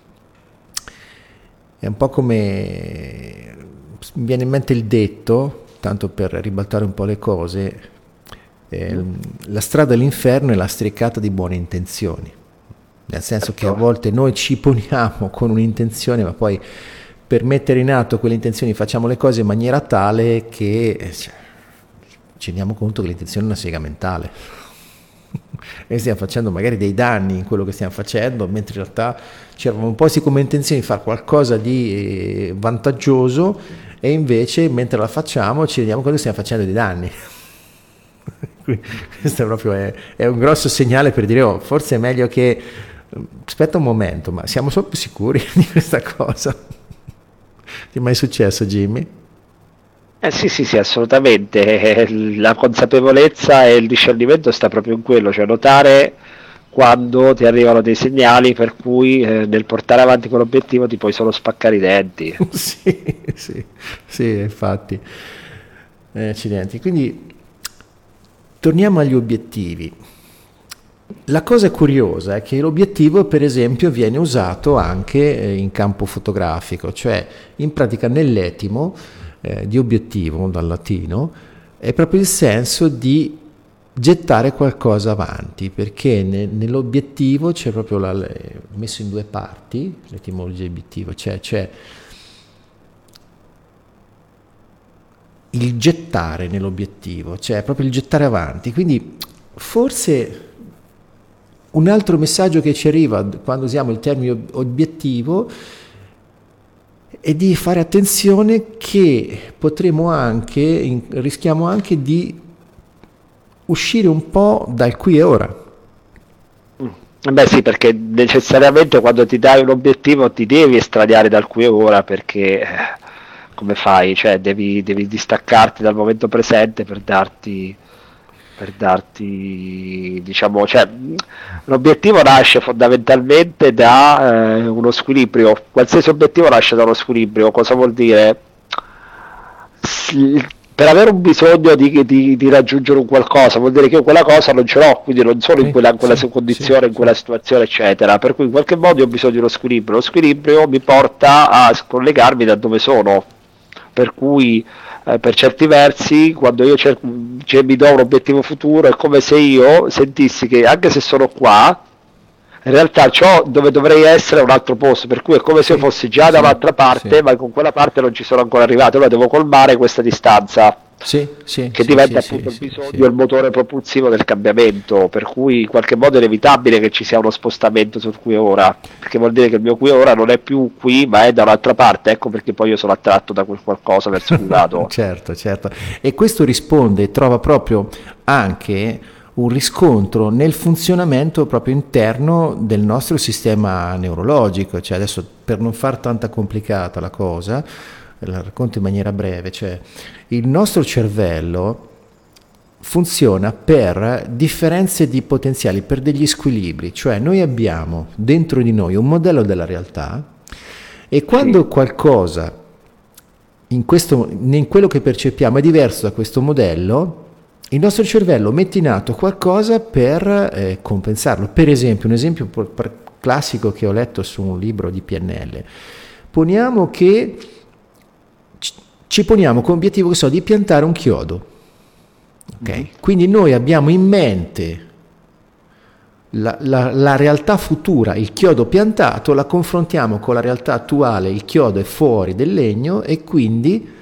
A: è un po' come mi viene in mente il detto, tanto per ribaltare un po' le cose, eh, la strada all'inferno è lastricata di buone intenzioni, nel senso che a volte noi ci poniamo con un'intenzione, ma poi per mettere in atto quelle intenzioni facciamo le cose in maniera tale che eh, ci rendiamo conto che l'intenzione è una sega mentale e stiamo facendo magari dei danni in quello che stiamo facendo, mentre in realtà c'eravamo un po' sì come intenzione di fare qualcosa di eh, vantaggioso, e invece mentre la facciamo ci rendiamo conto che stiamo facendo dei danni. Questo è proprio è, è un grosso segnale per dire, oh, forse è meglio che aspetta un momento, ma siamo proprio sicuri di questa cosa? Ti è mai successo, Jimmy?
B: Eh sì, sì, sì, assolutamente. La consapevolezza e il discernimento sta proprio in quello, cioè notare quando ti arrivano dei segnali per cui eh, nel portare avanti quell'obiettivo ti puoi solo spaccare i denti.
A: Sì, sì, sì, infatti. Eh, accidenti. Quindi torniamo agli obiettivi. La cosa curiosa è che l'obiettivo, per esempio, viene usato anche eh, in campo fotografico, cioè in pratica nell'etimo eh, di obiettivo, dal latino, è proprio il senso di gettare qualcosa avanti, perché ne, nell'obiettivo c'è proprio la, messo in due parti, l'etimologia di obiettivo, cioè c'è il gettare nell'obiettivo, cioè proprio il gettare avanti. Quindi forse un altro messaggio che ci arriva quando usiamo il termine obiettivo è di fare attenzione che potremo anche, rischiamo anche di uscire un po' dal qui e ora.
B: Beh sì, perché necessariamente quando ti dai un obiettivo ti devi estraniare dal qui e ora, perché come fai? Cioè devi, devi distaccarti dal momento presente per darti per darti, diciamo, cioè l'obiettivo nasce fondamentalmente da eh, uno squilibrio. Qualsiasi obiettivo nasce da uno squilibrio. Cosa vuol dire? Per avere un bisogno di, di, di raggiungere un qualcosa vuol dire che io quella cosa non ce l'ho, quindi non sono in quella, in quella
A: sì,
B: condizione,
A: sì,
B: in quella
A: sì.
B: situazione, eccetera. Per cui in qualche modo io ho bisogno di uno squilibrio. Lo squilibrio mi porta a scollegarmi da dove sono, per cui eh, per certi versi quando io cerco, cioè, mi do un obiettivo futuro, è come se io sentissi che anche se sono qua, in realtà ciò dove dovrei essere è un altro posto, per cui è come se
A: Sì,
B: io fossi già
A: sì,
B: da un'altra parte,
A: sì.
B: ma con quella parte non ci sono ancora arrivato. Allora devo colmare questa distanza,
A: Sì, sì,
B: che
A: sì,
B: diventa
A: sì,
B: appunto
A: sì,
B: il
A: sì,
B: bisogno,
A: sì.
B: il motore propulsivo del cambiamento, per cui in qualche modo è inevitabile che ci sia uno spostamento sul qui e ora, perché vuol dire che il mio qui e ora non è più qui, ma è da un'altra parte. Ecco perché poi io sono attratto da quel qualcosa verso cui vado.
A: Certo, certo. E questo risponde, trova proprio anche un riscontro nel funzionamento proprio interno del nostro sistema neurologico. Cioè adesso, per non far tanta complicata la cosa, la racconto in maniera breve, cioè il nostro cervello funziona per differenze di potenziali, per degli squilibri, cioè noi abbiamo dentro di noi un modello della realtà e quando
B: Sì.
A: qualcosa in, questo, in quello che percepiamo è diverso da questo modello, il nostro cervello mette in atto qualcosa per eh, compensarlo. Per esempio, un esempio classico che ho letto su un libro di P N L, poniamo che ci poniamo come obiettivo, che so, di piantare un chiodo. Okay? Mm-hmm. Quindi noi abbiamo in mente la, la, la realtà futura, il chiodo piantato, la confrontiamo con la realtà attuale, il chiodo è fuori del legno, e quindi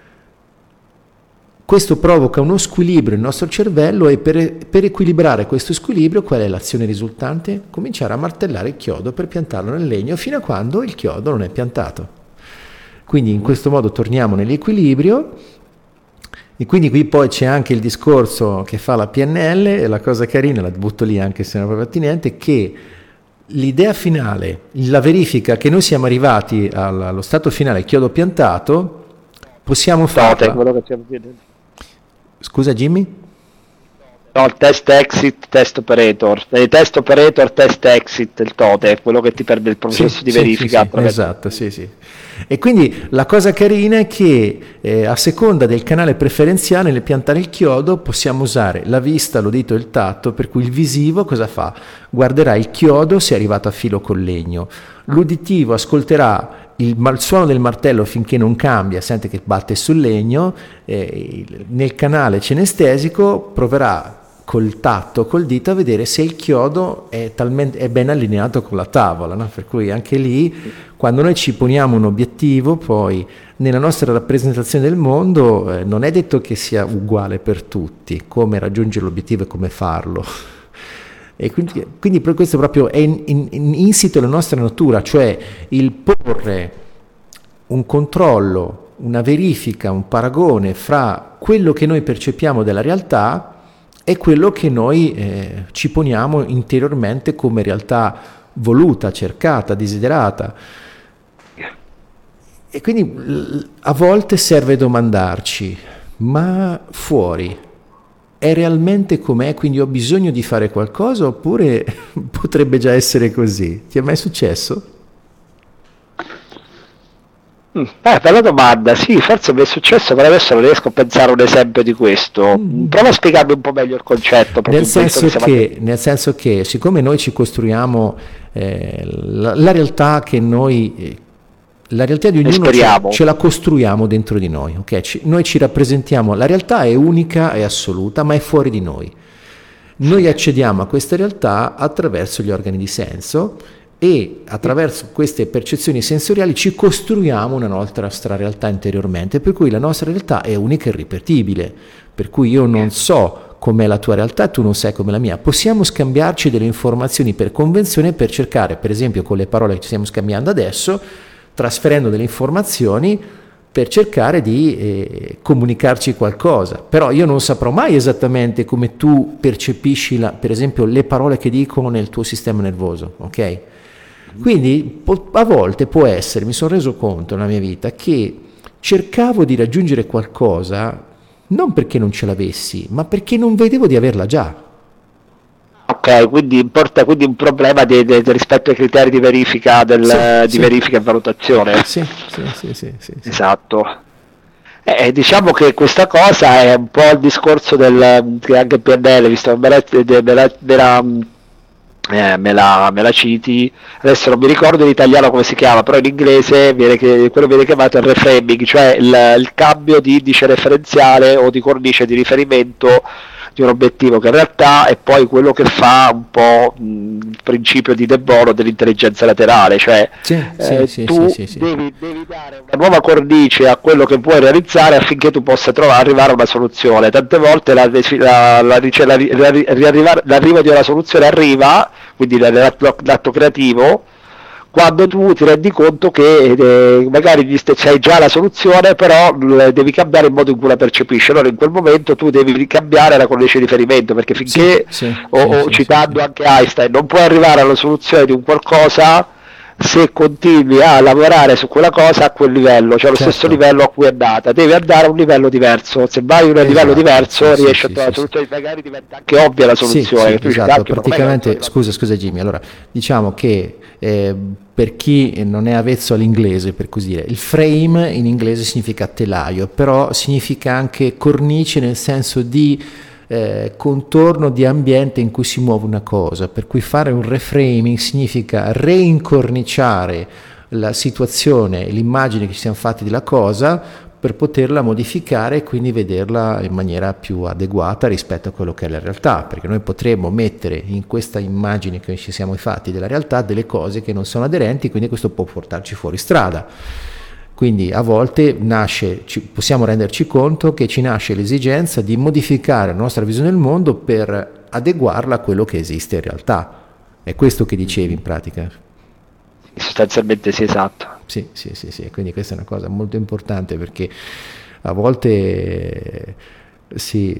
A: questo provoca uno squilibrio nel nostro cervello, e per, per equilibrare questo squilibrio qual è l'azione risultante? Cominciare a martellare il chiodo per piantarlo nel legno fino a quando il chiodo non è piantato. Quindi in questo modo torniamo nell'equilibrio, e quindi qui poi c'è anche il discorso che fa la P N L, e la cosa carina, la butto lì anche se non è proprio attinente, che l'idea finale, la verifica che noi siamo arrivati allo stato finale, il chiodo piantato, possiamo farla.
B: Quello che stiamo chiedendo.
A: Scusa Jimmy?
B: No, il test exit, test operator, il test operator, test exit, il tote, quello che ti permette il processo
A: sì,
B: di
A: sì,
B: verifica.
A: Sì, sì, esatto, sì, sì. E quindi la cosa carina è che eh, a seconda del canale preferenziale nel piantare il chiodo possiamo usare la vista, l'udito e il tatto, per cui il visivo cosa fa? Guarderà il chiodo se è arrivato a filo col legno, l'uditivo ascolterà il, il suono del martello finché non cambia, sente che batte sul legno, eh, nel canale cinestesico proverà col tatto, col dito, a vedere se il chiodo è, talmente, è ben allineato con la tavola, no? Per cui anche lì, quando noi ci poniamo un obiettivo, poi nella nostra rappresentazione del mondo eh, non è detto che sia uguale per tutti, come raggiungere l'obiettivo e come farlo. E quindi, quindi per questo proprio è in, in, in insito nella nostra natura, cioè il porre un controllo, una verifica, un paragone fra quello che noi percepiamo della realtà è quello che noi eh, ci poniamo interiormente come realtà voluta, cercata, desiderata. E quindi a volte serve domandarci, ma fuori è realmente com'è, quindi ho bisogno di fare qualcosa oppure potrebbe già essere così? Ti è mai successo?
B: Eh, bella domanda, sì, forse mi è successo, però adesso non riesco a pensare a un esempio di questo.
A: Mm.
B: Prova a spiegarmi un po' meglio il concetto.
A: Nel senso, che, nel senso che, siccome noi ci costruiamo eh, la, la realtà che noi, la realtà di ognuno ce, ce la costruiamo dentro di noi, ok? Ci, noi ci rappresentiamo, la realtà è unica, è assoluta, ma è fuori di noi. Noi accediamo a questa realtà attraverso gli organi di senso e attraverso queste percezioni sensoriali ci costruiamo una nostra realtà interiormente, per cui la nostra realtà è unica e irripetibile, per cui io non so com'è la tua realtà, tu non sai com'è la mia. Possiamo scambiarci delle informazioni per convenzione, per cercare, per esempio con le parole che ci stiamo scambiando adesso, trasferendo delle informazioni per cercare di eh, comunicarci qualcosa. Però io non saprò mai esattamente come tu percepisci, la, per esempio, le parole che dicono nel tuo sistema nervoso, ok? Quindi a volte può essere, mi sono reso conto nella mia vita, che cercavo di raggiungere qualcosa non perché non ce l'avessi, ma perché non vedevo di averla già.
B: Ok, quindi importa quindi un problema di, di, di rispetto ai criteri di verifica, del,
A: sì,
B: di
A: sì.
B: verifica e valutazione.
A: Sì, sì, sì, sì, sì, sì.
B: Esatto. Eh, diciamo che questa cosa è un po' il discorso del che anche P N L, visto che me la, me la, me la Eh, me, la, me la citi, adesso non mi ricordo in italiano come si chiama, però in inglese viene, quello viene chiamato il reframing, cioè il, il cambio di indice referenziale o di cornice di riferimento di un obiettivo, che in realtà è poi quello che fa un po' mh, il principio di De Bono dell'intelligenza laterale, cioè
A: sì,
B: eh,
A: sì,
B: tu
A: sì, sì,
B: devi, devi dare una nuova cornice a quello che vuoi realizzare affinché tu possa trovare, arrivare a una soluzione. Tante volte la, la, la, la, la, l'arrivo di una soluzione arriva, quindi l'atto creativo, quando tu ti rendi conto che eh, magari c'hai già la soluzione, però devi cambiare il modo in cui la percepisci. Allora in quel momento tu devi cambiare la cornice di riferimento, perché finché,
A: sì, sì,
B: o,
A: sì,
B: o
A: sì,
B: citando
A: sì,
B: anche Einstein, non puoi arrivare alla soluzione di un qualcosa se continui a lavorare su quella cosa a quel livello, cioè lo
A: certo.
B: stesso livello a cui è andata, devi andare a un livello diverso. Se vai a un esatto, livello diverso, sì, riesci sì, a trovare sì, la soluzione, sì. Magari diventa anche ovvia la soluzione.
A: Sì,
B: che
A: sì, esatto, praticamente, scusa, scusa Jimmy, allora diciamo che eh, per chi non è avvezzo all'inglese, per così dire, il frame in inglese significa telaio, però significa anche cornice nel senso di Eh, contorno di ambiente in cui si muove una cosa, per cui fare un reframing significa reincorniciare la situazione, l'immagine che ci siamo fatti della cosa per poterla modificare e quindi vederla in maniera più adeguata rispetto a quello che è la realtà, perché noi potremmo mettere in questa immagine che ci siamo fatti della realtà delle cose che non sono aderenti, quindi questo può portarci fuori strada. Quindi a volte nasce, ci, possiamo renderci conto che ci nasce l'esigenza di modificare la nostra visione del mondo per adeguarla a quello che esiste in realtà. È questo che dicevi in pratica?
B: Sostanzialmente sì, esatto.
A: Sì, sì, sì, sì. Quindi questa è una cosa molto importante, perché a volte sì,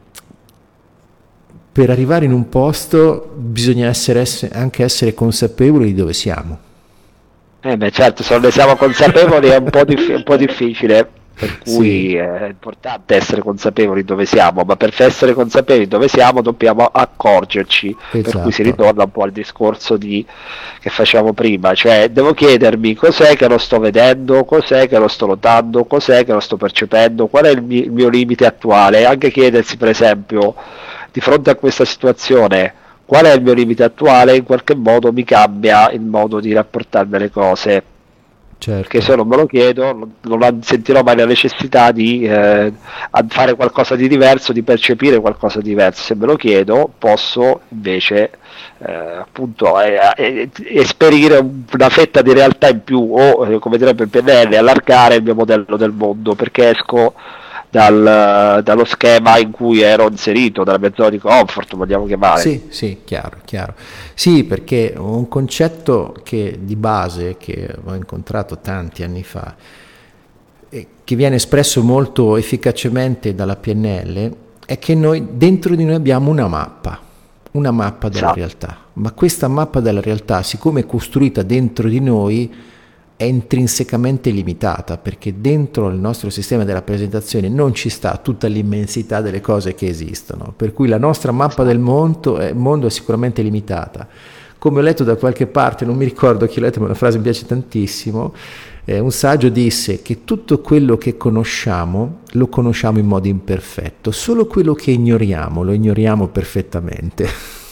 A: per arrivare in un posto bisogna essere, anche essere consapevoli di dove siamo.
B: Eh beh, certo, se non ne siamo consapevoli è un po', dif- un po' difficile, per cui sì. È importante essere consapevoli dove siamo, ma per essere consapevoli dove siamo dobbiamo accorgerci, esatto. Per cui si ritorna un po' al discorso di, che facevamo prima, cioè devo chiedermi cos'è che non sto vedendo, cos'è che non sto notando, cos'è che non sto percependo, qual è il mio, il mio limite attuale, anche chiedersi per esempio di fronte a questa situazione qual è il mio limite attuale, in qualche modo mi cambia il modo di rapportarmi alle cose.
A: Certo.
B: Perché se non me lo chiedo non, non sentirò mai la necessità di eh, fare qualcosa di diverso, di percepire qualcosa di diverso. Se me lo chiedo posso invece eh, appunto eh, eh, esperire una fetta di realtà in più o eh, come direbbe il P N L, allargare il mio modello del mondo, perché esco dal, dallo schema in cui ero inserito, dalla mia zona di comfort, vogliamo chiamare.
A: Sì, sì, chiaro, chiaro. Sì, perché un concetto che di base che ho incontrato tanti anni fa e che viene espresso molto efficacemente dalla P N L è che noi dentro di noi abbiamo una mappa, una mappa della
B: Esatto.
A: realtà, ma questa mappa della realtà, siccome è costruita dentro di noi, è intrinsecamente limitata, perché dentro il nostro sistema di rappresentazione non ci sta tutta l'immensità delle cose che esistono, per cui la nostra mappa del mondo è, mondo è sicuramente limitata. Come ho letto da qualche parte, non mi ricordo chi ho letto, ma la frase mi piace tantissimo, eh, un saggio disse che tutto quello che conosciamo lo conosciamo in modo imperfetto, solo quello che ignoriamo lo ignoriamo perfettamente.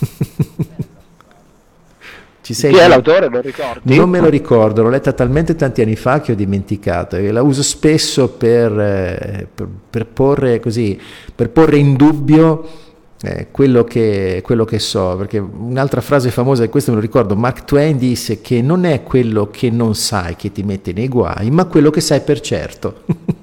A: Ci sei?
B: Chi è l'autore? Non ricordi?
A: Non me lo ricordo, l'ho letta talmente tanti anni fa che ho dimenticato e la uso spesso per, eh, per, per porre così, per porre in dubbio eh, quello, che, quello che so, perché un'altra frase famosa, e questo me lo ricordo, Mark Twain disse che non è quello che non sai che ti mette nei guai, ma quello che sai per certo.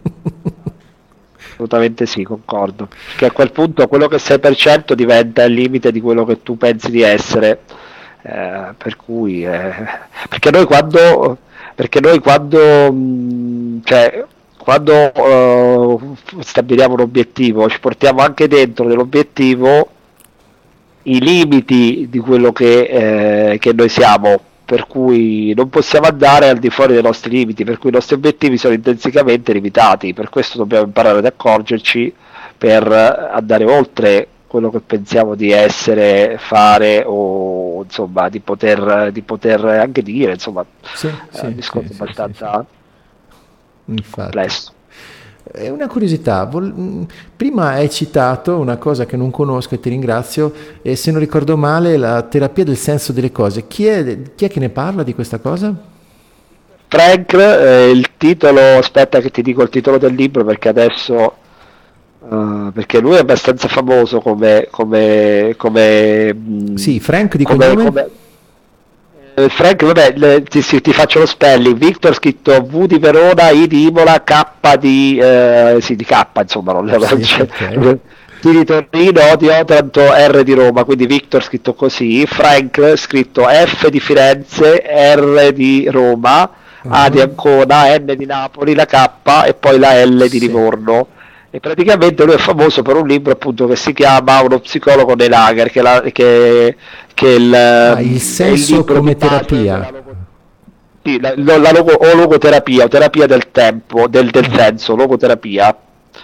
B: Assolutamente sì, concordo. Che a quel punto quello che sei per cento diventa il limite di quello che tu pensi di essere. Eh, per cui eh, perché noi quando perché noi quando mh, cioè quando uh, stabiliamo un obiettivo ci portiamo anche dentro dell'obiettivo i limiti di quello che, eh, che noi siamo, per cui non possiamo andare al di fuori dei nostri limiti, per cui i nostri obiettivi sono intrinsecamente limitati, per questo dobbiamo imparare ad accorgerci per andare oltre quello che pensiamo di essere, fare o insomma di poter, di poter anche dire, insomma,
A: Sì,
B: è
A: sì,
B: un discorso
A: sì, sì,
B: abbastanza
A: sì, sì.
B: complesso.
A: È una curiosità, vol- prima hai citato una cosa che non conosco e ti ringrazio, e se non ricordo male la terapia del senso delle cose. Chi è, chi è che ne parla di questa cosa?
B: Frank, eh, il titolo, aspetta che ti dico il titolo del libro perché adesso Uh, perché lui è abbastanza famoso come come come mh,
A: Sì, Frank di
B: come,
A: cognome?
B: come eh, Frank, vabbè, le- ti, sì, ti faccio lo spelling. Victor scritto V di Verona, I di Imola, K di eh, sì, di K, insomma, non, non
A: Sì,
B: c'è.
A: ok.
B: T di Torino, O di Otranto, R di Roma, quindi Victor scritto così, Frank scritto F di Firenze, R di Roma, A di
A: Uh-huh.
B: Ancona, N di Napoli, la K e poi la L di
A: Sì.
B: Livorno. E praticamente lui è famoso per un libro appunto che si chiama Uno psicologo nei lager, che, la, che, che il,
A: Ah, il
B: è il
A: senso
B: libro
A: come
B: di base
A: terapia.
B: della logo- sì, la, la- la logo- o logoterapia, o terapia del tempo, del, del
A: Uh-huh.
B: senso, logoterapia.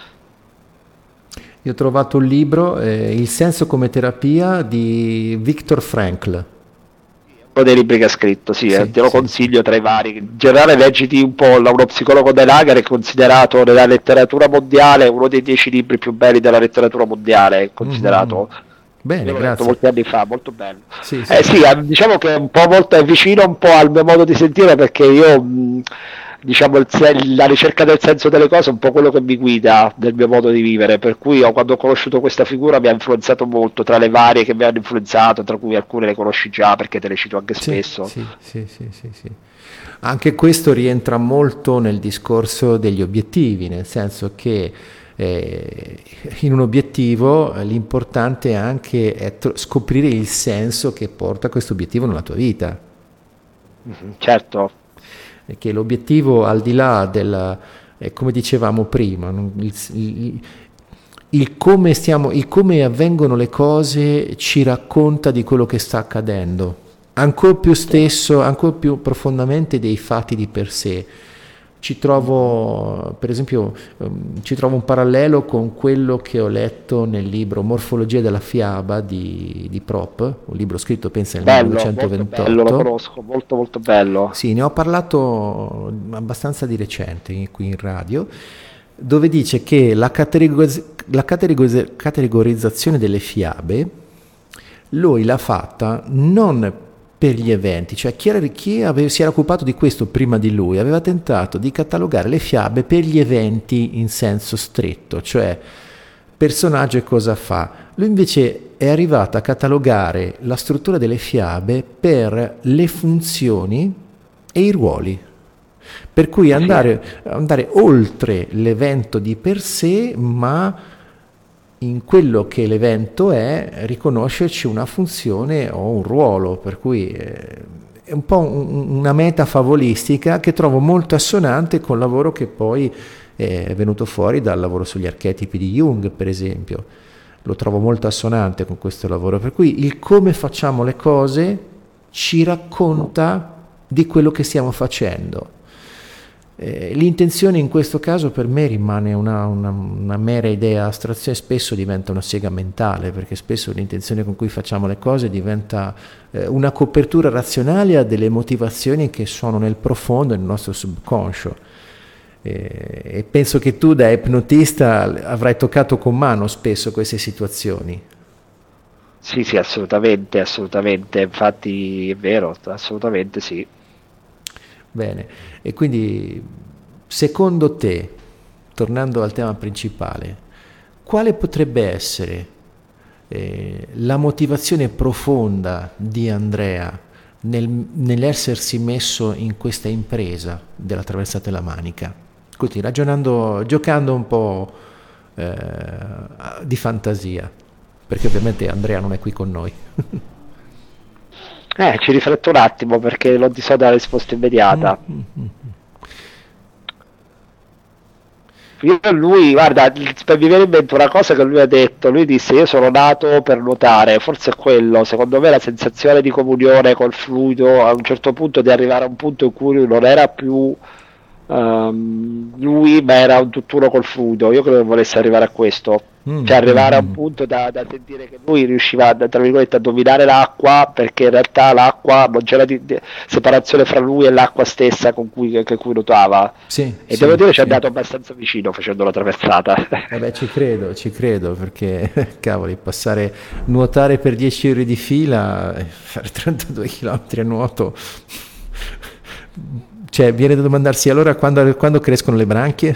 A: Io ho trovato un libro, eh, Il senso come terapia di Viktor Frankl.
B: Uno dei libri che ha scritto, sì, eh,
A: Sì,
B: te lo
A: sì,
B: consiglio tra i vari. In generale leggiti un po' la- Uno psicologo dei lager, è considerato nella letteratura mondiale uno dei dieci libri più belli della letteratura mondiale, è
A: Mhm.
B: considerato.
A: Bene,
B: Io l'ho letto
A: grazie.
B: molti anni fa, molto bello.
A: Sì, sì,
B: Eh
A: sì.
B: sì, eh, diciamo che è un po' molto è vicino un po' al mio modo di sentire perché io, mh, diciamo, il sen- la ricerca del senso delle cose è un po' quello che mi guida nel mio modo di vivere, per cui ho- quando ho conosciuto questa figura mi ha influenzato molto, tra le varie che mi hanno influenzato, tra cui alcune le conosci già perché te le cito anche
A: Sì,
B: spesso.
A: sì, sì, sì, sì, sì. Anche questo rientra molto nel discorso degli obiettivi, nel senso che eh, in un obiettivo eh, l'importante anche è tro- scoprire il senso che porta questo obiettivo nella tua vita.
B: Mhm, certo.
A: E che l'obiettivo, al di là del, eh, come dicevamo prima, non- il, il- il come stiamo, il come avvengono le cose ci racconta di quello che sta accadendo, ancora più stesso, ancora più profondamente dei fatti di per sé. Ci trovo, per esempio, ehm, ci trovo un parallelo con quello che ho letto nel libro Morfologia della fiaba di, di Prop, un libro scritto, pensa, nel
B: Bello, molto bello, lo
A: millenovecentoventotto.
B: conosco, molto molto bello.
A: Sì, ne ho parlato abbastanza di recente qui in radio, dove dice che la, categoriz- la categoriz- categorizzazione delle fiabe lui l'ha fatta non per gli eventi, cioè chi, era, chi ave, si era occupato di questo prima di lui aveva tentato di catalogare le fiabe per gli eventi in senso stretto, cioè personaggio e cosa fa. Lui invece è arrivato a catalogare la struttura delle fiabe per le funzioni e i ruoli, per cui andare, andare oltre l'evento di per sé, ma in quello che l'evento è riconoscerci una funzione o un ruolo, per cui è un po' un, una meta favolistica che trovo molto assonante col lavoro che poi è venuto fuori dal lavoro sugli archetipi di Jung, per esempio. Lo trovo molto assonante con questo lavoro, per cui il come facciamo le cose ci racconta di quello che stiamo facendo. Eh, l'intenzione in questo caso per me rimane una, una, una mera idea astrazione, spesso diventa una sega mentale, perché spesso l'intenzione con cui facciamo le cose diventa eh, una copertura razionale a delle motivazioni che sono nel profondo, nel nostro subconscio. Eh, e penso che tu da ipnotista avrai toccato con mano spesso queste situazioni.
B: Sì, sì, assolutamente, assolutamente, infatti è vero, assolutamente sì.
A: Bene, e quindi secondo te, tornando al tema principale, quale potrebbe essere eh, la motivazione profonda di Andrea nel, nell'essersi messo in questa impresa della traversata della Manica? Così, ragionando, giocando un po' eh, di fantasia, perché ovviamente Andrea non è qui con noi.
B: Eh, ci rifletto un attimo perché non ti so dare la risposta immediata.
A: Mm-hmm.
B: Io lui, guarda, mi viene in mente una cosa che lui ha detto. Lui disse: io sono nato per nuotare. Forse è quello, secondo me, la sensazione di comunione col fluido, a un certo punto di arrivare a un punto in cui lui non era più um, lui, ma era un tutt'uno col fluido. Io credo che volesse arrivare a questo.
A: Mm,
B: Cioè arrivare
A: mm,
B: a un punto da, da sentire che lui riusciva, tra virgolette, a dominare l'acqua, perché in realtà l'acqua non c'era di, di, separazione fra lui e l'acqua stessa con cui, che cui nuotava.
A: sì,
B: E
A: sì,
B: devo dire
A: sì.
B: ci è andato abbastanza vicino facendo la traversata.
A: Eh beh, ci credo, ci credo, perché cavoli, passare, nuotare per dieci ore di fila e fare trentadue chilometri a nuoto, cioè viene da domandarsi allora quando, quando crescono le branchie?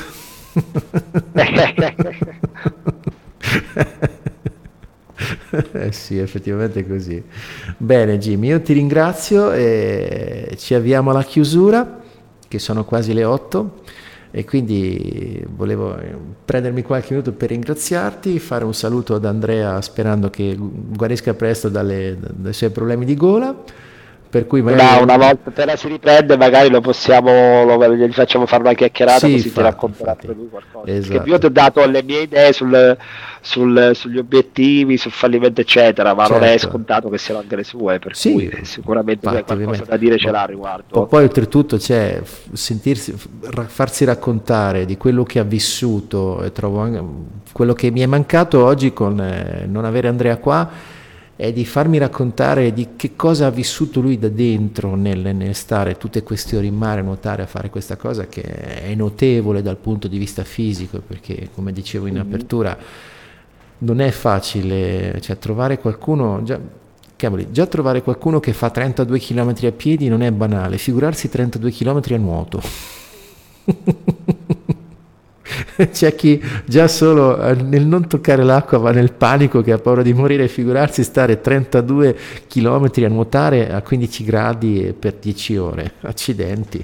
A: Eh sì, effettivamente è così. Bene Jimmy, io ti ringrazio e ci avviamo alla chiusura, che sono quasi le otto, e quindi volevo prendermi qualche minuto per ringraziarti, fare un saluto ad Andrea sperando che guarisca presto dalle, dai suoi problemi di gola. Per cui magari...
B: No, una volta appena si riprende magari lo possiamo, lo, gli facciamo fare una chiacchierata, sì, così ti racconterà per lui qualcosa. Esatto. Perché io ti ho dato le mie idee sul, sul, sugli obiettivi, sul fallimento eccetera, ma certo, non è scontato che siano anche le sue, per sì, cui sicuramente infatti, qualcosa ovviamente da dire ce l'ha a riguardo.
A: Poi oltretutto c'è sentirsi, farsi raccontare di quello che ha vissuto, e trovo anche quello che mi è mancato oggi con eh, non avere Andrea qua, è di farmi raccontare di che cosa ha vissuto lui da dentro nel, nel stare tutte queste ore in mare, nuotare, a fare questa cosa che è notevole dal punto di vista fisico, perché come dicevo in mm-hmm. apertura non è facile, cioè trovare qualcuno, già, cavoli, già trovare qualcuno che fa trentadue chilometri a piedi non è banale, figurarsi trentadue chilometri a nuoto. C'è chi già solo nel non toccare l'acqua va nel panico, che ha paura di morire, figurarsi stare trentadue chilometri a nuotare a quindici gradi per dieci ore, accidenti.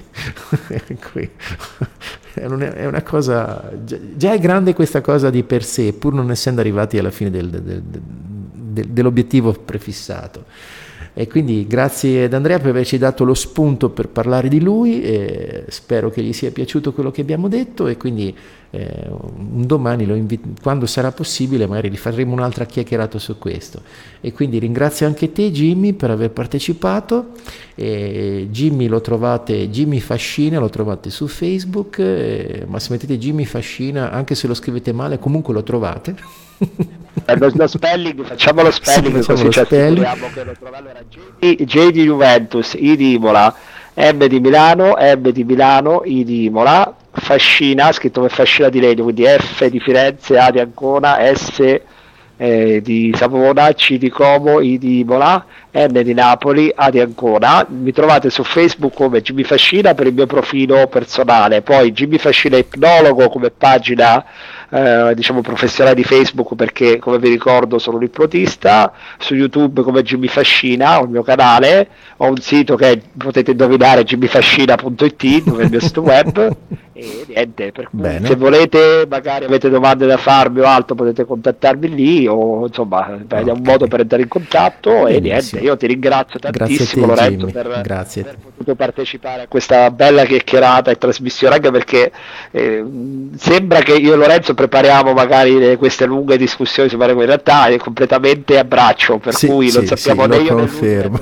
A: È una cosa, già è grande questa cosa di per sé, pur non essendo arrivati alla fine del, del, del, dell'obiettivo prefissato. E quindi grazie ad Andrea per averci dato lo spunto per parlare di lui, e spero che gli sia piaciuto quello che abbiamo detto, e quindi eh, un domani lo invito, quando sarà possibile magari gli faremo un'altra chiacchierata su questo. E quindi ringrazio anche te Jimmy per aver partecipato. E Jimmy lo trovate, Jimmy Fascina lo trovate su Facebook, eh, ma se mettete Jimmy Fascina, anche se lo scrivete male, comunque lo trovate.
B: Lo, lo spelling, facciamo lo spelling,
A: sì,
B: così ci assicuriamo che lo trovarlo era J, J di Juventus, I di Imola, M di Milano, M di Milano, I di Imola, Fascina, scritto come Fascina di Legno, quindi F di Firenze, A di Ancona, S eh, di Savonacci, di Como, I di Imola, N di Napoli, A di Ancona. Mi trovate su Facebook come Jimmy Fascina per il mio profilo personale, poi Jimmy Fascina Ipnologo come pagina eh, diciamo professionale di Facebook, perché come vi ricordo sono un ipnotista. Su YouTube come Jimmy Fascina, ho il mio canale, ho un sito che potete indovinare, jimmy fascina punto it, dove è il mio sito web. E niente, per cui
A: Bene.
B: se volete, magari avete domande da farmi o altro, potete contattarmi lì, o insomma è un modo per entrare in contatto. E niente, io ti ringrazio tantissimo,
A: Grazie a te,
B: Lorenzo,
A: Jimmy.
B: per
A: Grazie.
B: aver potuto partecipare a questa bella chiacchierata e trasmissione, anche perché eh, sembra che io e Lorenzo prepariamo magari le- queste lunghe discussioni su varie cose, in realtà è completamente a braccio, per
A: Sì,
B: cui non
A: sì,
B: sappiamo
A: sì,
B: né
A: lo
B: io né lui.
A: confermo.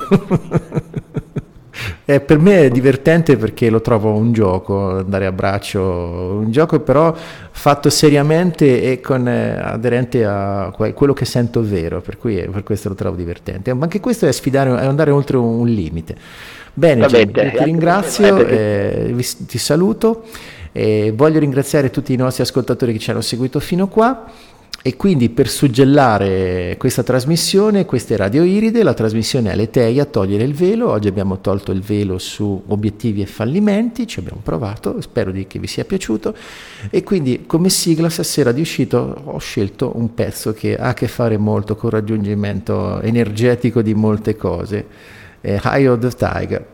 A: Eh, per me è divertente perché lo trovo un gioco, andare a braccio, un gioco però fatto seriamente e con, eh, aderente a que- quello che sento vero, per cui eh, per questo lo trovo divertente. Ma anche questo è sfidare, è andare oltre un, un limite. Bene, Jimmy,
B: Esattamente,
A: io
B: e
A: ti
B: anche
A: ringrazio,
B: per me,
A: eh, vi- ti saluto e voglio ringraziare tutti i nostri ascoltatori che ci hanno seguito fino qua. E quindi per suggellare questa trasmissione, questa è Radio Iride, la trasmissione Aletheia, togliere il velo. Oggi abbiamo tolto il velo su obiettivi e fallimenti, ci abbiamo provato, spero di che vi sia piaciuto. E quindi come sigla stasera di uscito ho scelto un pezzo che ha a che fare molto con il raggiungimento energetico di molte cose, eh, Eye of the Tiger.